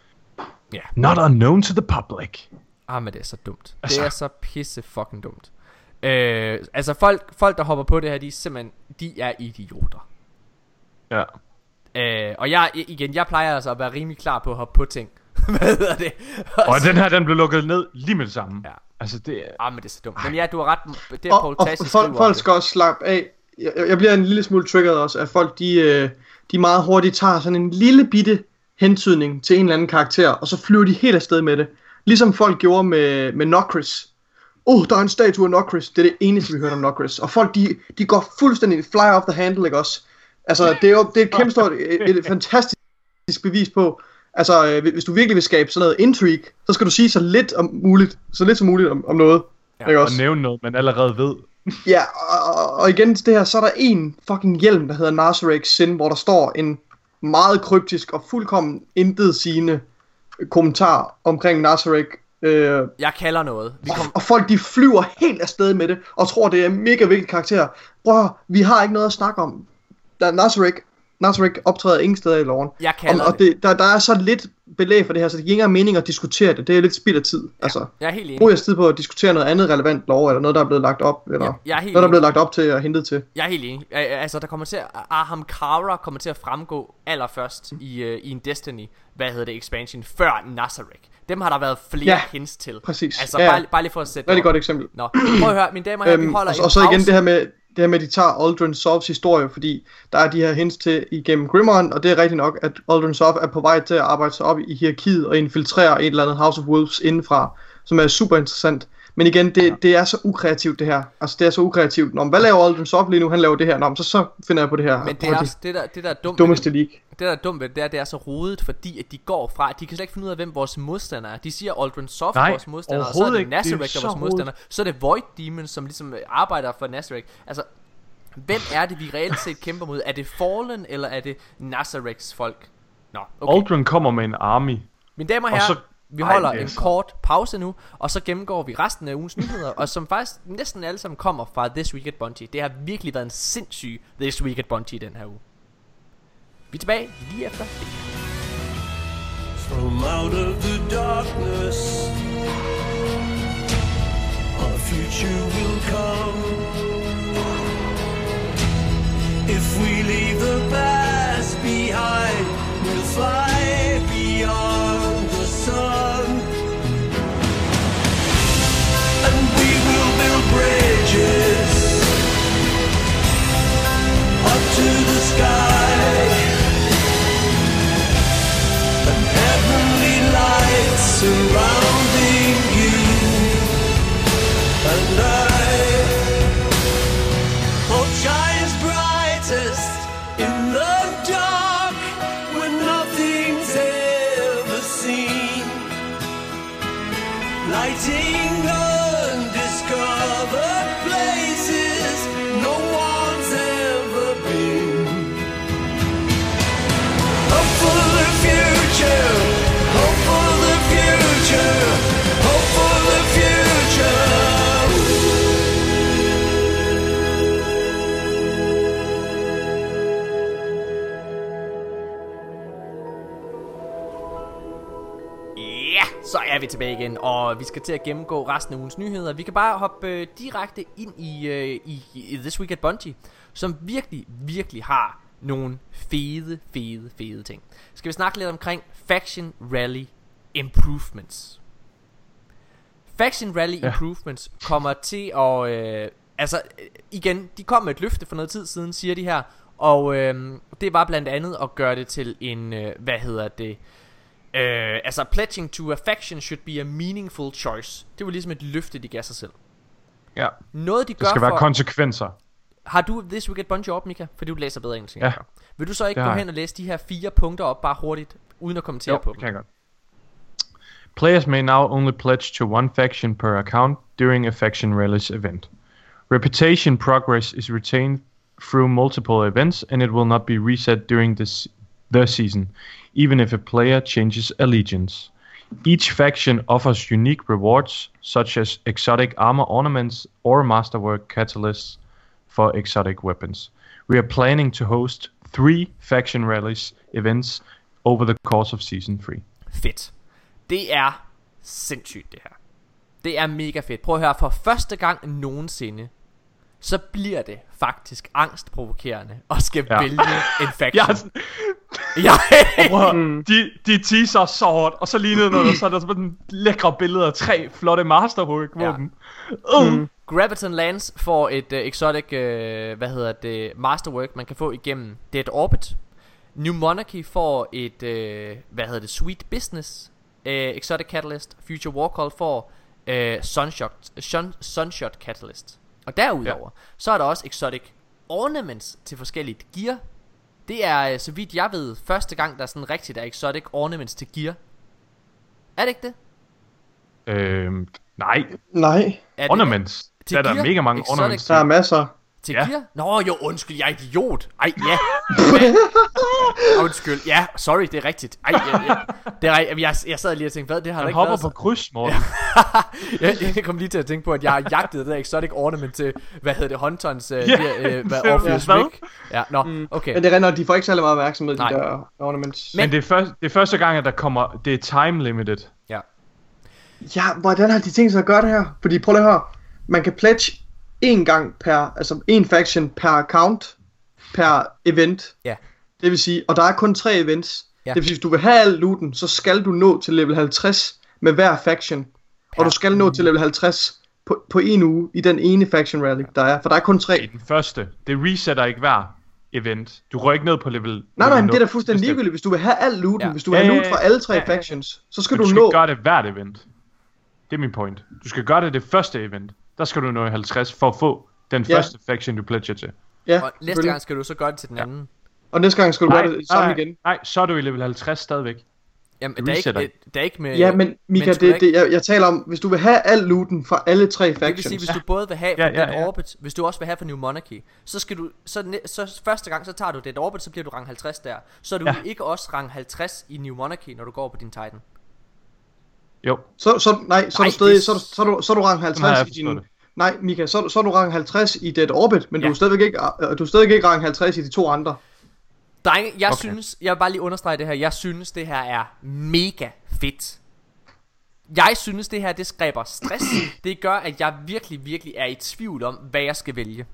Ja. Not unknown to the public. Ah, men det er så dumt. Det Altså. er så pisse fucking dumt. Øh, altså folk, folk der hopper på det her, de er simpelthen, de er idioter. Ja. Øh, og jeg, igen, jeg plejer altså at være rimelig klar på at hoppe på ting. Hvad hedder det? Og den her, den blev lukket ned lige med det samme. Ja. Altså, det er... Ah, men det er så dumt. Men ja, du har ret. Det er Og, Paul og Tassi folk, skriver folk om skal også slappe af. Jeg, jeg bliver en lille smule triggeret også, at folk de, øh, de meget hurtigt tager sådan en lille bitte hentydning til en eller anden karakter, og så flyver de helt afsted med det. Ligesom folk gjorde med, med Nokris. Åh, oh, der er en statue af Nokris. Det er det eneste, vi hørte om Nokris. Og folk, de, de går fuldstændig fly off the handle, ikke også? Altså, det er jo det er et kæmpe stort, et, et fantastisk bevis på, altså, øh, hvis du virkelig vil skabe sådan noget intrigue, så skal du sige så lidt om muligt, så lidt som muligt om, om noget. Ja, ikke Og også? nævne noget, man allerede ved. Ja, og, og, og igen til det her, så er der en fucking hjelm, der hedder Nazarek Sin, hvor der står en meget kryptisk og fuldkommen intetsigende kommentar omkring Nazarek. Øh, Jeg kalder noget. Vi og, kom, og folk de flyver helt afsted med det, og tror det er en mega vigtig karakter. Prøv, vi har ikke noget at snakke om. Der Nazarek, Nazarek optræder ingen steder i loven. Jeg kalder og, og det, der, der er så lidt belæg for det her, så det giver ikke engang mening at diskutere det. Det er lidt spild af tid. Altså, jeg er helt enig. brug jeres tid på at diskutere noget andet relevant lov, eller noget, der er blevet lagt op, eller Ja, jeg er helt noget, der er enig. blevet lagt op til og hentet til. Jeg er helt enig. Øh, Altså der kommer til at, Aham Kara kommer til at fremgå allerførst i, uh, i en Destiny, hvad hedder det, expansion, før Nazarek. Dem har der været flere Ja, hints til. præcis. Altså Ja, ja. bare, bare lige for at sætte Rigtig det op. godt eksempel. Nå, prøv at høre, mine damer og herrer, vi Øhm, holder og, en og så igen pause. det her med det her med, at de tager Aldrin Softs historie, fordi der er de her hints til igennem Grimron, og det er rigtigt nok, at Aldrin Soft er på vej til at arbejde sig op i hierarkiet og infiltrere et eller andet House of Wolves indenfra, som er super interessant. Men igen, det, ja. det er så ukreativt det her. Altså det er så ukreativt. Nå, men hvad laver Aldrin Soft lige nu? Han laver det her. Nå, men så, så finder jeg på det her. Men det er også, det der, det der er dumt. dummeste leak. Det der er dumt ved det, det er, det er så rodet, fordi at de går fra, de kan slet ikke finde ud af, hvem vores modstandere er. De siger Aldrin Soft er Nej, vores modstander, og så er overhovedet det ikke. Det er Nazarek, der er så vores rodet. modstander. Så er det Void Demons, som ligesom øh, arbejder for Nazarek. Altså, hvem er det, vi reelt set kæmper mod? Er det Fallen, eller er det Nazareks folk? Nå, okay. Aldrin kommer med en army. Mine damer og Og herrer, så- vi Ej, holder det er en så- kort pause nu, og så gennemgår vi resten af ugens nyheder, og som faktisk næsten alle sammen kommer fra This Week at Bungie. Det har virkelig været en sindssyg This Week at Bungie den her uge. Vi er tilbage lige efter det. From out of the darkness, our future will come. If we leave the past behind, we'll fly beyond the sun. And we will build bridges up to the sky. And heavenly lights surrounding you and I. Hope shines brightest in the dark when nothing's ever seen. Lighting undiscovered places no one's ever been. Hope for the future, hope for the future. Så er vi tilbage igen, og vi skal til at gennemgå resten af ugens nyheder. Vi kan bare hoppe øh, direkte ind i, øh, i, i This Week at Bungie, som virkelig, virkelig har nogle fede, fede, fede ting. Skal vi snakke lidt omkring Faction Rally Improvements. Faction Rally ja. Improvements kommer til at... Øh, altså, igen, de kom med et løfte for noget tid siden, siger de her. Og øh, det var blandt andet at gøre det til en, øh, hvad hedder det... Øh, altså, pledging to a faction should be a meaningful choice. Det var ligesom et løfte, de gav sig selv. Ja. Noget de gør der skal for... være konsekvenser. Har du This Week at Bungie op, Mika? Fordi du læser bedre engelsk. Ja. Vil du så ikke gå hen og læse de her fire punkter op bare hurtigt, uden at kommentere jo, på dem? Kan jeg godt. Players may now only pledge to one faction per account during a faction rallies event. Reputation progress is retained through multiple events, and it will not be reset during this the season, even if a player changes allegiance. Each faction offers unique rewards, such as exotic armor ornaments or masterwork catalysts for exotic weapons. We are planning to host three faction rallies events over the course of season three. Fedt. Det er sindssygt, det her. Det er mega fedt. Prøv at høre, for første gang nogensinde, så bliver det faktisk angstprovokerende at skal ja. vælge en faction. Ja, ja. de, de teaser så hårdt, og så lige nedenunder, så er der sådan lækre billeder af tre flotte masterwork-våben. Ja. Uh. Mm. Graviton Lands får et uh, exotic, uh, hvad hedder det, masterwork, man kan få igennem Dead Orbit. New Monarchy får et, uh, hvad hedder det, Sweet Business uh, exotic catalyst. Future Warcall får uh, Sunshot, sun, Sunshot catalyst. Og derudover, ja. så er der også exotic ornaments til forskelligt gear. Det er, så vidt jeg ved, første gang der er sådan rigtigt er exotic ornaments til gear. Er det ikke det? Øhm, nej. Nej. Er det, ornaments. Der er der mega mange exotic ornaments. Der er masser. Til ja. gear? Nå jo, undskyld, jeg er idiot. Ej, ja. Undskyld, ja, sorry, det er rigtigt. Ej, ja, ja. Det er, jeg, jeg, jeg sad lige og tænkte, hvad, det har der ikke hopper været på så... kryds, Morten. jeg, jeg kom lige til at tænke på, at jeg har jagtet det der exotic ornament til, hvad hedder det, Huntons, uh, yeah. uh, hvad, Orpheus ja. Rig. Ja, nå, mm. okay. Men det render, de får ikke særlig meget opmærksomhed, de der ornaments. Men, Men det, er første, det er første gang, at der kommer, det er time limited. Ja. Ja, hvordan har de tænkt sig at gøre det her? Fordi prøv lige at høre, man kan pledge en gang per, altså en faction per account, per event. Ja. Det vil sige, og der er kun tre events. Ja. Det vil sige, hvis du vil have al looten, så skal du nå til level halvtreds med hver faction. Per og du skal nå til level halvtreds på, på en uge i den ene faction rally, der er. For der er kun tre. Det er den første. Det resetter ikke hver event. Du rører ikke ned på level... Nej, nej, men det er da fuldstændig ligegyldigt. Hvis du vil have al looten, ja. hvis du vil ja, have loot fra alle tre ja, ja, factions, så skal men du, du nå... du skal gøre det hvert event. Det er min point. Du skal gøre det det første event. Der skal du nå halvtreds for at få den ja. første faction, du pledger til. Ja, og næste gang skal du så gøre det til den anden. Og næste gang skal du nej, gøre det samme igen. Nej, så er du i level halvtreds stadigvæk. Jamen, det er, ikke, det, det er ikke med... Ja, men Mika, men det, det, jeg, jeg taler om, hvis du vil have al looten fra alle tre factions. Det vil sige, hvis du både vil have fra ja, ja, Dead ja. Orbit, hvis du også vil have fra New Monarchy, så skal du, så, så første gang, så tager du Dead Orbit, så bliver du rang halvtreds der. Så er du ja. ikke også rang halvtreds i New Monarchy, når du går på din Titan. Jo. Så, så, nej, så, nej, er du stadig, det... så, så, du, så er du rang halvtreds i din... Det. Nej, Mika, så, så er du rang halvtreds i Dead Orbit, men ja. du er stadigvæk ikke, du er stadigvæk ikke rang halvtreds i de to andre. Drenge, jeg okay. synes, jeg vil bare lige understrege det her, jeg synes det her er mega fedt. Jeg synes det her, det skaber stress. Det gør, at jeg virkelig, virkelig er i tvivl om, hvad jeg skal vælge.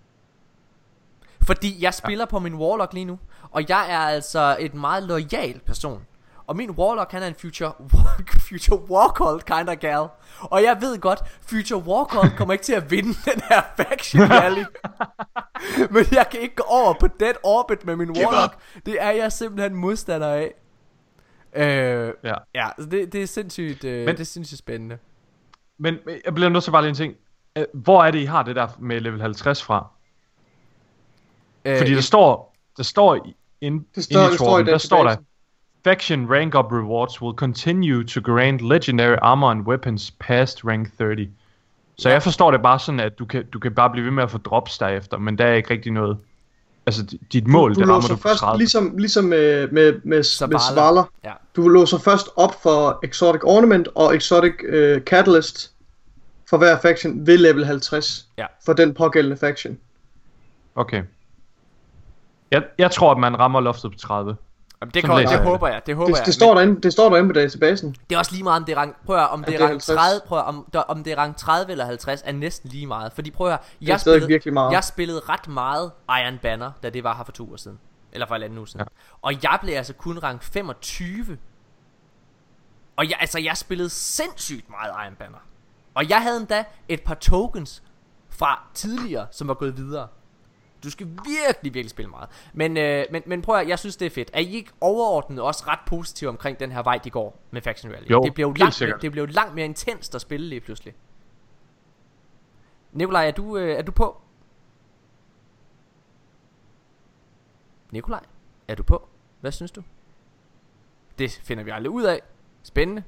Fordi jeg spiller ja. på min Warlock lige nu, og jeg er altså et meget loyal person. Og min Warlock, han er en Future Future Warcall kind of gal. Og jeg ved godt, Future Warcall kommer ikke til at vinde den her faction rally. Men jeg kan ikke gå over på Dead Orbit med min Warlock. Det er jeg simpelthen modstander af. Øh, ja, ja det, det er sindssygt øh, men, det er sindssygt spændende. Men jeg bliver nødt til bare lige en ting. Hvor er det I har det der med level halvtreds fra? øh, Fordi der står Der står i ind, det står, ind i Torben, der står der: Faction rank up rewards will continue to grant legendary armor and weapons past rank thirty. Så ja. jeg forstår det bare sådan, at du kan, du kan bare blive ved med at få drops derefter, men der er ikke rigtig noget. Altså dit mål, du, du det rammer du først, tredive. Ligesom, ligesom med, med, med, Zavala. med Zavala. Ja. Du låser først op for Exotic Ornament og Exotic uh, Catalyst for hver faction ved level halvtreds. Ja. For den pågældende faction. Okay. Jeg, jeg tror, at man rammer loftet på tredive. Jamen, det, Sådan kan, læser det jeg håber jeg, det håber Det, jeg. det, står derinde, det står derinde på databasen. Det er også lige meget om det er rang. Prøv at høre, om det Ja, er det er rang halvtreds. tredive, prøv at, høre, om, der, om det er rang tredive eller halvtreds er næsten lige meget. Fordi prøv at høre, er jeg stadig spillede, virkelig meget. jeg spillede ret meget Iron Banner, da det var her for to uger siden. Eller for en anden uge siden. Ja. Og jeg blev altså kun rang femogtyve. Og jeg, altså jeg spillede sindssygt meget Iron Banner. Og jeg havde endda et par tokens fra tidligere, som var gået videre. Du skal virkelig, virkelig spille meget. Men, øh, men, men prøv at, jeg synes det er fedt. Er I ikke overordnet også ret positive omkring den her vej de går med Faction Rally? Jo, det blev helt langt, sikkert. det blev langt mere intenst at spille lige pludselig. Nikolaj, er du, øh, er du på? Nikolaj, er du på? Hvad synes du? Det finder vi aldrig ud af. Spændende.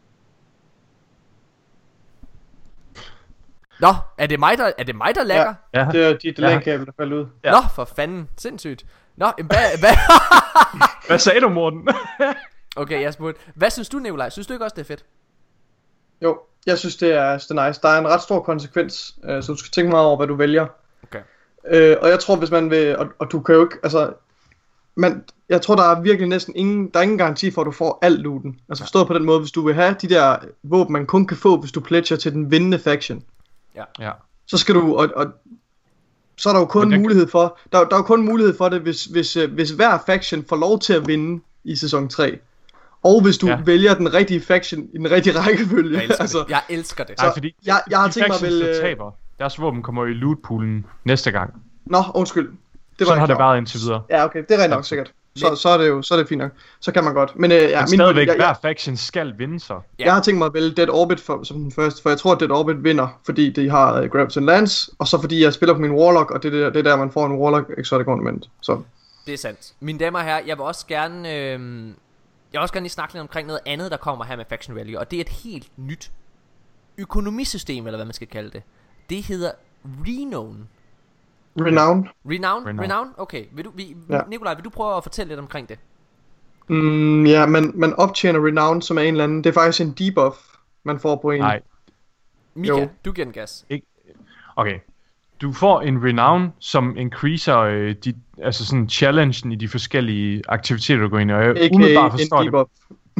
Nå, er det mig der, er det mig der lækker? Ja, Ja. det er dit Ja. LAN-kabel, der faldt ud. Ja. Nå, for fanden, sindssygt. Nå, jamen, hvad, hvad? Hvad sagde du, Morten? Okay, jeg spurgte. Hvad synes du, Nikolaj? Synes du ikke også, det er fedt? Jo, jeg synes, det er, det er nice. Der er en ret stor konsekvens, øh, så du skal tænke meget over, hvad du vælger. Okay. Øh, og jeg tror, hvis man vil, og, og du kan jo ikke, altså, man, jeg tror, der er virkelig næsten ingen, der er ingen garanti for, at du får al looten. Altså forstået på den måde, hvis du vil have de der våben, man kun kan få, hvis du pledger til den vindende faction, Ja. så skal du, og, og så er der jo kun Men det- mulighed for, der, der er jo kun mulighed for det, hvis, hvis, øh, hvis hver faction får lov til at vinde i sæson tre. Og hvis du Ja. vælger den rigtige faction i den rigtige rækkefølge. Jeg elsker altså, det. Jeg elsker det. Nej, fordi jeg- jeg har de tænkt mig factions, vel, der øh, taber, deres våben kommer i lootpoolen næste gang. Nå, undskyld. Det Sådan jeg har ikke det klar over. været indtil videre. Ja, okay, det er rent nok sikkert. Så, så er det jo, så er det fint nok. Så kan man godt. Men, øh, ja, Men stadigvæk, jeg, hver jeg, faction skal vinde så. Ja. jeg har tænkt mig at vælge Dead Orbit for, som den første, for jeg tror, at Dead Orbit vinder, fordi de har uh, Grabs and Lance, og så fordi jeg spiller på min Warlock, og det er der, det er der man får en Warlock Exotic Ornament. Så Det er sandt. Mine damer og herrer, jeg vil også gerne øh, Jeg vil også gerne lige snakke lidt omkring noget andet, der kommer her med Faction Rally. Og det er et helt nyt økonomisystem, eller hvad man skal kalde det. Det hedder Renown. Renown. Renown? Renown. Renown? Okay, vil du, vi, Ja. Nikolaj, vil du prøve at fortælle lidt omkring det? Mm, ja, man, man optjener Renown, som er en eller anden, det er faktisk en debuff, man får på en. Nej, Mika, Jo. du giver den gas. okay. Du får en renown, som increaser øh, de, altså sådan challengen i de forskellige aktiviteter, du går ind i. Og jeg A K umiddelbart A en forstår det. debuff.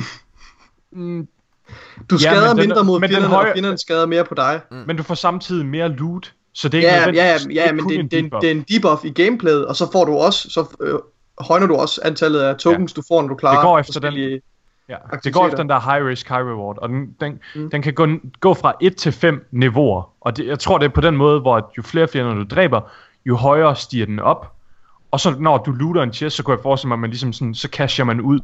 Mm, Du Ja, skader men den- mindre mod men den fjenderne, høje- og fjenderne skader mere på dig. Men du får samtidig mere loot, så det er ikke Ja, ja, ja, nødvendigvis- ja, ikke men kun det, en det, er en, debuff. det er en debuff i gameplayet, og så får du også, så øh, højner du også antallet af tokens, ja. du får, når du klarer Det går efter den- forskellige- Ja, det aktiviteter. går efter den der high risk, high reward, og den, den, Mm. mm. den kan gå, gå fra et til fem niveauer, og det, jeg tror det er på den måde, hvor at jo flere fjender du dræber, jo højere stiger den op, og så når du looter en chest, så kan jeg forestille mig, at man ligesom sådan, så casher man ud,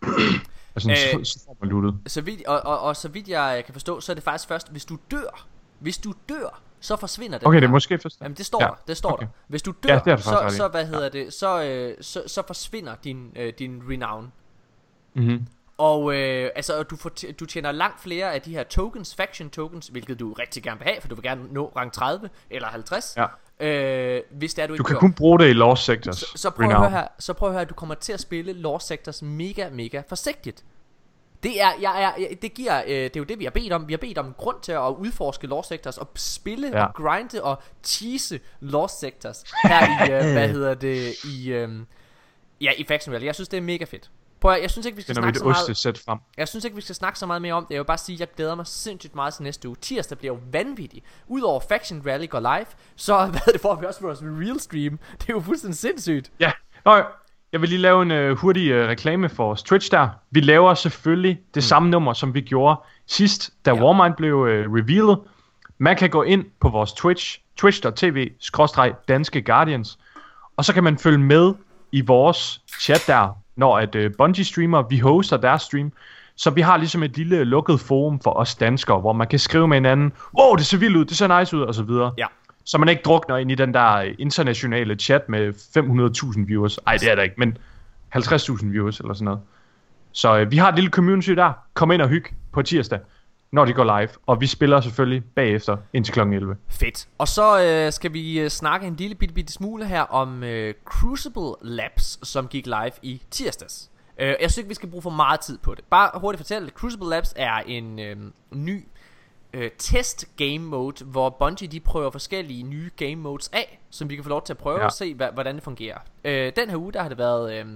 og sådan, Øh, så, så får man lootet. Så vidt, og, og, og så vidt jeg kan forstå, så er det faktisk først, hvis du dør. Hvis du dør, så forsvinder den Okay, det her. er måske først. Jamen det står Ja, der, det står okay. der. Hvis du Ja, dør, det er du faktisk så, ret i. så hvad hedder det, så, øh, så, så forsvinder din, øh, din renown. Mm-hmm. Og øh, altså, du, får t- du tjener langt flere af de her tokens, faction tokens, hvilket du rigtig gerne vil have, for du vil gerne nå rang tredive eller halvtreds. Ja. Øh, hvis det er, du, Du ikke kan dør. kun bruge det i Lost Sectors. Så, så prøv at Renown. høre her, så prøv at høre, at du kommer til at spille Lost Sectors mega, mega forsigtigt. Det er, jeg er, jeg, det giver, øh, det er jo det vi har bedt om. Vi har bedt om en grund til at udforske Lost Sectors og spille Ja. og grinde og tease Lost Sectors her i, øh, hvad hedder det, i, øh, ja, i Faction Rally. Jeg synes det er mega fedt. Prøv at, jeg synes ikke vi skal Det er snakke mit så meget. ostesæt frem. Jeg synes ikke vi skal snakke så meget mere om det. Jeg vil bare sige at jeg glæder mig sindssygt meget til næste uge. Tirsdag bliver jo vanvittig. Udover Faction Rally går live, så hvad er det for, vi også vores real stream. Det er jo fuldstændig sindssygt. Ja, Nå, jeg vil lige lave en uh, hurtig uh, reklame for vores Twitch der. Vi laver selvfølgelig det mm. samme nummer, som vi gjorde sidst, da Ja. ja. Warmind blev uh, revealet. Man kan gå ind på vores Twitch, twitch punktum tv skråstreg danske guardians, og så kan man følge med i vores chat der, når at uh, Bungie streamer, vi hoster deres stream. Så vi har ligesom et lille lukket forum for os danskere, hvor man kan skrive med hinanden, wow, det ser vildt ud, det ser nice ud, og så videre. Ja. Så man ikke drukner ind i den der internationale chat med fem hundrede tusind viewers. Ej, det er der ikke, men halvtreds tusind viewers eller sådan noget. Så øh, vi har et lille community der. Kom ind og hygge på tirsdag, når de går live. Og vi spiller selvfølgelig bagefter indtil klokken elleve. Fedt. Og så øh, skal vi øh, snakke en lille bitte, bitte smule her om øh, Crucible Labs, som gik live i tirsdags. Øh, jeg synes ikke, vi skal bruge for meget tid på det. Bare hurtigt fortælle, Crucible Labs er en øh, ny øh, test game mode, hvor Bungie de prøver forskellige nye game modes af, som vi kan få lov til at prøve ja. Ja. og se, hva- hvordan det fungerer. Øh, den her uge, der har det været øh,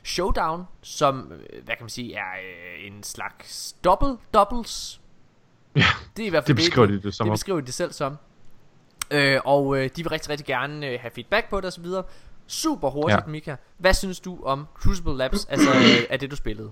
Showdown, som, øh, hvad kan man sige, er øh, en slags double doubles. Ja, Det er i hvert fald det beskriver det, de det som det om. beskriver de det selv som. Øh, og øh, de vil rigtig, rigtig gerne øh, have feedback på det og så videre. Super hurtigt, ja. Mika. Hvad synes du om Crucible Labs, altså øh, af det du spillede?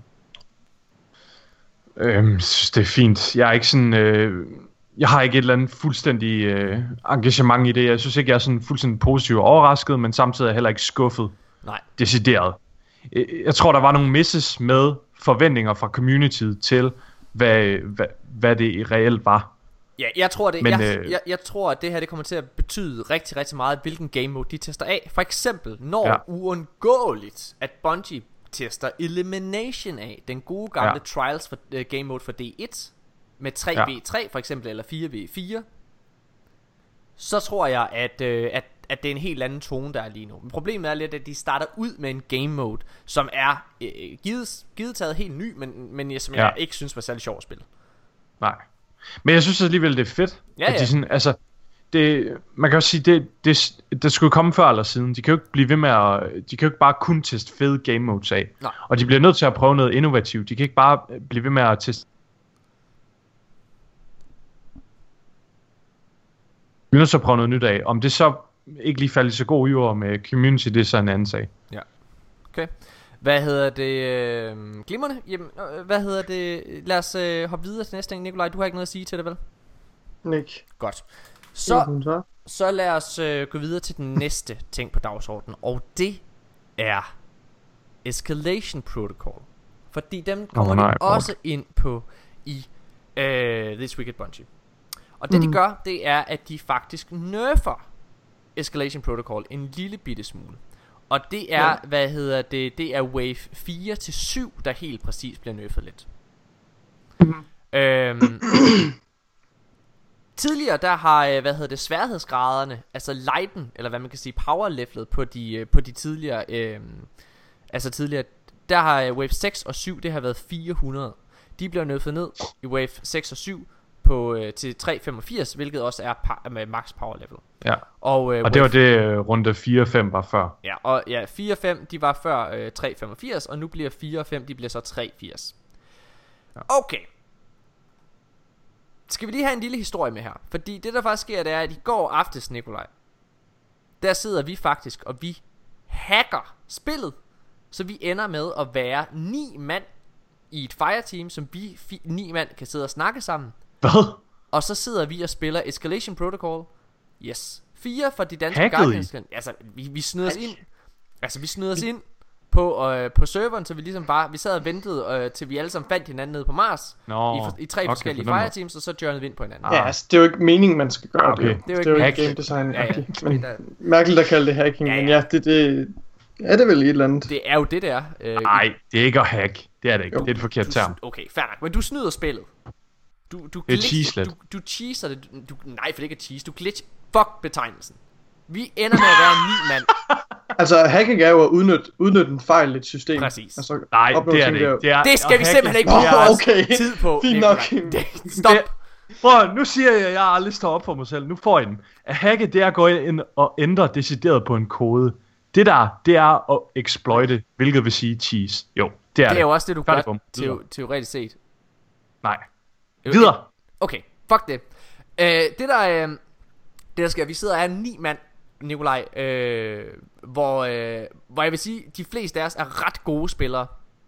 Øhm, jeg synes det er fint. Jeg er ikke sådan øh, jeg har ikke et eller andet fuldstændig øh, engagement i det. Jeg synes ikke jeg er sådan fuldstændig positivt overrasket, men samtidig er jeg heller ikke skuffet. Nej. Decideret. Jeg tror der var nogle misses med forventninger fra communityet til hvad, hvad, hvad det reelt var. Ja, jeg tror det. Men, jeg, øh, jeg, jeg tror at det her det kommer til at betyde rigtig rigtig meget hvilken game mode de tester af. For eksempel når Ja. uundgåeligt at Bungie tester Elimination af, den gode gamle Ja. Trials for uh, game mode for D et med tre v tre for eksempel eller fire v fire. Så tror jeg at øh, at at det er en helt anden tone der er lige nu. Men problemet er lidt at de starter ud med en game mode som er øh, givet givet taget helt ny, men men jeg som Ja. jeg ikke synes var særlig sjov at spille. Nej. Men jeg synes alligevel det er fedt, Ja, at ja. de sådan, altså det, man kan også sige det, det, det skulle komme før eller siden. De kan jo ikke blive ved med at, de kan jo ikke bare kun teste fede game modes af. Nej. Og de bliver nødt til at prøve noget innovativt. De kan ikke bare blive ved med at teste. De bliver nødt til at prøve noget nyt af. Om det så ikke lige falder i så god jord med community, det er så en anden sag. Ja. Okay. Hvad hedder det? Øh, glimrende. Jamen, øh, hvad hedder det? Lad os øh, hoppe videre til næste ting. Nikolaj, du har ikke noget at sige til det, vel? Nick. Godt. Så, Så, så. så lad os øh, gå videre til den næste ting på dagsordenen. Og det er Escalation Protocol. Fordi dem kommer Åh, nej, vi også ind på i øh, This Week at Bungie. Og det Mm. de gør, det er at de faktisk nerfer Escalation Protocol en lille bitte smule. Og det er, Ja. hvad hedder det, det er wave fire til syv, der helt præcis bliver nerfet lidt. Mhm. øhm, Tidligere der har, øh, hvad hedder det, sværhedsgraderne, altså lighten, eller hvad man kan sige, power levelet på de, øh, på de tidligere, øh, altså tidligere, der har øh, wave seks og syv, det har været fire hundrede. De bliver nerfet ned i wave seks og syv på, øh, til tre komma femogfirs, hvilket også er pa- med max power level. Ja. Og, øh, Og det wave var det øh, runde fire fem var før. Ja, og ja, fire og fem, de var før øh, tre komma femogfirs, og nu bliver fire og fem, de bliver så tre komma firs. Ja. Okay. Skal vi lige have en lille historie med her? Fordi det der faktisk sker, det er, at i går aftes, Nikolaj, der sidder vi faktisk, og vi hacker spillet, så vi ender med at være ni mand i et fireteam, som vi fi- ni mand kan sidde og snakke sammen. Hvad? Og så sidder vi og spiller Escalation Protocol. Yes. Fire for de danske Hackede I? Guardians. Altså, vi, vi snyder os ind. Altså, vi snyder os ind på, øh, på serveren, så vi ligesom bare, vi sad og ventede, øh, til vi alle sammen fandt hinanden nede på Mars. Nå, I, for, I tre okay, forskellige på den måde. fireteams, og så journede vi ind på hinanden. Ah. Ja, altså, det er jo ikke meningen, man skal gøre Okay. det. Det er jo Det er jo ikke ikke hack. game design. Ja, ja. Men Det er- mærkeligt at kalde det hacking, Ja, men ja. ja, det, det er det vel i et eller andet. Det er jo det der. Øh, Nej, det er ikke at hack. Det er det ikke. Jo. Det er et forkert du, term. Okay, fair nok. Men du snyder spillet. Du, du, Det er glitch- cheese lidt. du, du cheeser det. Du, nej, for det ikke er cheese. Du glitch. Fuck betegnelsen. Vi ender med at være ni mand. Altså, hacking er jo at udnytte, udnytte en fejl i et system. Præcis. Altså, Nej, opnå det er ting det der. ikke. Det, er Det skal at vi hacke. simpelthen ikke Nå, bruge vores okay. tid på. Fint Nikolaj. nok. Det- Stop. Det- Prøv, nu siger jeg, at jeg aldrig står op for mig selv. Nu får I den. At hacke, det er at gå ind og ændre decideret på en kode. Det der, det er at exploite, hvilket vil sige cheese. Jo, det er det. Det er jo også det, du Færdig, gør bum. teo- teoretisk set. Nej. Videre. Okay, fuck det. Øh, det der, øh, det der sker, vi sidder her ni mand, Nikolaj, øh, hvor, øh, hvor jeg vil sige, de fleste af os er ret gode spillere.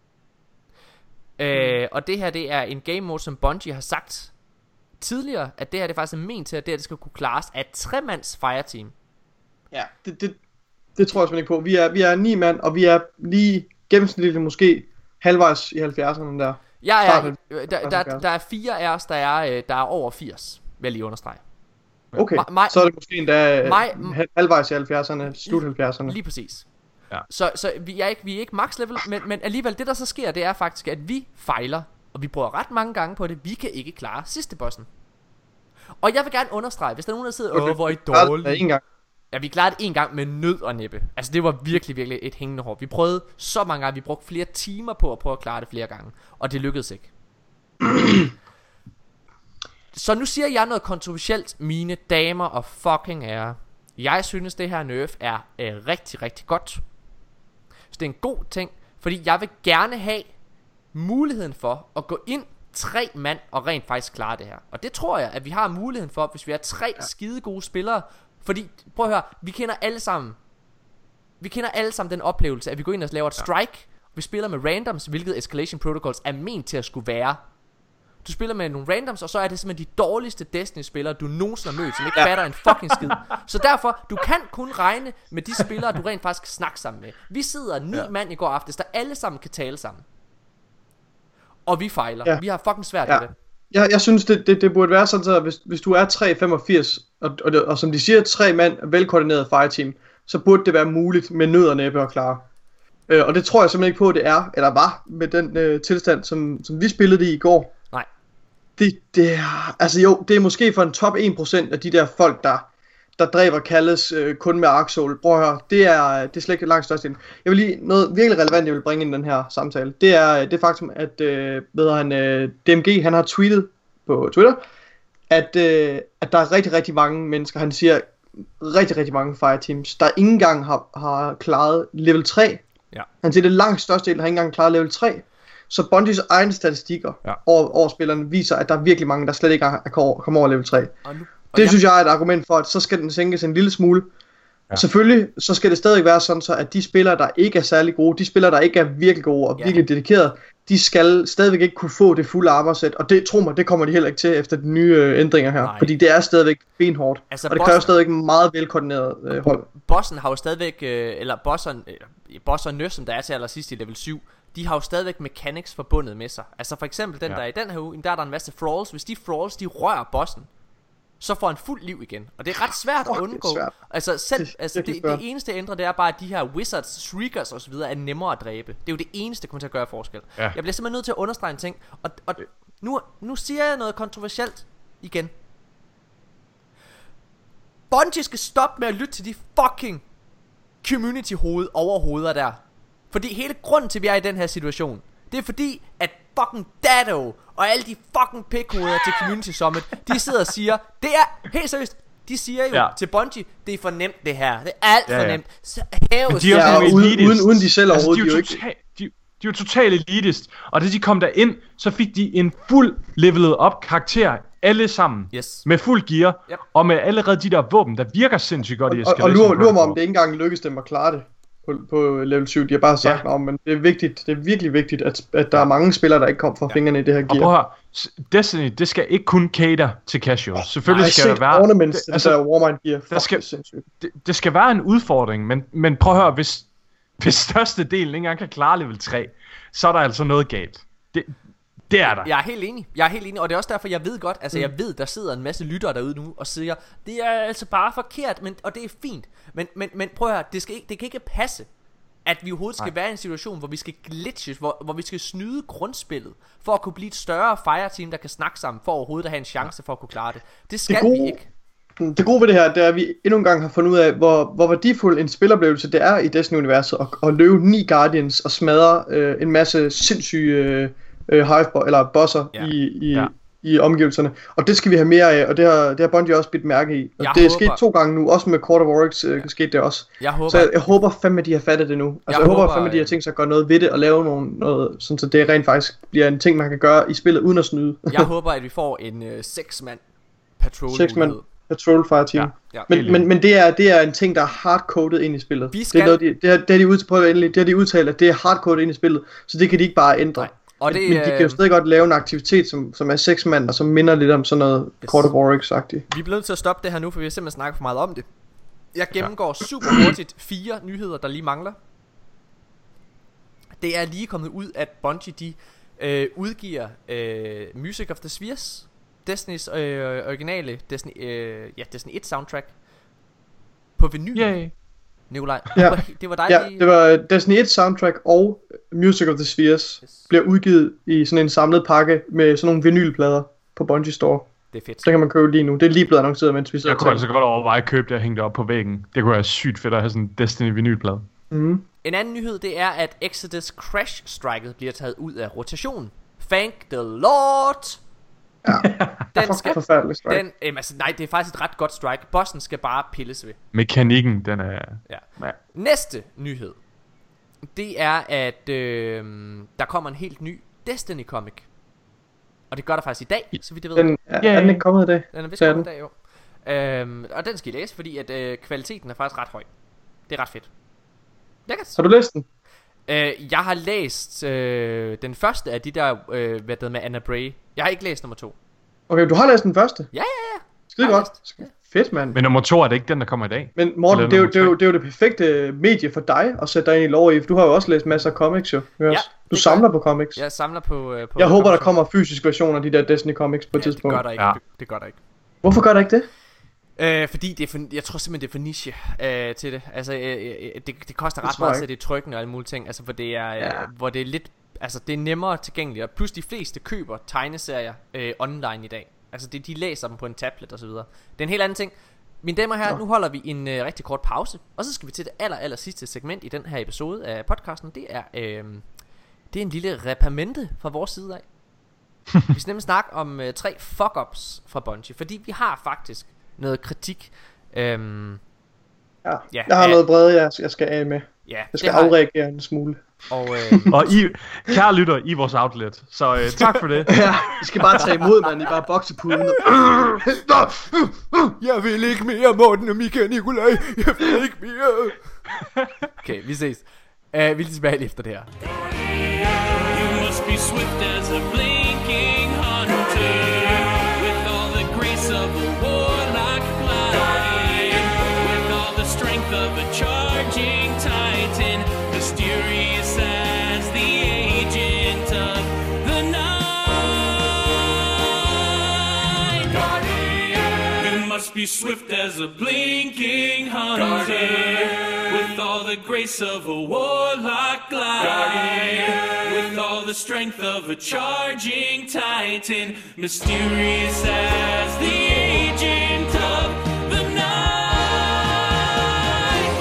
Øh, og det her, det er en game mode, som Bungie har sagt tidligere, at det her, det faktisk er ment til, at det her, det skal kunne klares af et tremands fireteam. Ja, det, det, det tror jeg simpelthen ikke på. Vi er, vi er ni mand, og vi er lige gennemsnitligt måske halvvejs i halvfjerdserne der. Jeg Start er, øh, der, der, der er fire af os, der er, øh, der er over firs, vil jeg lige understrege. Okay, Mi- mig- så er det måske endda mig- mig, halvvejs i halvfjerdserne, slut halvfjerdserne. Lige præcis. Ja. Så, så vi er ikke, vi er ikke max level, men, men alligevel det der så sker, det er faktisk at vi fejler, og vi prøver ret mange gange på det. Vi kan ikke klare sidste bossen. Og jeg vil gerne understrege, hvis der er nogen der sidder, åh hvor er I dårlige. En gang. Ja, vi klarede det en gang med nød og næppe. Altså det var virkelig, virkelig et hængende hår. Vi prøvede så mange gange, vi brugte flere timer på at prøve at klare det flere gange, og det lykkedes ikke. Så nu siger jeg noget kontroversielt, mine damer og fucking herrer. Jeg synes det her nerf er øh, rigtig, rigtig godt. Så det er en god ting, Fordi jeg vil gerne have muligheden for at gå ind tre mand og rent faktisk klare det her. Og det tror jeg, at vi har muligheden for, hvis vi har tre ja. skide gode spillere. Fordi, prøv at høre, vi kender alle sammen Vi kender alle sammen den oplevelse, at vi går ind og laver et strike. Vi spiller med randoms, hvilket Escalation Protocols er ment til at skulle være. Du spiller med nogle randoms, og så er det simpelthen de dårligste Destiny-spillere, du nogensinde har mødt, som ikke ja. fatter en fucking skid. Så derfor, du kan kun regne med de spillere, du rent faktisk kan snakke sammen med. Vi sidder ni ja. mand i går aftes, der alle sammen kan tale sammen. Og vi fejler. Ja. Vi har fucking svært ja. ved det. Jeg, jeg synes, det, det, det burde være sådan, så hvis, hvis du er tre komma femogfirs, og, og, og, og som de siger, tre mand velkoordineret fireteam, så burde det være muligt med nød og næppe at klare. Øh, og det tror jeg simpelthen ikke på, at det er, eller var, med den øh, tilstand, som, som vi spillede det i går. Nej. Det, det er, altså jo, det er måske for en top en procent af de der folk, der, der dræber Kalles øh, kun med Ark Soul. Prøv at høre, det er, det er slet ikke langt størst ind. Jeg vil lige, noget virkelig relevant, jeg vil bringe ind i den her samtale, det er det faktum, at øh, ved han, øh, D M G, han har tweetet på Twitter, at, øh, at der er rigtig, rigtig mange mennesker, han siger, rigtig, rigtig mange fireteams, der ikke engang har, har klaret level tre. Ja. Han siger, det langt største del har ikke engang klaret level tre. Så Bungies egne statistikker ja. over, over spillerne viser, at der er virkelig mange, der slet ikke er kommet over level tre. Og nu, og det jeg... synes jeg er et argument for, at så skal den sænkes en lille smule. Ja. Selvfølgelig, så skal det stadig være sådan, så at de spillere, der ikke er særlig gode, de spillere, der ikke er virkelig gode og ja. virkelig dedikerede, de skal stadigvæk ikke kunne få det fulde armorsæt. Og det, tro mig, det kommer de heller ikke til efter de nye øh, ændringer her. Nej. Fordi det er stadigvæk benhårdt. Altså, og det kræver stadigvæk meget velkoordineret øh, hold. Bossen har jo stadigvæk, øh, eller bossen, øh, bosserne, som der er til allersidst i level syv, de har jo stadigvæk mechanics forbundet med sig. Altså for eksempel den ja. der er i den her uge, der er der en masse thralls. Hvis de thralls, de rører bossen, så får han fuld liv igen. Og det er ret svært oh, at undgå. Svært. Altså selv det, altså, det, det eneste ændrer, det er bare, at de her wizards, shriekers og så videre er nemmere at dræbe. Det er jo det eneste, der kommer til at gøre forskel. Ja. Jeg bliver simpelthen nødt til at understrege en ting. Og, og nu, nu siger jeg noget kontroversielt igen. Bungie skal stoppe med at lytte til de fucking community hoved overhoveder der. Fordi hele grunden til, at vi er i den her situation, det er fordi, at fucking Dado og alle de fucking pikhoveder til Community Summit, de sidder og siger, det er, helt seriøst, de siger jo ja. til Bungie, det er for nemt det her, det er alt for ja, ja. nemt. Så hæves de er ja, uden, uden, uden de selv altså, overhovedet, de er jo total, de, de er jo totalt elitist. Og da de kom derind, så fik de en fuld levelet op karakter, alle sammen, yes. med fuld gear, yep. og med allerede de der våben, der virker sindssygt godt og, i Escalation. Og, og lurer mig, om det ikke engang lykkes dem at klare det. På, på level syv, de har bare sagt ja. om, men det er vigtigt, det er virkelig vigtigt, at, at der er mange spillere, der ikke kommer fra ja. fingrene i det her gear. Og prøv at høre, Destiny, det skal ikke kun cater til casuals. Selvfølgelig Nej, skal der være ornaments, det, altså, der Warmind gear, der skal, det, det skal være en udfordring, men, men prøv at høre, hvis, hvis største delen ikke engang kan klare level tre, så er der altså noget galt. Det, det er der. Jeg er helt enig, jeg er helt enig, og det er også derfor, jeg ved godt, altså mm. jeg ved, der sidder en masse lyttere derude nu og siger, det er altså bare forkert, men, og det er fint, men, men, men prøv at høre, det, skal ikke, det kan ikke passe, at vi overhovedet skal Nej. være i en situation, hvor vi skal glitches, hvor, hvor vi skal snyde grundspillet, for at kunne blive et større fireteam, der kan snakke sammen, for overhovedet at have en chance for at kunne klare det. Det skal det gode, vi ikke. Det gode ved det her, det er, at vi endnu en gang har fundet ud af, hvor, hvor værdifuld en spiloplevelse det er i Destiny-universet, at, at løbe ni Guardians og smadre øh, en masse sindssyge øh, øh, hive eller bosser ja. i, i, ja. i omgivelserne. Og det skal vi have mere af, og det har, det har Bungie også bidt mærke i. Og jeg det er håber... sket to gange nu, også med Court of Oryx øh, ja. skete det også. Jeg håber... Så jeg, jeg håber fandme, at de har fattet det nu. Altså jeg, jeg håber, håber fandme, at de har tænkt sig at gøre noget ved det, og lave nogle, noget, sådan så det rent faktisk bliver en ting, man kan gøre i spillet, uden at snyde. Jeg håber, at vi får en øh, seks-mand patrol. seks-mand patrol fireteam. Ja, ja. Men, men, men det, er, det er en ting, der er hardcoded ind i spillet. Vi skal... Det er noget, de, det har, det har de udtalt, det har de udtalt, at det er hardcoded ind i spillet, så det kan de ikke bare ændre. Nej. Og det, men de kan jo stadig godt lave en aktivitet, som, som er seks mand, og som minder lidt om sådan noget yes. Court of Oryx-agtigt. Vi er blevet nødt til at stoppe det her nu, for vi har simpelthen snakket for meget om det. Jeg gennemgår ja. super hurtigt fire nyheder, der lige mangler. Det er lige kommet ud, at Bungie, de øh, udgiver øh, Music of the Spheres, Destinys øh, originale Destiny, øh, ja, Destiny et soundtrack, på vinyl. Yay. Nikolaj, ja. det var dig ja, lige... det var Destiny et soundtrack og Music of the Spheres yes. bliver udgivet i sådan en samlet pakke med sådan nogle vinylplader på Bungie Store. Det er fedt. Det kan man købe lige nu. Det er lige blevet annonceret, mens vi sidder. Jeg kunne altså godt overveje at købe det og hænge det op på væggen. Det kunne være sygt fedt at have sådan en Destiny vinylplade. Mm. En anden nyhed, det er, at Exodus Crash Striket bliver taget ud af rotation. Thank the Lord. Ja. Den skal, forfærdelig strike. Den, øhm, altså, nej, det er faktisk et ret godt strike. Bossen skal bare pilles ved. Mekanikken, den er... Ja. Ja. Næste nyhed. det er, at øh, der kommer en helt ny Destiny comic. Og det gør der faktisk i dag, så vidt jeg ved. Den, er, er den ikke kommet i dag? Den er vist Sagde kommet i dag, jo. Øhm, og den skal I læse, fordi at øh, kvaliteten er faktisk ret høj. Det er ret fedt. Lækkert. Har du læst den? Øh, jeg har læst øh, den første af de der, øh, hvad det med Anna Bray. Jeg har ikke læst nummer to. Okay, du har læst den første? Ja, ja, ja. Skide Jeg har godt. Sk- Fedt, mand. Men nummer to er det ikke den, der kommer i dag. Men Morten, Eller det er, jo, nummer det, er jo, tre. det er jo det perfekte medie for dig at sætte dig ind i lore i. For du har jo også læst masser af comics, jo. Ja, du gør samler jeg. på comics. Jeg samler på, øh, på Jeg håber, der comics. kommer fysisk version af de der Destiny comics på et Ja, det tidspunkt. gør der ikke. Ja. Det, det gør der ikke. Hvorfor gør der ikke det? Øh, fordi det er for, jeg tror simpelthen det er for niche øh, til det. Altså øh, øh, det, det koster Det ret tror meget jeg at sætte i trykken og alle mulige ting. Altså hvor det er, øh, Ja. hvor det er lidt, altså det er nemmere tilgængeligt. Og plus de fleste køber tegneserier øh, online i dag. Altså det, de læser dem på en tablet og så videre. Det er en helt anden ting. Mine damer og herrer, Nå. nu holder vi en øh, rigtig kort pause. Og så skal vi til det aller, aller sidste segment i den her episode af podcasten. Det er, øh, det er en lille reprimande fra vores side af. Vi skal nemlig snakke om øh, tre fuck-ups fra Bungie. Fordi vi har faktisk noget kritik. Øhm, Ja. Ja, Jeg har ja. noget brede, jeg, jeg skal af med. ja, Jeg det skal har jeg. afreagere en smule. Og øh, Og I, kære lytter, I er vores outlet. Så øh, tak for det. Ja, I skal bare tage imod, mand. I bare boksepuden. jeg vil ikke mere, Morten og Mika og Nikolaj. Jeg vil ikke mere. Okay, vi ses. uh, Vi er lige tilbage lige efter det her. You must be swift as a blinking hunter, with all the grace of a warlock glide, with all the strength of a charging titan, mysterious as the agent of the night. Guardian. You must be swift as a blinking hunter, with all the grace of a warlock glide, with all the strength of a charging titan, mysterious as the agent of the night.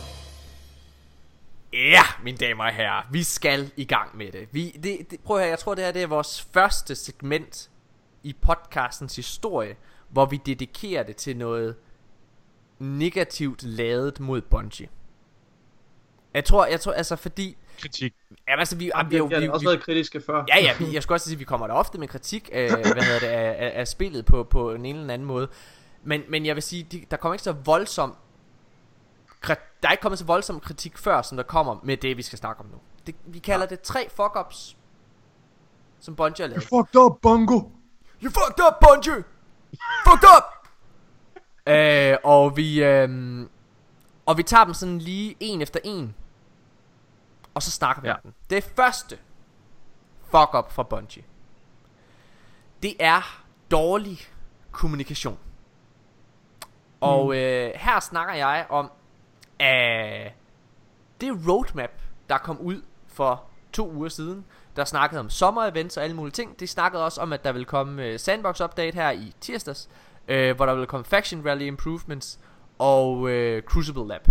Ja, mine damer og herrer, vi skal i gang med det. Vi, det, det prøv at høre, jeg tror det her det er vores første segment i podcastens historie, hvor vi dedikerer det til noget negativt ladet mod Bungie. Jeg tror, jeg tror altså fordi, Kritik. jamen, altså vi, Vi, vi, vi, vi, vi vi, har også vi været kritiske før. ja ja, vi, jeg skulle også sige, at vi kommer der ofte med kritik af, hvad hedder det, af, af, af spillet på på en eller anden måde. Men men jeg vil sige, de, der kommer ikke så voldsom kri- der er ikke kommet så voldsom kritik før, som der kommer med det vi skal snakke om nu. Det, vi kalder det tre fuck-ups, som Bungie har lavet. Fucked up, Bungo. You fucked up, Bungie! Fucked up! øh, og vi øh, og vi tager dem sådan lige en efter en, og så snakker vi Ja. om den. Det første fuck up fra Bungie, det er dårlig kommunikation. Og øh, her snakker jeg om at det roadmap der kom ud for to uger siden. Der snakkede om sommerevents og alle mulige ting. De snakkede også om at der ville komme uh, sandbox update her i tirsdags, øh, hvor der ville komme faction rally improvements og øh, Crucible Lab.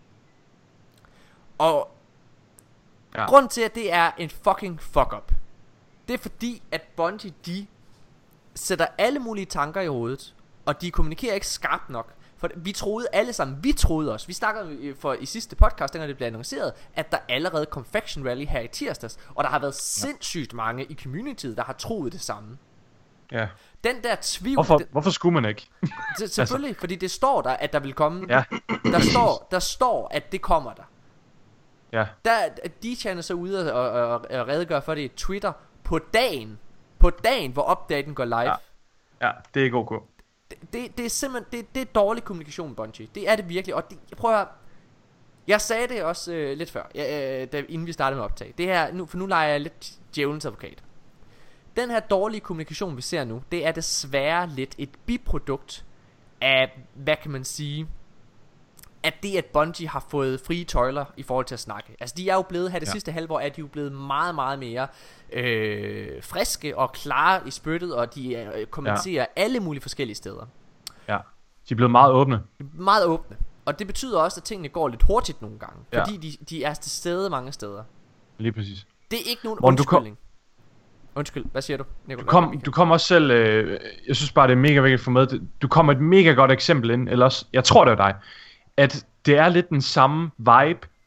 Og Ja. grund til at det er en fucking fuck up, det er fordi at Bungie de sætter alle mulige tanker i hovedet, og de kommunikerer ikke skarpt nok. For vi troede alle sammen, vi troede også, vi snakkede for i sidste podcast, dengang det blev annonceret, at der allerede kom faction rally her i tirsdags, og der har været sindssygt mange i communityet, der har troet det samme. Ja. Den der tvivl, Hvorfor, den, hvorfor skulle man ikke? det, selvfølgelig, fordi det står der, at der vil komme. Ja. Der står, der står, at det kommer der. Ja. Der D J er så ude og, og, og, og redegør for det i Twitter på dagen, på dagen, hvor updaten går live. Ja. Ja, det er ikke ok. Det, det, det er simpelthen det, det er dårlig kommunikation, Bungie. Det er det virkelig. Og det, prøv at høre. Jeg sagde det også øh, lidt før, ja, øh, da, inden vi startede med optag. Det her, nu, for nu leger jeg lidt djævelens advokat. Den her dårlige kommunikation vi ser nu, det er desværre lidt et biprodukt af, hvad kan man sige, at det at Bungie har fået frie tøjler i forhold til at snakke. Altså de er jo blevet her det ja. sidste halvår, er de jo blevet meget meget mere øh, friske og klare i spyttet, og de øh, kommenterer ja. alle mulige forskellige steder. Ja. De er blevet meget åbne. Meget åbne. Og det betyder også at tingene går lidt hurtigt nogle gange, Ja. fordi de, de er til stede mange steder. Lige præcis. Det er ikke nogen Morten, du kom- undskyldning. Undskyld, hvad siger du, Nicolai? Du kom, du kom også selv, øh, jeg synes bare det er mega vigtigt for med. Du kom et mega godt eksempel ind, eller også, jeg tror det er dig, at det er lidt den samme vibe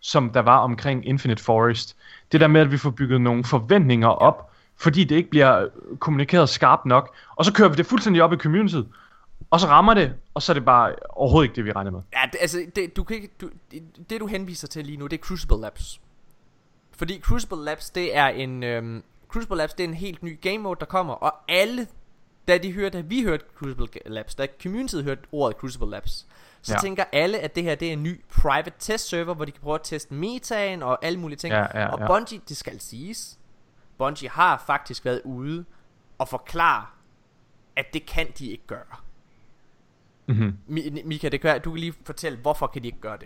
som der var omkring Infinite Forest. Det der med, at vi får bygget nogle forventninger op, fordi det ikke bliver kommunikeret skarpt nok, og så kører vi det fuldstændig op i communityet, og så rammer det, og så er det bare overhovedet ikke det, vi regner med. Ja, det, altså, det, du kan ikke, du, det, det du henviser til lige nu, det er Crucible Labs. Fordi Crucible Labs, det er en øhm, Crucible Labs, det er en helt ny game mode, der kommer, og alle, da de hørte, da vi hørte Crucible Labs, da communityet hørte ordet Crucible Labs, så ja. tænker alle, at det her, det er en ny private test server, hvor de kan prøve at teste metaen og alle mulige ting. Ja, ja, og ja. Bungie, det skal siges, Bungie har faktisk været ude og forklare, at det kan de ikke gøre. Mm-hmm. Mika, det kan, du kan lige fortælle, hvorfor kan de ikke gøre det?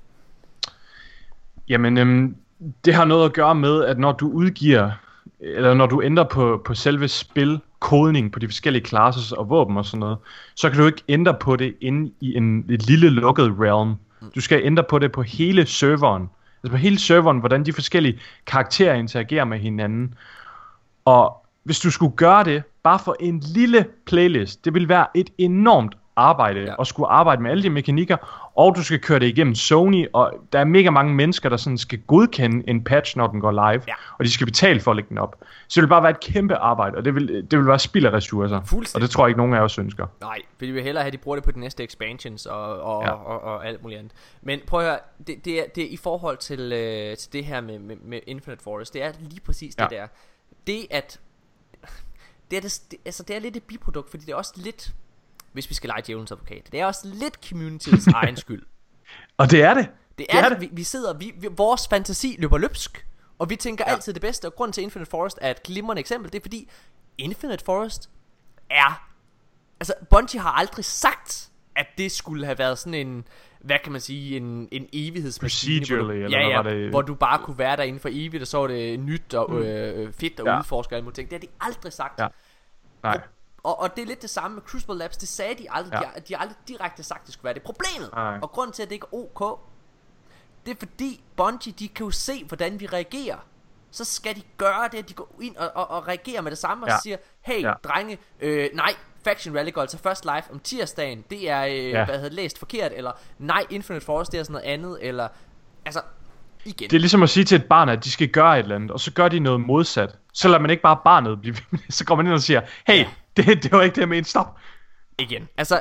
Jamen, øhm, det har noget at gøre med, at når du udgiver, eller når du ændrer på, på selve spilkodning på de forskellige classes og våben og sådan noget, så kan du ikke ændre på det inde i en et lille lukket realm. Du skal ændre på det på hele serveren. Altså på hele serveren, hvordan de forskellige karakterer interagerer med hinanden. Og hvis du skulle gøre det, bare for en lille playlist, det vil være et enormt arbejde, ja. At skulle arbejde med alle de mekanikker, og du skal køre det igennem Sony, og der er mega mange mennesker, der sådan skal godkende en patch, når den går live, ja. Og de skal betale for at lægge den op. Så det vil bare være et kæmpe arbejde, og det vil, det vil være spild af ressourcer, og det tror jeg ikke nogen af os ønsker. Nej, vi vil hellere have, at de bruger det på de næste expansions og, og, ja. og, og, og alt muligt andet. Men prøv at høre, det, det, er, det er i forhold til, øh, til det her med, med, med Infinite Forest, det er lige præcis det ja. der. Det at, det er, det, det, altså det er lidt et biprodukt, fordi det er også lidt, hvis vi skal lege djævelens advokat, det er også lidt communityets egen skyld. Og det er det. Det er det. det. Vi, vi sidder, vi, vi, vores fantasi løber løbsk, og vi tænker ja. altid det bedste. Og grunden til Infinite Forest er et glimrende eksempel, det er fordi Infinite Forest er, altså Bungie har aldrig sagt, at det skulle have været sådan en, hvad kan man sige, en, en evighedsmaskine, procedurally, du, eller ja, ja, hvad var det? Hvor du bare kunne være derinde for evigt, og så var det nyt og øh, fedt at ja. udforske alle mulige ting. Det har de aldrig sagt. Ja. Nej. Og, og det er lidt det samme med Crucible Labs. Det sagde de aldrig. Ja. De, de har aldrig direkte sagt, det skulle være det. Problemet, Ej. og grunden til, at det ikke er ok, det er fordi Bungie, de kan jo se, hvordan vi reagerer. Så skal de gøre det, at de går ind og, og, og reagerer med det samme, ja. og siger, hey, ja. drenge, øh, nej, Faction Rally går altså først live om tirsdagen. Det er, øh, ja. hvad havde læst forkert, eller nej, Infinite Forest, det er sådan noget andet, eller, altså, igen. Det er ligesom at sige til et barn, at de skal gøre et eller andet, og så gør de noget modsat. Så lader man ikke bare barnet blive, så går man ind og siger, hey, ja. det, det var ikke det, jeg mente, stop. Igen, altså,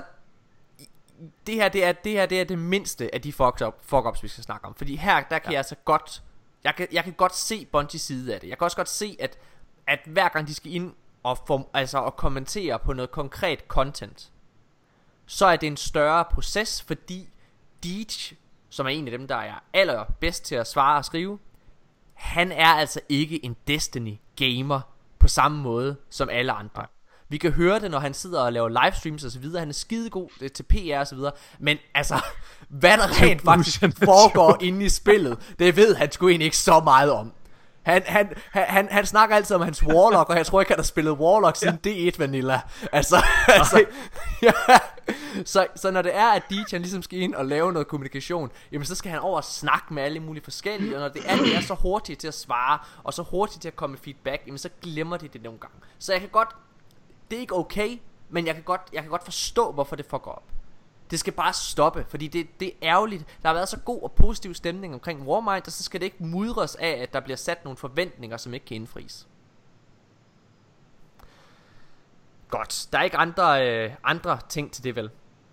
det her, det er det her, det er det mindste af de fuck-ups, vi skal snakke om. Fordi her, der kan ja. jeg så godt, jeg kan, jeg kan godt se Bungies side af det. Jeg kan også godt se, at, at hver gang de skal ind og, form, altså, og kommentere på noget konkret content, så er det en større proces, fordi Deej, som er en af dem, der er allerbedst til at svare og skrive, han er altså ikke en Destiny gamer på samme måde som alle andre. Vi kan høre det, når han sidder og laver livestreams og så videre. Han er skidegod til P R og så videre. Men altså, hvad der rent faktisk foregår inde i spillet, det ved han sgu egentlig ikke så meget om. Han, han, han, han, han snakker altid om hans Warlock, og jeg tror ikke, han har spillet Warlock siden ja. D et Vanilla. Altså, altså ja. så, så når det er, at Deej han ligesom skal ind og lave noget kommunikation, jamen så skal han over og snakke med alle mulige forskellige. Og når det er, det er så hurtigt til at svare, og så hurtigt til at komme med feedback, jamen så glemmer de det nogle gange. Så jeg kan godt, det er ikke okay, men jeg kan godt, jeg kan godt forstå, hvorfor det fucker op. Det skal bare stoppe, fordi det, det er ærgerligt. Der har været så god og positiv stemning omkring Warmind, og så skal det ikke mudres af, at der bliver sat nogle forventninger, som ikke kan indfries. Godt, der er ikke andre, øh, andre ting til det, vel?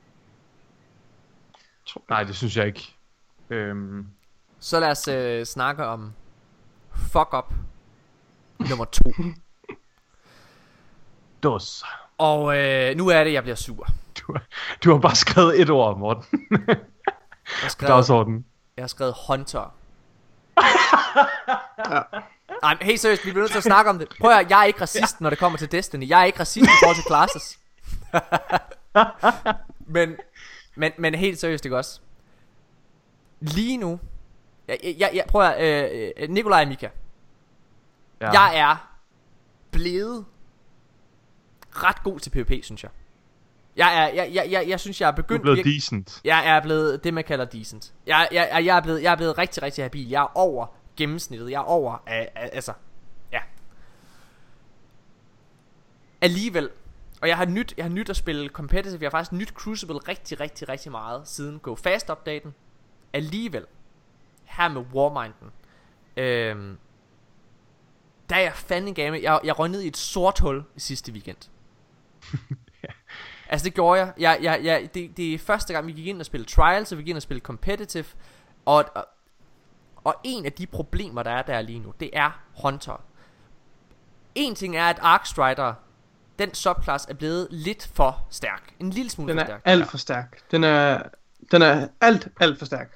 Nej, det synes jeg ikke. øhm. Så lad os øh, snakke om fuck up nummer to. Dos. Og øh, nu er det, jeg bliver sur. Du, du har bare skrevet et ord, Morten. Jeg har skrevet, jeg har skrevet Hunter. Ja. Ej, hey seriøst, vi bliver nødt til at snakke om det. Prøv at, jeg er ikke racist, ja. når det kommer til Destiny. Jeg er ikke racist i forhold til classes. men, men, men helt seriøst, ikke også? Lige nu, jeg, jeg, jeg prøver at, øh, Nikolaj og Mika. Ja. Jeg er blevet ret god til PvP, synes jeg. Jeg er, jeg, jeg, jeg, jeg synes, jeg er begyndt. Du er blevet jeg, decent. Jeg er blevet det, man kalder decent. Jeg, jeg, jeg, er blevet, jeg er blevet rigtig, rigtig habil. Jeg er over gennemsnittet. Jeg er over, uh, uh, altså, ja. Alligevel, og jeg har nyt, jeg har nyt at spille competitive. Jeg har faktisk nyt Crucible rigtig, rigtig, rigtig meget siden Go Fast-updaten. Alligevel her med Warminden. Øhm, der er jeg fandme game. Jeg, jeg røg ned i et sort hul i sidste weekend. Ja. Altså det gjorde jeg, jeg, jeg, jeg det, det er første gang vi gik ind og spille Trials, og vi gik ind og spille Competitive. Og, og, og en af de problemer der er der lige nu, det er Hunter. En ting er at Arcstrider, den subclass, er blevet lidt for stærk. En lille smule Den for er stærk. alt for stærk. Den er, den er alt, alt for stærk.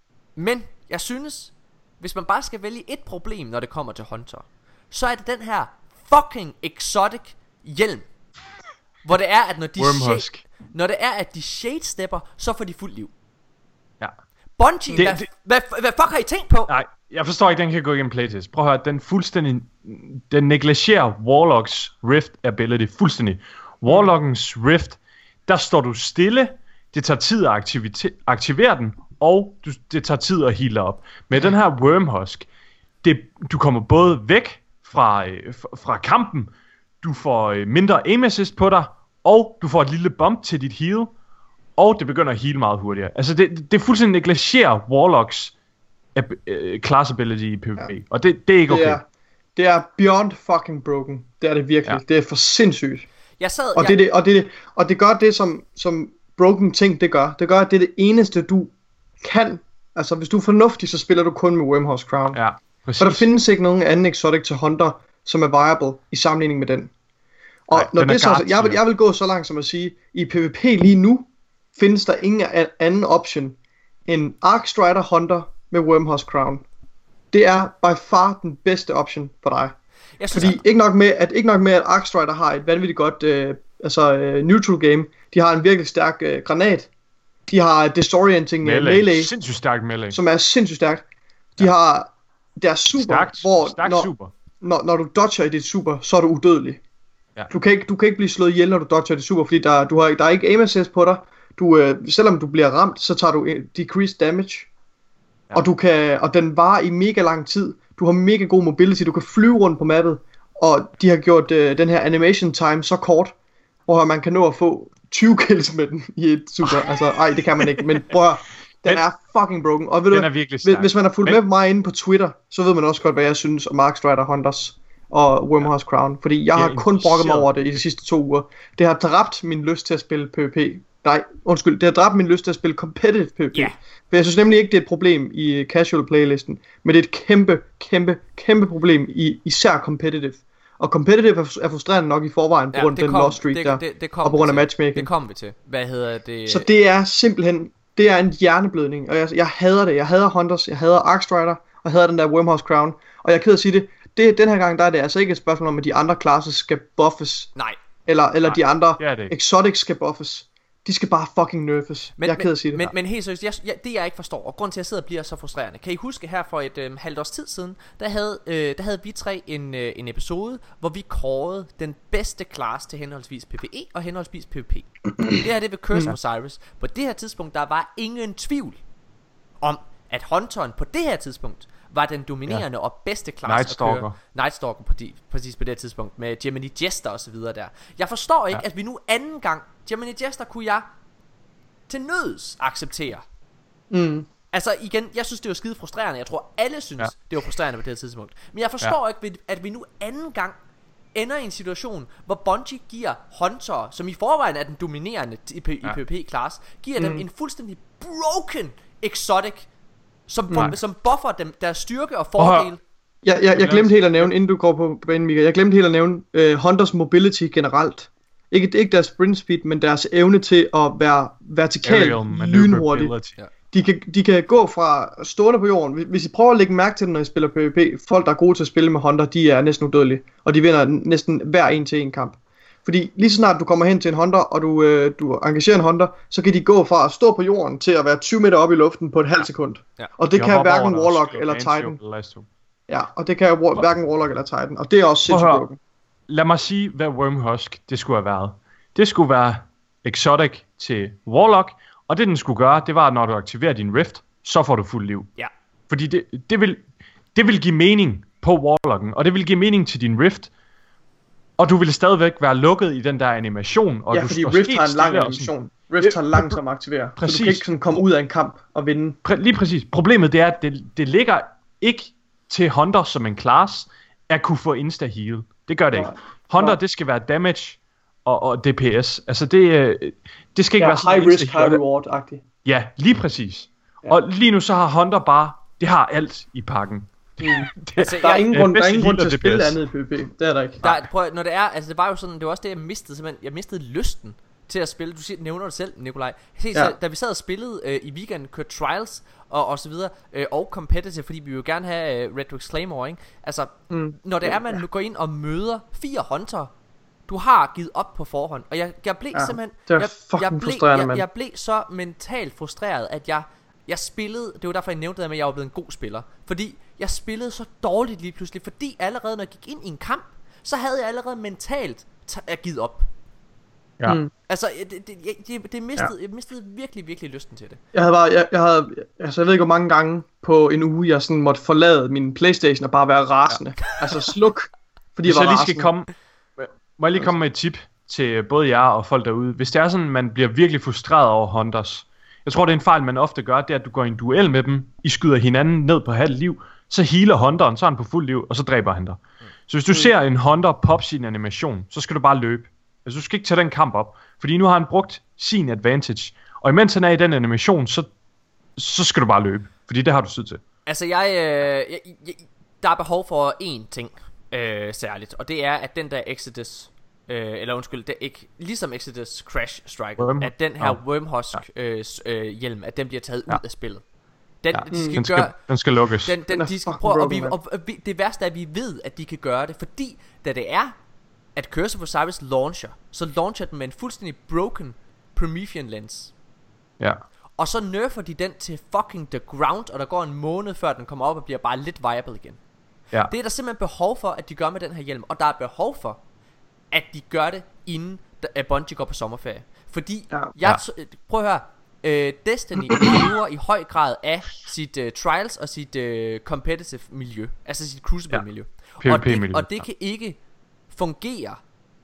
Men jeg synes, hvis man bare skal vælge et problem, når det kommer til Hunter, så er det den her fucking exotic hjelm. Hvor det er at når de Wormhusk. shade, Når det er at de shade stepper, så får de fuldt liv. Ja. Bungie, Det- hvad, det- hvad, hvad fuck har I tænkt på? Nej, jeg forstår ikke, den kan gå igennem playtest. Prøv at høre, den fuldstændig... Den negligerer Warlocks Rift ability fuldstændig. Warlockens Rift, der står du stille, det tager tid at aktivite- aktivere den, og du, det tager tid at heale op. Med den her Wormhusk, det, du kommer både væk fra, øh, fra kampen, du får øh, mindre aim assist på dig, og du får et lille bump til dit heal, og det begynder at heal meget hurtigere. Altså det, det er fuldstændig negligerer Warlocks ab- øh, class ability i PvP, ja. Og det, det er ikke okay. Det er, det er beyond fucking broken. Det er det virkelig. Ja. Det er for sindssygt. Jeg sad, Og jeg, det, det, og, det, og det gør det, som, som broken ting det gør. Det gør, at det er det eneste, du kan. Altså, hvis du er fornuftig, så spiller du kun med Wormhusk Crown. Ja, præcis. For der findes ikke nogen anden exotic til Hunter, som er viable i sammenligning med den. Og Nej, når den er det så, guard jeg, vil, tier. jeg vil gå så langt som at sige, i PvP lige nu, findes der ingen a- anden option end Arcstrider Hunter med Wormhusk Crown. Det er by far den bedste option for dig. jeg synes, Fordi ikke nok med, at ikke nok med at Arcstrider har et vanvittigt godt øh, altså øh, neutral game. De har en virkelig stærk øh, granat. De har disorienting øh, melee. melee, Sindssygt stærk melee. som er sindssygt stærkt. De ja. har deres super, Stærkt, hvor stærkt når, super. når, når du dodger i dit super, så er du udødelig. Ja. Du kan ikke du kan ikke blive slået ihjel, når du dodger i dit super, fordi der du har der er ikke aim assist på dig. Du øh, selvom du bliver ramt, så tager du en decreased damage. Ja. Og du kan og den varer i mega lang tid. Du har mega god mobility, du kan flyve rundt på mappet, og de har gjort øh, den her animation time så kort, hvor man kan nå at få tyve kills med den i et super. Altså, ej, det kan man ikke, men prøv at, den Den- er fucking broken. Og ved Den du, er virkelig hvis, stærk. hvis man har fulgt Men- med på mig inde på Twitter, så ved man også godt, hvad jeg synes om Arcstrider Hunters og Wormhusk Crown, fordi jeg Det er har kun brokket mig inficeret. over det i de sidste to uger. Det har dræbt min lyst til at spille PvP. Nej, undskyld, det har dræbt min lyst til at spille competitive PvP. Ja. For jeg synes nemlig ikke, det er et problem i casual playlisten, men det er et kæmpe, kæmpe, kæmpe problem i især competitive. Og competitive er er frustrerende nok i forvejen på grund af den lost streak det, der, det, det kom og på grund af vi til. matchmaking. Det kommer vi til. Hvad hedder det? Så det er simpelthen, det er en hjerneblødning, og jeg, jeg hader det. Jeg hader Hunters, jeg hader Arcstrider, og jeg hader den der Wormhusk Crown. Og jeg er ked af at sige det, det den her gang, der er det altså ikke et spørgsmål om, at de andre classes skal buffes, Nej. eller, eller Nej, de andre det er det ikke. exotics skal buffes. De skal bare fucking nerfes. Men, jeg er ked af at sige det. men, men helt seriøst, jeg, jeg, det jeg ikke forstår, og grund til at jeg sidder og bliver så frustrerende. Kan I huske her for et øh, halvt års tid siden, der havde, øh, der havde vi tre en, øh, en episode, hvor vi kårede den bedste class til henholdsvis PvE og henholdsvis PvP. Det her det er ved Curse of Osiris. På det her tidspunkt, der var ingen tvivl om, at Hunteren på det her tidspunkt var den dominerende ja. og bedste class Nightstalker. at køre. Nightstalker på de, præcis på det her tidspunkt, med Gemini Jester og så videre der. Jeg forstår ikke, ja. at vi nu anden gang, Gemini Jester kunne jeg til nøds acceptere. Mm. Altså igen, jeg synes det var skide frustrerende. Jeg tror alle synes ja. det var frustrerende på det her tidspunkt. Men jeg forstår ja. ikke, at vi nu anden gang ender i en situation, hvor Bungie giver Hunter, som i forvejen er den dominerende i, P- ja. i PvP-class, giver mm. dem en fuldstændig broken exotic, som, bu- som buffer dem deres styrke og fordele. Jeg, jeg, jeg glemte helt at nævne, inden du går på banen, Mika, jeg glemte helt at nævne uh, Hunters mobility generelt. Ikke, ikke deres sprint speed, men deres evne til at være vertikalt lynhurtig. Ja. De kan, de kan gå fra stående på jorden. Hvis- Hvis I prøver at lægge mærke til det, når I spiller PvP, folk der er gode til at spille med Hunter, de er næsten udødelige. Og de vinder næsten hver en til en kamp. Fordi lige så snart du kommer hen til en Hunter, og du, øh, du engagerer en Hunter, så kan de gå fra at stå på jorden til at være tyve meter oppe i luften på et halvt sekund. Ja. Og det De kan hopper hverken over dig og Warlock slår eller fancy Titan. op på last to. Ja, og det kan jo war- hverken Warlock eller Titan. Og det er også Prøv at sindssygt høre. broken. Lad mig sige, hvad Wormhusk det skulle have været. Det skulle være exotic til Warlock, og det den skulle gøre, det var, at når du aktiverer din Rift, så får du fuld liv. Ja. Fordi det, det, vil, det vil give mening på Warlocken, og det vil give mening til din Rift, og du vil stadigvæk være lukket i den der animation, og Ja, du fordi står Rift helt har en lang stille og sådan- animation. Rift tager langsomt at aktivere. Præcis. Så du kan ikke sådan komme ud af en kamp og vinde. Præ- lige præcis. Problemet det er, at det, det ligger ikke til Hunter som en class at kunne få insta-heal. Det gør det Nej. ikke. Hunter, Nej. det skal være damage og, og D P S. Altså det, øh, det skal ikke Ja, være sådan high risk, insta-heal. high reward-agtigt. Ja, lige præcis. Ja. Og lige nu så har Hunter bare, det har alt i pakken. Mm. Altså, Der er jeg- ingen Ja, grund, der er bedste ingen grund healer til at D P S. spille andet i PvP. Det er der ikke. Der, prøv, at- når det er, altså det var jo sådan, det var også det jeg mistede simpelthen, jeg mistede lysten til at spille. Du siger, nævner det selv, Nikolaj. Se, Ja. så, da vi sad og spillede øh, i weekenden, kørte Trials og, og så videre, øh, og Competitive, fordi vi vil jo gerne have øh, Red Wings Claymore, ikke? Altså, Mm. når det er, man nu går ind og møder fire hunter, du har givet op på forhånd, og jeg, jeg blev Ja, simpelthen, det er jeg, fucking jeg blev, frustrerende, jeg, mand. jeg blev så mentalt frustreret, at jeg, jeg spillede, det var derfor jeg nævnte det med, at jeg var blevet en god spiller, fordi jeg spillede så dårligt lige pludselig, fordi allerede når jeg gik ind i en kamp, så havde jeg allerede mentalt t- givet op. Ja. Mm. Altså, det, det, jeg, det, det mistede, ja. jeg mistede virkelig, virkelig lysten til det. Jeg havde bare, jeg, jeg havde, altså jeg ved ikke hvor mange gange på en uge, jeg sådan måtte forlade min Playstation og bare være rasende. Ja. Altså sluk, fordi Hvis jeg jeg var lige rasende. skal komme, må jeg lige komme med et tip til både jer og folk derude. Hvis det er sådan, man bliver virkelig frustreret over Hunters. Jeg tror, det er en fejl, man ofte gør, det er, at du går i en duel med dem, I skyder hinanden ned på halvt liv, så healer Hunteren, så er han på fuld liv, og så dræber han dig. Så hvis du ser en Hunter pop sin animation, så skal du bare løbe. Altså, du skal ikke tage den kamp op, fordi nu har han brugt sin advantage, og imens han er i den animation, så, så skal du bare løbe, fordi det har du tid til. Altså, jeg, øh, jeg, jeg der er behov for én ting øh, særligt, og det er, at den der Exodus, øh, eller undskyld, det er ikke, ligesom Exodus Crash Striker, Worm- at den her ja. Wormhusk øh, s- øh, hjelm, at den bliver taget Ja. ud af spillet. Den, Ja. de skal Den skal, gøre, den skal lukkes. Den, den, Den er de skal fucking prøve, og, broken, vi, mand. og, og vi, det værste er, at vi ved, at de kan gøre det, fordi da det er, at Curse of Osiris launcher, så launcher den med en fuldstændig broken Promethean lens. Ja. Og så nerfer de den til fucking the ground, og der går en måned, før den kommer op og bliver bare lidt viable igen. Ja. Det er der simpelthen behov for, at de gør med den her hjelm, og der er behov for, at de gør det, inden da- Bungie går på sommerferie. Fordi, Ja. jeg t- prøv at høre, øh, Destiny lever i høj grad af sit uh, Trials og sit uh, competitive miljø, altså sit Crucible Ja. miljø. Og PvP-miljø, det, og det ja. kan ikke fungere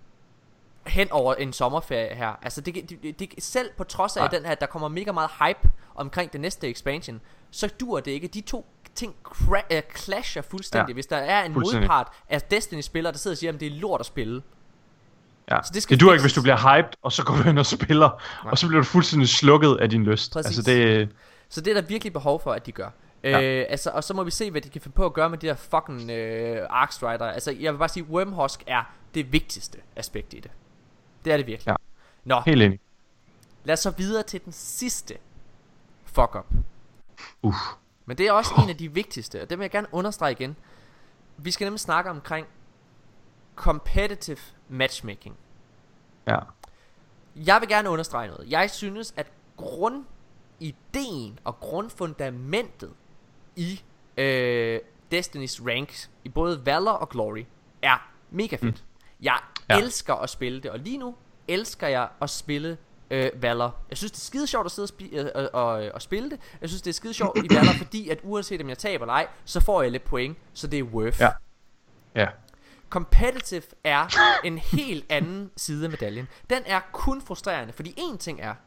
hen over en sommerferie her. Altså det, kan- det, det, selv på trods af Nej. den her, at der kommer mega meget hype omkring det næste expansion, så dur det ikke. De to ting cra- uh, clasher fuldstændig, Ja. hvis der er en Fuldstændig. modpart af Destiny-spillere, der sidder og siger, at det er lort at spille. Ja. Så det skal Det duer ikke, fikses. hvis du bliver hyped, og så går du ind og spiller, Nej. og så bliver du fuldstændig slukket af din lyst. Præcis. Altså det, Så det er der virkelig behov for, at de gør. Ja. Øh, altså, og så må vi se, hvad de kan finde på at gøre med de der fucking øh, Arkstrider. Altså, jeg vil bare sige, Wormhusk er det vigtigste aspekt i det. Det er det virkelig. Ja. Nå, helt enig. lad os så videre til den sidste fuck up. Uff. Men det er også en af de vigtigste, og det vil jeg gerne understrege igen. Vi skal nemlig snakke omkring competitive matchmaking. Ja. Jeg vil gerne understrege noget. Jeg synes, at grundideen og grundfundamentet i øh, Destiny's ranks, i både Valor og Glory, er mega fedt. Mm. Jeg Ja. elsker at spille det, og lige nu elsker jeg at spille øh, Valor. Jeg synes, det er skide sjovt at sidde og, spi- øh, øh, og, øh, og spille det. Jeg synes, det er skide sjovt i Valor, fordi at uanset om jeg taber eller ej, så får jeg lidt point, så det er worth. Ja. Ja. Competitive er en helt anden side af medaljen. Den er kun frustrerende, fordi en ting er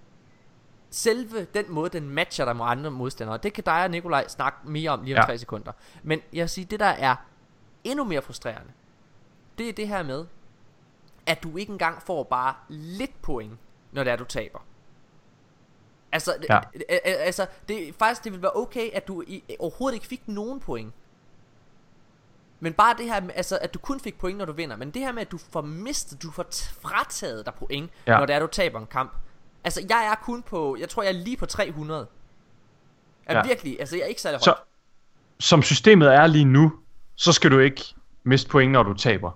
selve den måde, den matcher dig med andre modstandere. Det kan dig og Nikolaj snakke mere om lige om Ja. tre sekunder. Men jeg vil sige, det der er endnu mere frustrerende, det er det her med, at du ikke engang får bare lidt point, når det er, du taber. Altså, Ja. ja. altså det, faktisk det vil være okay, at du i, overhovedet ikke fik nogen point. Men bare det her med, altså, at du kun fik point, når du vinder. Men det her med, at du får mistet, du får t- frataget dig point, Ja. ja. når det er, du taber en kamp. Altså, jeg er kun på, jeg tror, jeg er lige på tre hundrede. Er Ja. ja. virkelig, altså, jeg er ikke særlig Så højt. som systemet er lige nu, så skal du ikke miste point, når du taber.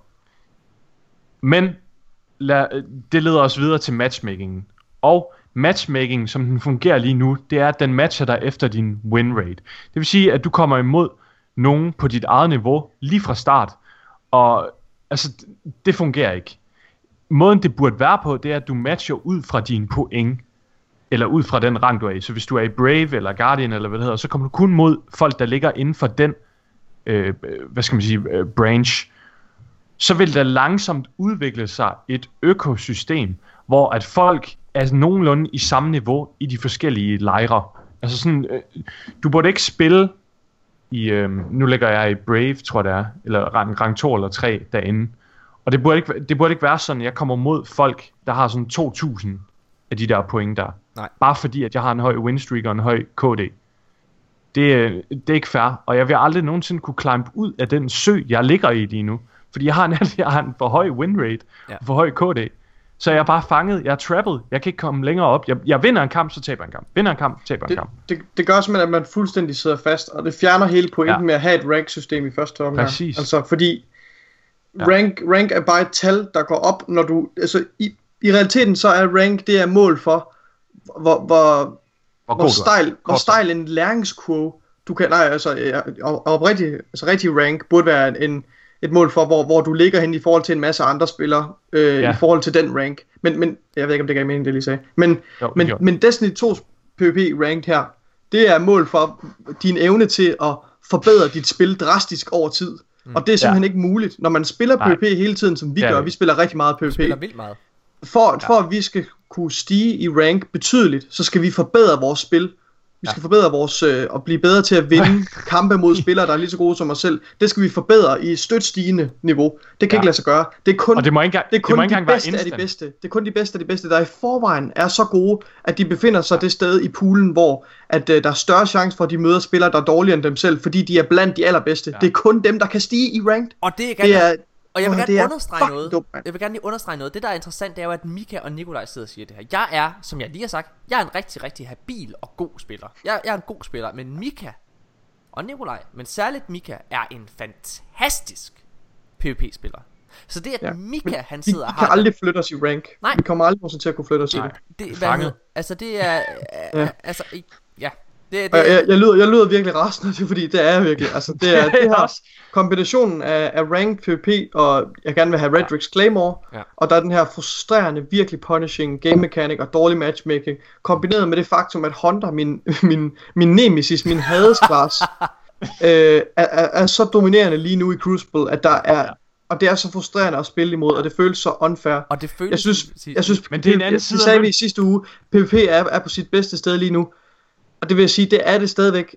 Men lad, det leder os videre til matchmakingen. Og matchmaking, som den fungerer lige nu, det er, at den matcher dig efter din win rate. Det vil sige, at du kommer imod nogen på dit eget niveau lige fra start. Og altså, det fungerer ikke. Måden det burde være på, det er, at du matcher ud fra dine point. Eller ud fra den rang, du er i. Så hvis du er i Brave eller Guardian, eller hvad det hedder, så kommer du kun mod folk, der ligger inden for den, øh, hvad skal man sige, øh, branch. Så vil der langsomt udvikle sig et økosystem, hvor at folk er nogenlunde i samme niveau i de forskellige lejre. Altså sådan, øh, du burde ikke spille i, øh, nu ligger jeg i Brave, tror jeg det er, eller rang, rang to eller tre derinde. Og det burde, ikke, det burde ikke være sådan, at jeg kommer mod folk, der har sådan to tusind af de der point der. Nej. Bare fordi, at jeg har en høj winstreak og en høj K D. Det, det er ikke fair, og jeg vil aldrig nogensinde kunne climbe ud af den sø, jeg ligger i lige nu. Fordi jeg har en, jeg har en for høj winrate, Ja. og for høj K D. Så jeg er bare fanget, jeg er trapped, jeg kan ikke komme længere op. Jeg, jeg vinder en kamp, så taber jeg en kamp. Vinder en kamp, taber en Det, kamp. det, det gør simpelthen, at man fuldstændig sidder fast, og det fjerner hele pointen Ja. med at have et rank-system i første omgang. Præcis. Altså, fordi Ja. rank, rank er bare et tal, der går op, når du... Altså, i, i realiteten så er rank, det er mål for, hvor, hvor, Hvor hvor, god du er. stejl, hvor Kort stejl en læringskurve du kan... Nej, altså, ja, og, og rigtig, altså rigtig rank burde være en, et mål for, hvor, hvor du ligger hen i forhold til en masse andre spillere, øh, Ja. i forhold til den rank. Men, men jeg ved ikke, om det gav mening, det jeg lige sagde. Men, Jo, det men, gjorde det. men Destiny to's PvP-ranked her, det er mål for din evne til at forbedre dit spil drastisk over tid. Mm. Og det er simpelthen Ja. ikke muligt, når man spiller Nej. PvP hele tiden, som vi Det er gør. det. Vi spiller rigtig meget PvP. Spiller vildt meget. For, for at vi skal kunne stige i rank betydeligt, så skal vi forbedre vores spil. Vi skal ja. forbedre vores, øh, og blive bedre til at vinde kampe mod spillere, der er lige så gode som os selv. Det skal vi forbedre i støt stigende niveau. Det kan Ja. ikke lade sig gøre. Det er kun, Og det må ikke engang, det er kun det må de ikke engang være bedste af de instant. bedste. Det er kun de bedste af de bedste, der i forvejen er så gode, at de befinder sig det sted i poolen, hvor at, øh, der er større chance for, at de møder spillere, der er dårligere end dem selv, fordi de er blandt de allerbedste. Ja. Det er kun dem, der kan stige i ranked. Og det er, Det er, og jeg vil Åh, gerne det er understrege fucking noget. dumt, mand. Jeg vil gerne lige understrege noget. Det der er interessant, det er jo at Mika og Nikolaj sidder og siger det her. Jeg er, som jeg lige har sagt, jeg er en rigtig, rigtig habil og god spiller. Jeg, jeg er en god spiller, men Mika og Nikolaj, men særligt Mika, er en fantastisk PvP-spiller. Så det at Ja. Mika han vi, sidder og vi kan har aldrig flytte os i rank. Nej. Vi kommer aldrig nogensinde til at kunne flytte os i det. det, hvad fanget. hedder, altså det er Ja. altså ja. Det, Og det, jeg, jeg, lyder, jeg lyder virkelig rasende, det er fordi det er jeg virkelig. Altså det er det Jeg her også. kombinationen af, af ranked PvP, og jeg gerne vil have Redrix Claymore, Ja. og der er den her frustrerende, virkelig punishing game mechanic og dårlig matchmaking, kombineret med det faktum, at Hunter, min, min, min nemesis, min hadesklasse, øh, er, er, er så dominerende lige nu i Crucible, at der er, og det er så frustrerende at spille imod, og det føles så unfair. og det føles Jeg synes, jeg synes Men det er en anden det, side det af sagde vi mønten. i sidste uge, PvP er, er på sit bedste sted lige nu. Og det vil jeg sige, det er det stadigvæk.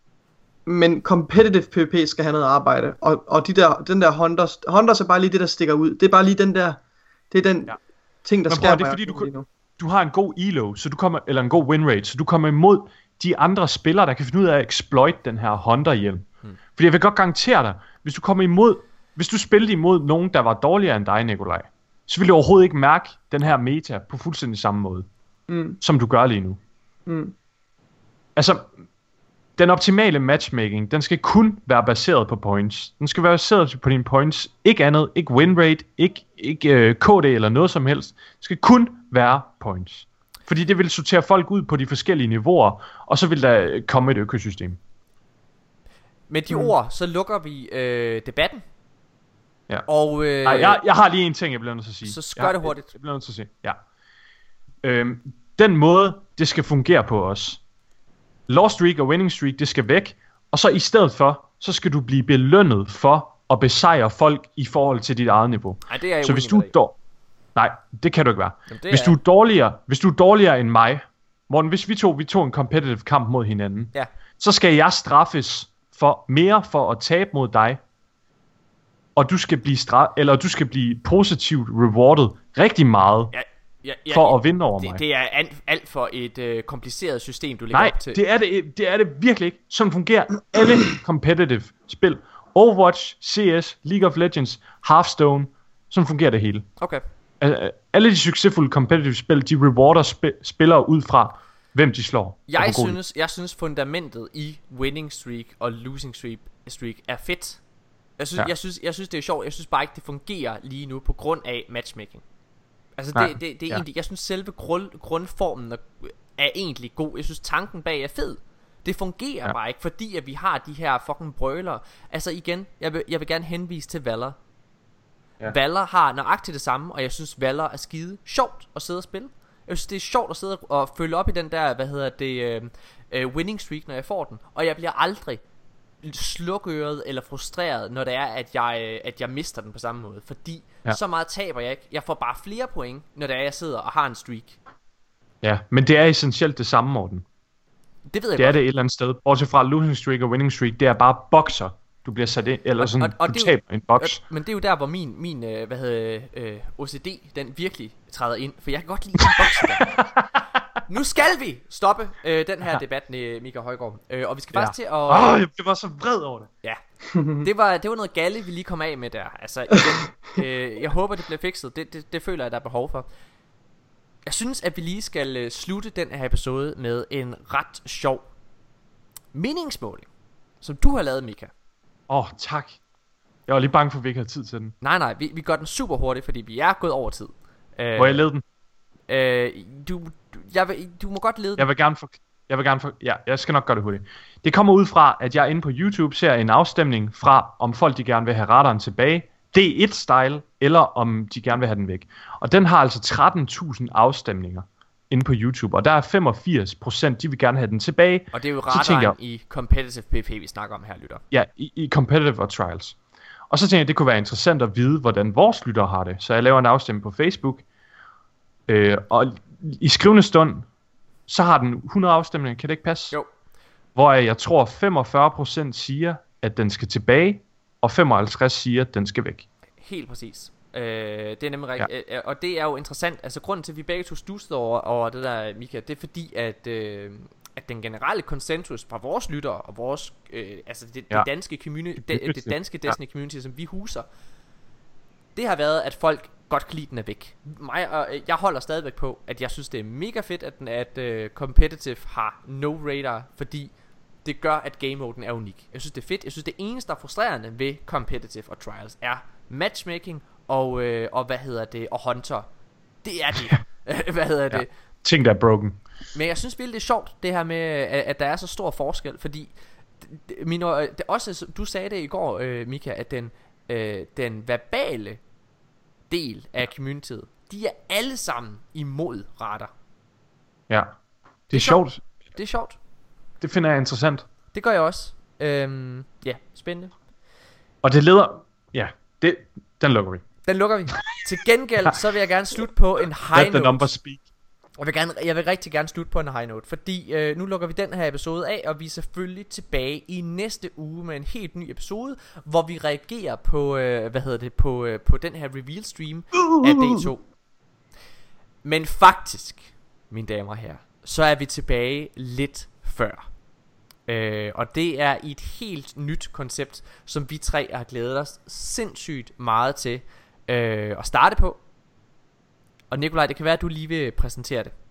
Men competitive PvP skal have noget arbejde. Og, og de der, den der Hunters, Hunters er bare lige det, der stikker ud. Det er bare lige den der, det er den Ja. ting, der Men sker. prøv, det er fordi, du, lige nu. du har en god elo, så du kommer, eller en god winrate, så du kommer imod de andre spillere, der kan finde ud af at exploit den her Hunter-hjelm. Hmm. Fordi jeg vil godt garantere dig, hvis du kommer imod, hvis du spillede imod nogen, der var dårligere end dig, Nikolaj, så vil du overhovedet ikke mærke den her meta på fuldstændig samme måde, Mm. som du gør lige nu. Mm. Altså, den optimale matchmaking, den skal kun være baseret på points. Den skal være baseret på dine points. Ikke andet, ikke winrate, ikke, ikke uh, K D eller noget som helst. Det skal kun være points. Fordi det vil sortere folk ud på de forskellige niveauer, og så vil der komme et økosystem. med de mm. ord så lukker vi øh, debatten. Ja. Og øh, Nej, jeg, jeg har lige en ting, jeg bliver nødt til at sige. Så gør jeg, det hurtigt. Jeg, jeg bliver nødt til at sige, ja. Øhm, den måde, det skal fungere på os. Lost streak og winning streak, det skal væk. Og så i stedet for, så skal du blive belønnet for at besejre folk i forhold til dit eget niveau. Ej, det er jeg Så uenig hvis du med dig i. dår... Nej, det kan du ikke være. Jamen, det Hvis er du er jeg. dårligere, hvis du er dårligere end mig, Morten, hvis vi to, vi tog en competitive kamp mod hinanden, Ja. så skal jeg straffes for mere for at tabe mod dig, og du skal blive stra- eller du skal blive positivt rewarded rigtig meget Ja, ja, ja, for at vinde over mig. det, det er alt, alt for et øh, kompliceret system, du lægger Nej, op til. det er det, det er det virkelig ikke. Sådan fungerer alle competitive spil. Overwatch, C S, League of Legends, Hearthstone, sådan fungerer det hele. Okay. Altså, alle de succesfulde competitive spil, de rewarder sp- spillere ud fra, hvem de slår. og Jeg hvor gode de synes, jeg synes fundamentet i winning streak og losing streak, streak er fedt. Jeg synes, Ja. ja. jeg, synes, jeg synes, det er sjovt. Jeg synes bare ikke, det fungerer lige nu på grund af matchmaking. Altså, Nej, det, det, det er ja. egentlig, jeg synes selve grund, grundformen er, er egentlig god. Jeg synes tanken bag er fed. Det fungerer Ja. ja. bare ikke, fordi at vi har de her fucking brøler. Altså igen, jeg vil, jeg vil gerne henvise til Valor. Ja. Ja. Valor har nøjagtigt det samme, og jeg synes Valor er skide sjovt at sidde og spille. Jeg synes det er sjovt at sidde og følge op i den der, hvad hedder det, øh, øh, winning streak, når jeg får den. Og jeg bliver aldrig slukøret eller frustreret, når det er, at jeg, at jeg mister den på samme måde. Fordi ja. så meget taber jeg ikke. Jeg får bare flere point, når det er, jeg sidder og har en streak. Ja, men det er essentielt det samme, Morten. Det ved jeg Det godt. er det et eller andet sted. Bortset fra losing streak og winning streak, det er bare bokser. Du bliver sat ind, eller sådan, og, og du det er taber jo, en boks. Men det er jo der, hvor min, min øh, hvad hedder øh, O C D, den virkelig træder ind. For jeg kan godt lide de bokser der. Nu skal vi stoppe øh, den her debat med Mika Højgaard. øh, Og vi skal faktisk Ja. til at Åh, jeg var så vred over det. Ja, det var, det var noget galle, vi lige kom af med der. Altså igen, øh, jeg håber det bliver fikset. det, det, det føler jeg, der er behov for. Jeg synes, at vi lige skal øh, slutte den her episode med en ret sjov meningsmåling, som du har lavet, Mika. Åh, oh, tak. Jeg var lige bange for, at vi ikke havde tid til den. Nej, nej, vi, vi gør den super hurtigt, fordi vi er gået over tid. øh, Hvor jeg led den. øh, du, du, jeg vil, du må godt lede den. Jeg vil gerne for, jeg vil gerne for, ja, jeg skal nok gøre det hurtigt. Det kommer ud fra, at jeg inde på YouTube ser en afstemning fra, om folk de gerne vil have radaren tilbage, D et style, eller om de gerne vil have den væk. Og den har altså tretten tusind afstemninger inde på YouTube, og der er femogfirs procent, de vil gerne have den tilbage. Og det er jo Så tænker radaren jeg- i competitive P V P, vi snakker om her, lytter. Ja, i, i competitive og trials. Og så tænker jeg, det kunne være interessant at vide, hvordan vores lyttere har det. Så jeg laver en afstemning på Facebook, øh, og i skrivende stund, så har den hundrede afstemninger, kan det ikke passe? Jo. Hvor jeg tror femogfyrre procent siger, at den skal tilbage, og femoghalvtreds siger, at den skal væk. Helt præcis. Øh, det er nemlig rigtigt. Ja. Øh, og det er jo interessant. Altså grunden til, at vi begge to stussede over, over det der, Mika, det er fordi, at, øh, at den generelle konsensus fra vores lyttere og vores, øh, altså det, Ja. det danske community, det, det danske Destiny ja. community, som vi huser, det har været, at folk godt kan lide, den er væk. Mig og jeg holder stadigvæk på, at jeg synes, det er mega fedt, at, den, at uh, competitive har no radar, fordi det gør, at game moden er unik. Jeg synes, det er fedt. Jeg synes, det eneste, der er frustrerende ved competitive og trials, er matchmaking og, øh, og hvad hedder det, og hunter. Det er det. Hvad hedder Ja. det? Ting, der er broken. Men jeg synes virkelig, det er sjovt, det her med, at, at der er så stor forskel, fordi d- d- min, øh, det, også, du sagde det i går, øh, Mika, at den, øh, den verbale del af communityet, de er alle sammen imod radar. Ja. Det er, Det er sjovt. Det er sjovt. Det finder jeg interessant. Det gør jeg også. Øhm, ja, spændende. Og det leder... Ja, det, den lukker vi. Den lukker vi. Til gengæld, så vil jeg gerne slutte på en high Let the note. number speak. Jeg vil, gerne, jeg vil rigtig gerne slutte på en high note, fordi øh, nu lukker vi den her episode af, og vi er selvfølgelig tilbage i næste uge med en helt ny episode, hvor vi reagerer på, øh, hvad hedder det, på, øh, på den her reveal stream af D to. Men faktisk, mine damer og herrer, så er vi tilbage lidt før. Øh, og det er i et helt nyt koncept, som vi tre har glædet os sindssygt meget til øh, at starte på. Og Nikolaj, det kan være, at du lige vil præsentere det.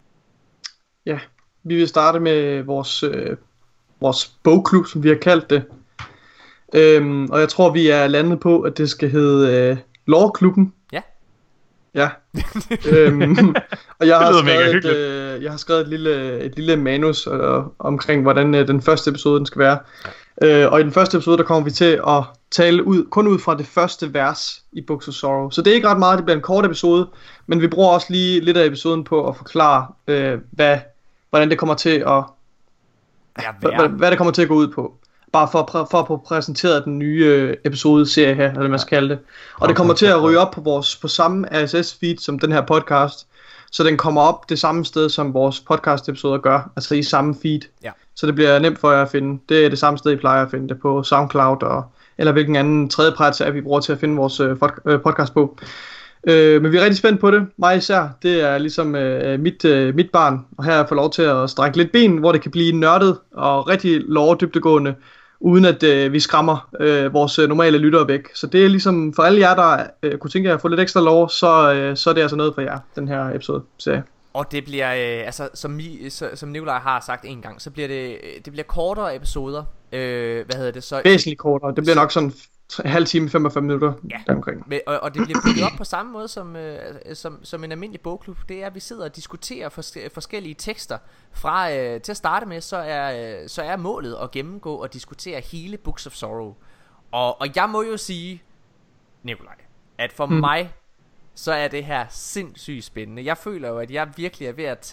Ja, vi vil starte med vores, øh, vores bogklub, som vi har kaldt det. Øhm, og jeg tror, vi er landet på, at det skal hedde øh, Lore-klubben. Ja. Ja. øhm, og jeg har, Det lyder mega skrevet et, hyggeligt. øh, jeg har skrevet et lille, et lille manus øh, omkring, hvordan øh, den første episode den skal være. Ja. Øh, og i den første episode, der kommer vi til at tale ud, kun ud fra det første vers i Books of Sorrow. Så det er ikke ret meget, det bliver en kort episode, men vi bruger også lige lidt af episoden på at forklare, øh, hvad, hvordan det kommer til at, Ja, hvad, hvad det kommer til at gå ud på. Bare for, at præ- for at få præsenteret den nye øh, episode-serie her, eller hvad man skal kalde det. Og det kommer til at ryge op på vores på samme R S S-feed som den her podcast, så den kommer op det samme sted, som vores podcast-episoder gør, altså i samme feed. Ja. Så det bliver nemt for jer at finde. Det er det samme sted, I plejer at finde det på SoundCloud, og, eller hvilken anden tredjeparts-app, vi bruger til at finde vores øh, fod- øh, podcast på. Øh, men vi er rigtig spændt på det. Mig især, det er ligesom øh, mit, øh, mit barn, og her har jeg fået lov til at strække lidt ben, hvor det kan blive nørdet og rigtig lore-dybdegående, uden at øh, vi skræmmer øh, vores øh, normale lyttere væk. Så det er ligesom for alle jer, der øh, kunne tænke jer at få lidt ekstra lore, så, øh, så er det altså noget for jer, den her episode. Så. Og det bliver, øh, altså som, I, så, som Nikolaj har sagt en gang, så bliver det, det bliver kortere episoder. Øh, hvad hedder det så? Væsentligt kortere. Det bliver nok sådan en halv time, femogfyrre minutter Ja. deromkring. Med, og, og det bliver bygget op på samme måde som, øh, som, som en almindelig bogklub. Det er, at vi sidder og diskuterer fors- forskellige tekster. Fra øh, til at starte med, så er, øh, så er målet at gennemgå og diskutere hele Books of Sorrow. Og, og jeg må jo sige, Nikolaj, at for mm. mig, så er det her sindssygt spændende. Jeg føler jo, at jeg virkelig er ved at tage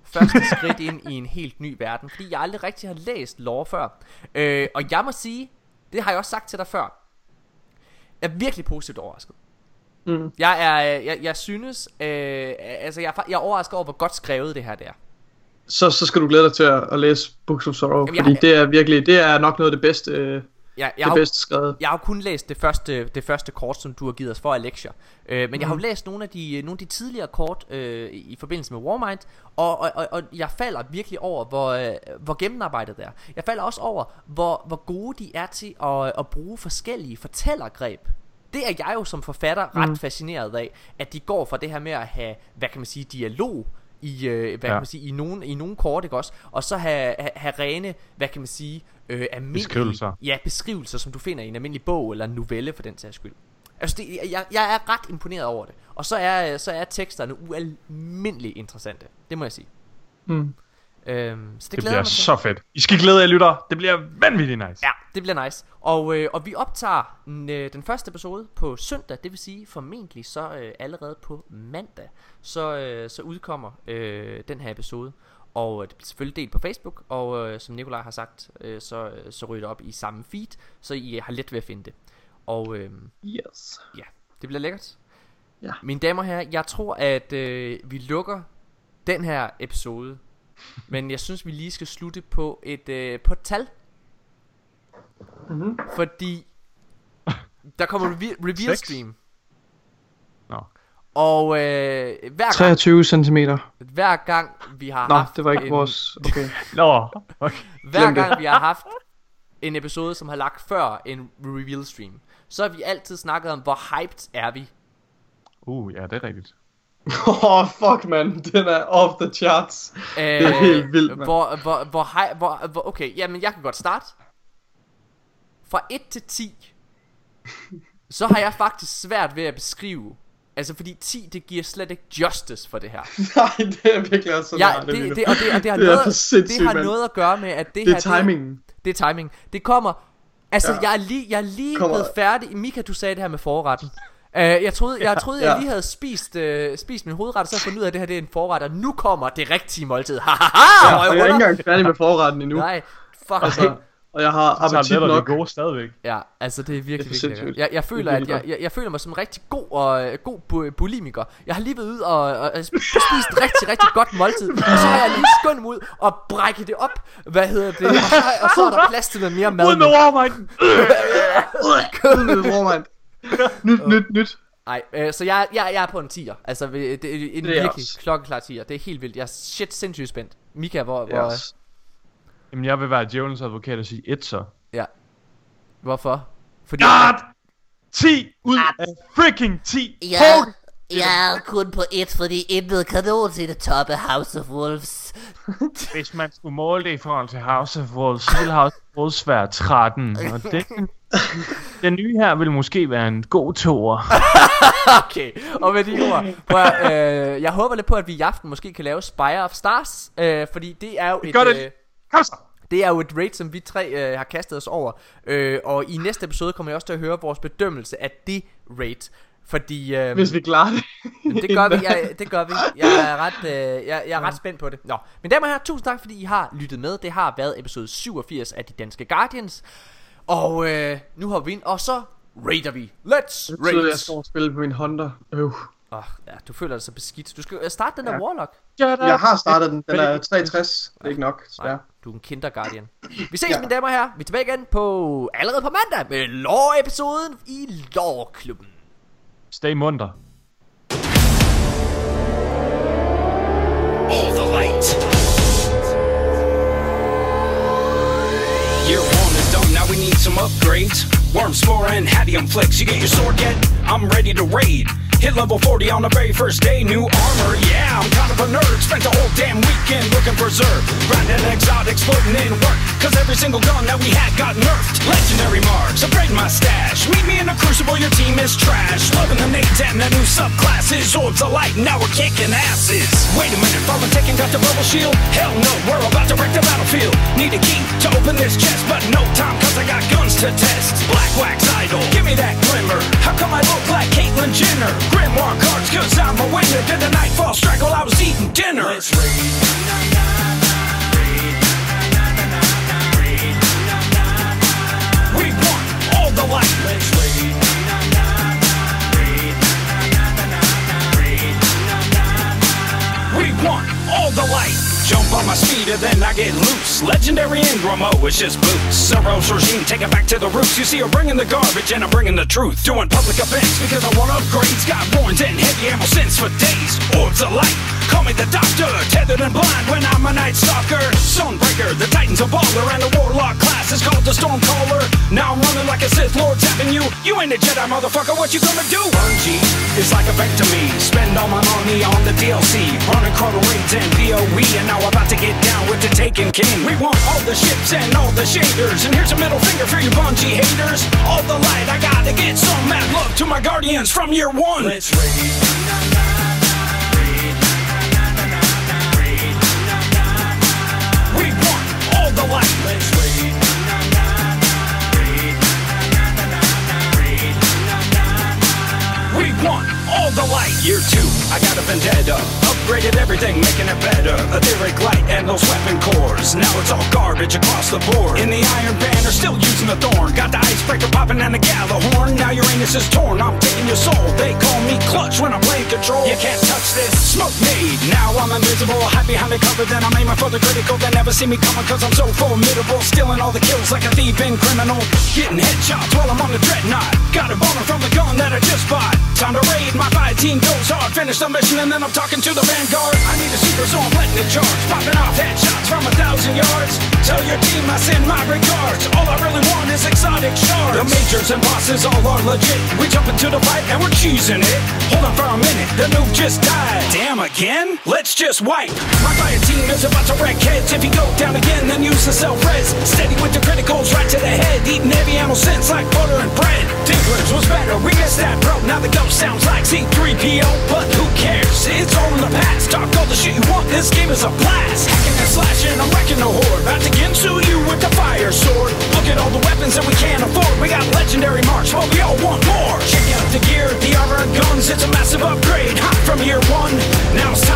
første skridt ind i en helt ny verden, fordi jeg aldrig rigtig har læst lore før. øh, Og jeg må sige, det har jeg også sagt til dig før, jeg er virkelig positivt overrasket. Mm. Jeg er, jeg, jeg synes, øh, altså jeg er, jeg er overrasket over, hvor godt skrevet det her det er. Så, så skal du glæde dig til at, at læse Books of Sorrow. Jamen, jeg- Fordi det er virkelig, det er nok noget af det bedste, øh, Jeg, jeg, det har, bedste skrevet. jeg har jo kun læst det første, det første kort, som du har givet os for Alexia. øh, Men jeg har jo Mhm. læst nogle af de, nogle af de tidligere kort øh, i, i forbindelse med Warmind, og, og, og, og jeg falder virkelig over, hvor, øh, hvor gennemarbejdet det er. Jeg falder også over, hvor, hvor gode de er til at, at bruge forskellige fortællergreb. Det er jeg jo som forfatter ret Mhm. fascineret af, at de går fra det her med at have, hvad kan man sige, dialog i, øh, hvad Ja. kan man sige, i nogle, i nogle kort, ikke også? Og så have, have, have rene, hvad kan man sige, øh, almindelige Beskrivelser. Ja, beskrivelser, som du finder i en almindelig bog eller en novelle for den sags skyld. Altså det, jeg, jeg er ret imponeret over det. Og så er, så er teksterne ualmindeligt interessante. Det må jeg sige. Mm. øhm, Så det, Det glæder bliver mig til. så fedt. I skal glæde jer, lytter. Det bliver vanvittigt nice. Ja, det bliver nice. Og, øh, og vi optager den, øh, den første episode på søndag. Det vil sige formentlig så øh, allerede på mandag. Så, øh, så udkommer øh, den her episode. Og øh, det bliver selvfølgelig delt på Facebook. Og øh, som Nikolaj har sagt, øh, så, øh, så ryger det op i samme feed. Så I har let ved at finde det. Og øh, Yes. ja, det bliver lækkert. Ja. Mine damer og herrer, jeg tror at øh, vi lukker den her episode. Men jeg synes vi lige skal slutte på et, øh, på et tal. Mhm. Fordi der kommer reveal, reveal Seks? stream. Nå. Og øh, hver, gang, treogtyve centimeter. hver gang vi har Nå, haft det var ikke en, vores... Okay. Nå, okay. Hver Glem det. gang vi har haft en episode som har lagt før en reveal stream, så har vi altid snakket om hvor hyped er vi. Uh, ja, det er rigtigt. Åh, oh, fuck, man. Den er off the charts. øh, Det er helt vildt, mand. hvor, hvor, hvor, high, hvor, hvor Okay, jamen jeg kan godt starte. Fra et til ti, så har jeg faktisk svært ved at beskrive. Altså fordi ti, det giver slet ikke justice for det her. Nej, det er virkelig også sådan, Ja, jeg har det, lige nu. det, og det, og det har, Det er noget, for sindssygt, det har mand. noget at gøre med at det, Det her er timingen. det, det er timing. Det kommer. Altså Ja. ja. jeg er lige jeg er lige Kommer- blevet færdig. Mika, du sagde det her med forretten. Uh, jeg troede jeg troede Ja. jeg lige havde spist uh, spist min hovedret, og så fundet ud af at det her det er en forret, og nu kommer det rigtige måltid. Haha. Ja, og jeg er ikke engang færdig med forretten endnu. Nej, fuck. Altså, og jeg har Så er appetit det nok. det gode stadigvæk. Ja, altså det er virkelig, Det er for virkelig sindssygt. lækkert. jeg, jeg føler Det er at virkelig jeg, jeg, jeg føler mig som en rigtig god og øh, god bu- bulimiker. Jeg har lige været ude og, og, og spist et rigtig rigtig godt måltid, og så har jeg lige skyndt mig ud og brækket det op. Hvad hedder det? Og så, og så er der plads til noget mere mad. Ud med nu. Warmind! Ud med Warmind. Nyt, nyt, nyt. Nej, øh, så jeg, jeg, jeg er på en tier. Altså det, det er en Det er virkelig også. klokkeklar tier. Det er helt vildt. Jeg er shit sindssygt spændt. Mika, hvor, hvor Yes. Jamen, jeg vil være djævelens advokat og sige et så. ja. Hvorfor? Fordi God! ti ud af freaking ti! Jeg, jeg er kun på et, fordi intet kan nogensinde toppe House of Wolves. Hvis man skulle måle det i forhold til House of Wolves, så ville House of Wolves være tretten. Og det, den nye her vil måske være en god toer. Okay, og med de ord, prøv, at, øh, jeg håber lidt på, at vi i aften måske kan lave Spire of Stars, øh, fordi det er jo et, gør det. øh, Kom så! det er jo et raid, som vi tre øh, har kastet os over, øh, og i næste episode kommer jeg også til at høre vores bedømmelse af det raid, fordi øh, Hvis vi klarer det. det gør vi, jeg, det gør vi. Jeg er ret, øh, jeg, jeg er ret spændt på det. Nå, men damer og herrer, tusind tak fordi I har lyttet med. Det har været episode syvogfirs af De Danske Guardians, og øh, nu har vi ind, og så raider vi. Let's Jeg tror, jeg raid. skal spille på min Honda. Øh. Oh, ja, du føler dig så beskidt. Du skal øh, starte den der Ja. Warlock. Jeg har startet den. Den er treogtres. Det er ikke nok, Nej, desværre. du er en kinderguardian. Vi ses, Ja. mine damer og herrer. Vi er tilbage igen på allerede på mandag med Lore-episoden i Lore-klubben. Stay munter. All the light. Year one is done, now we need some upgrades. Worm Spore and Hadium Flex, you get your sword yet? I'm ready to raid. Hit level forty on the very first day, new armor, yeah, I'm kind of a nerd. Spent the whole damn weekend looking for Zerg. Grinding exotics, putting in work, cause every single gun that we had got nerfed. Legendary marks, upgrade my stash. Meet me in the Crucible, your team is trash. Loving the nades and the new subclasses. Orbs of light, now we're kicking asses. Wait a minute, Fallen Taken got the bubble shield? Hell no, we're about to wreck the battlefield. Need a key to open this chest, but no time cause I got guns to test. Black Wax Idol, give me that glimmer. How come I look like Caitlyn Jenner? Grimoire cards cause I'm a winner. Did the nightfall strike while I was eating dinner. Let's raid. We want all the light. Let's raid. We want all the light. Jump on my speeder, then I get loose. Legendary Ingramo, it's just boots. Zero's regime, take it back to the roots. You see, I'm bringing the garbage and I'm bringing the truth. Doing public events because I want upgrades. Got warrants and heavy ammo since for days. Orbs of light, call me the doctor. Tethered and blind when I'm a night stalker. Sunbreaker, the Titan's a baller. And the Warlock class is called the Stormcaller. Now I'm running like a Sith Lord tapping you. You ain't a Jedi, motherfucker, what you gonna do? Bungie is like a bank to me. Spend all my money on the D L C. Running Chrono Raids and P O E. And now I'm about to get down with the Taken King. We want all the ships and all the shaders. And here's a middle finger for you Bungie haters. All the light, I gotta get some mad love to my guardians from year one. Let's raid. We want all the light. Let's raid. We want all the light. Year two, I got a vendetta. Upgraded everything, making it better. Etheric light and those weapon cores. Now it's all garbage across the board. In the Iron Banner, still using the thorn. Got the icebreaker popping and the Gallahorn. Now Uranus is torn, I'm taking your soul. They call me clutch when I'm playing control. You can't touch this, smoke made. Now I'm invisible, hide behind the cover. Then I'm aiming for the critical. They never see me coming cause I'm so formidable. Stealing all the kills like a thief and criminal. Getting headshots while I'm on the dreadnought. Got a boner from the gun that I just bought. Time to raid, my five team goes hard. Finish the mission and then I'm talking to the Vanguard. I need a super, so I'm letting it charge. Popping off headshots from a thousand yards. Tell your team I send my regards. All I really want is exotic shards. The majors and bosses all are legit. We jump into the fight and we're cheesing it. Hold on for a minute, the noob just died. Damn again? Let's just wipe. My fire team is about to wreck heads. If you go down again, then use the self-res. Steady with the criticals right to the head. Eating heavy ammo since like butter and bread. Tinklers was better, we missed that bro. Now the ghost sounds like C three P O, but who cares? It's all in the past. Talk all the shit you want, this game is a blast. Hacking and slashing, I'm wrecking the horde. About to Ginsu you with the fire sword. Look at all the weapons that we can't afford. We got legendary marks, but we all want more. Check out the gear, the armor and guns. It's a massive upgrade, hot from year one. Now it's time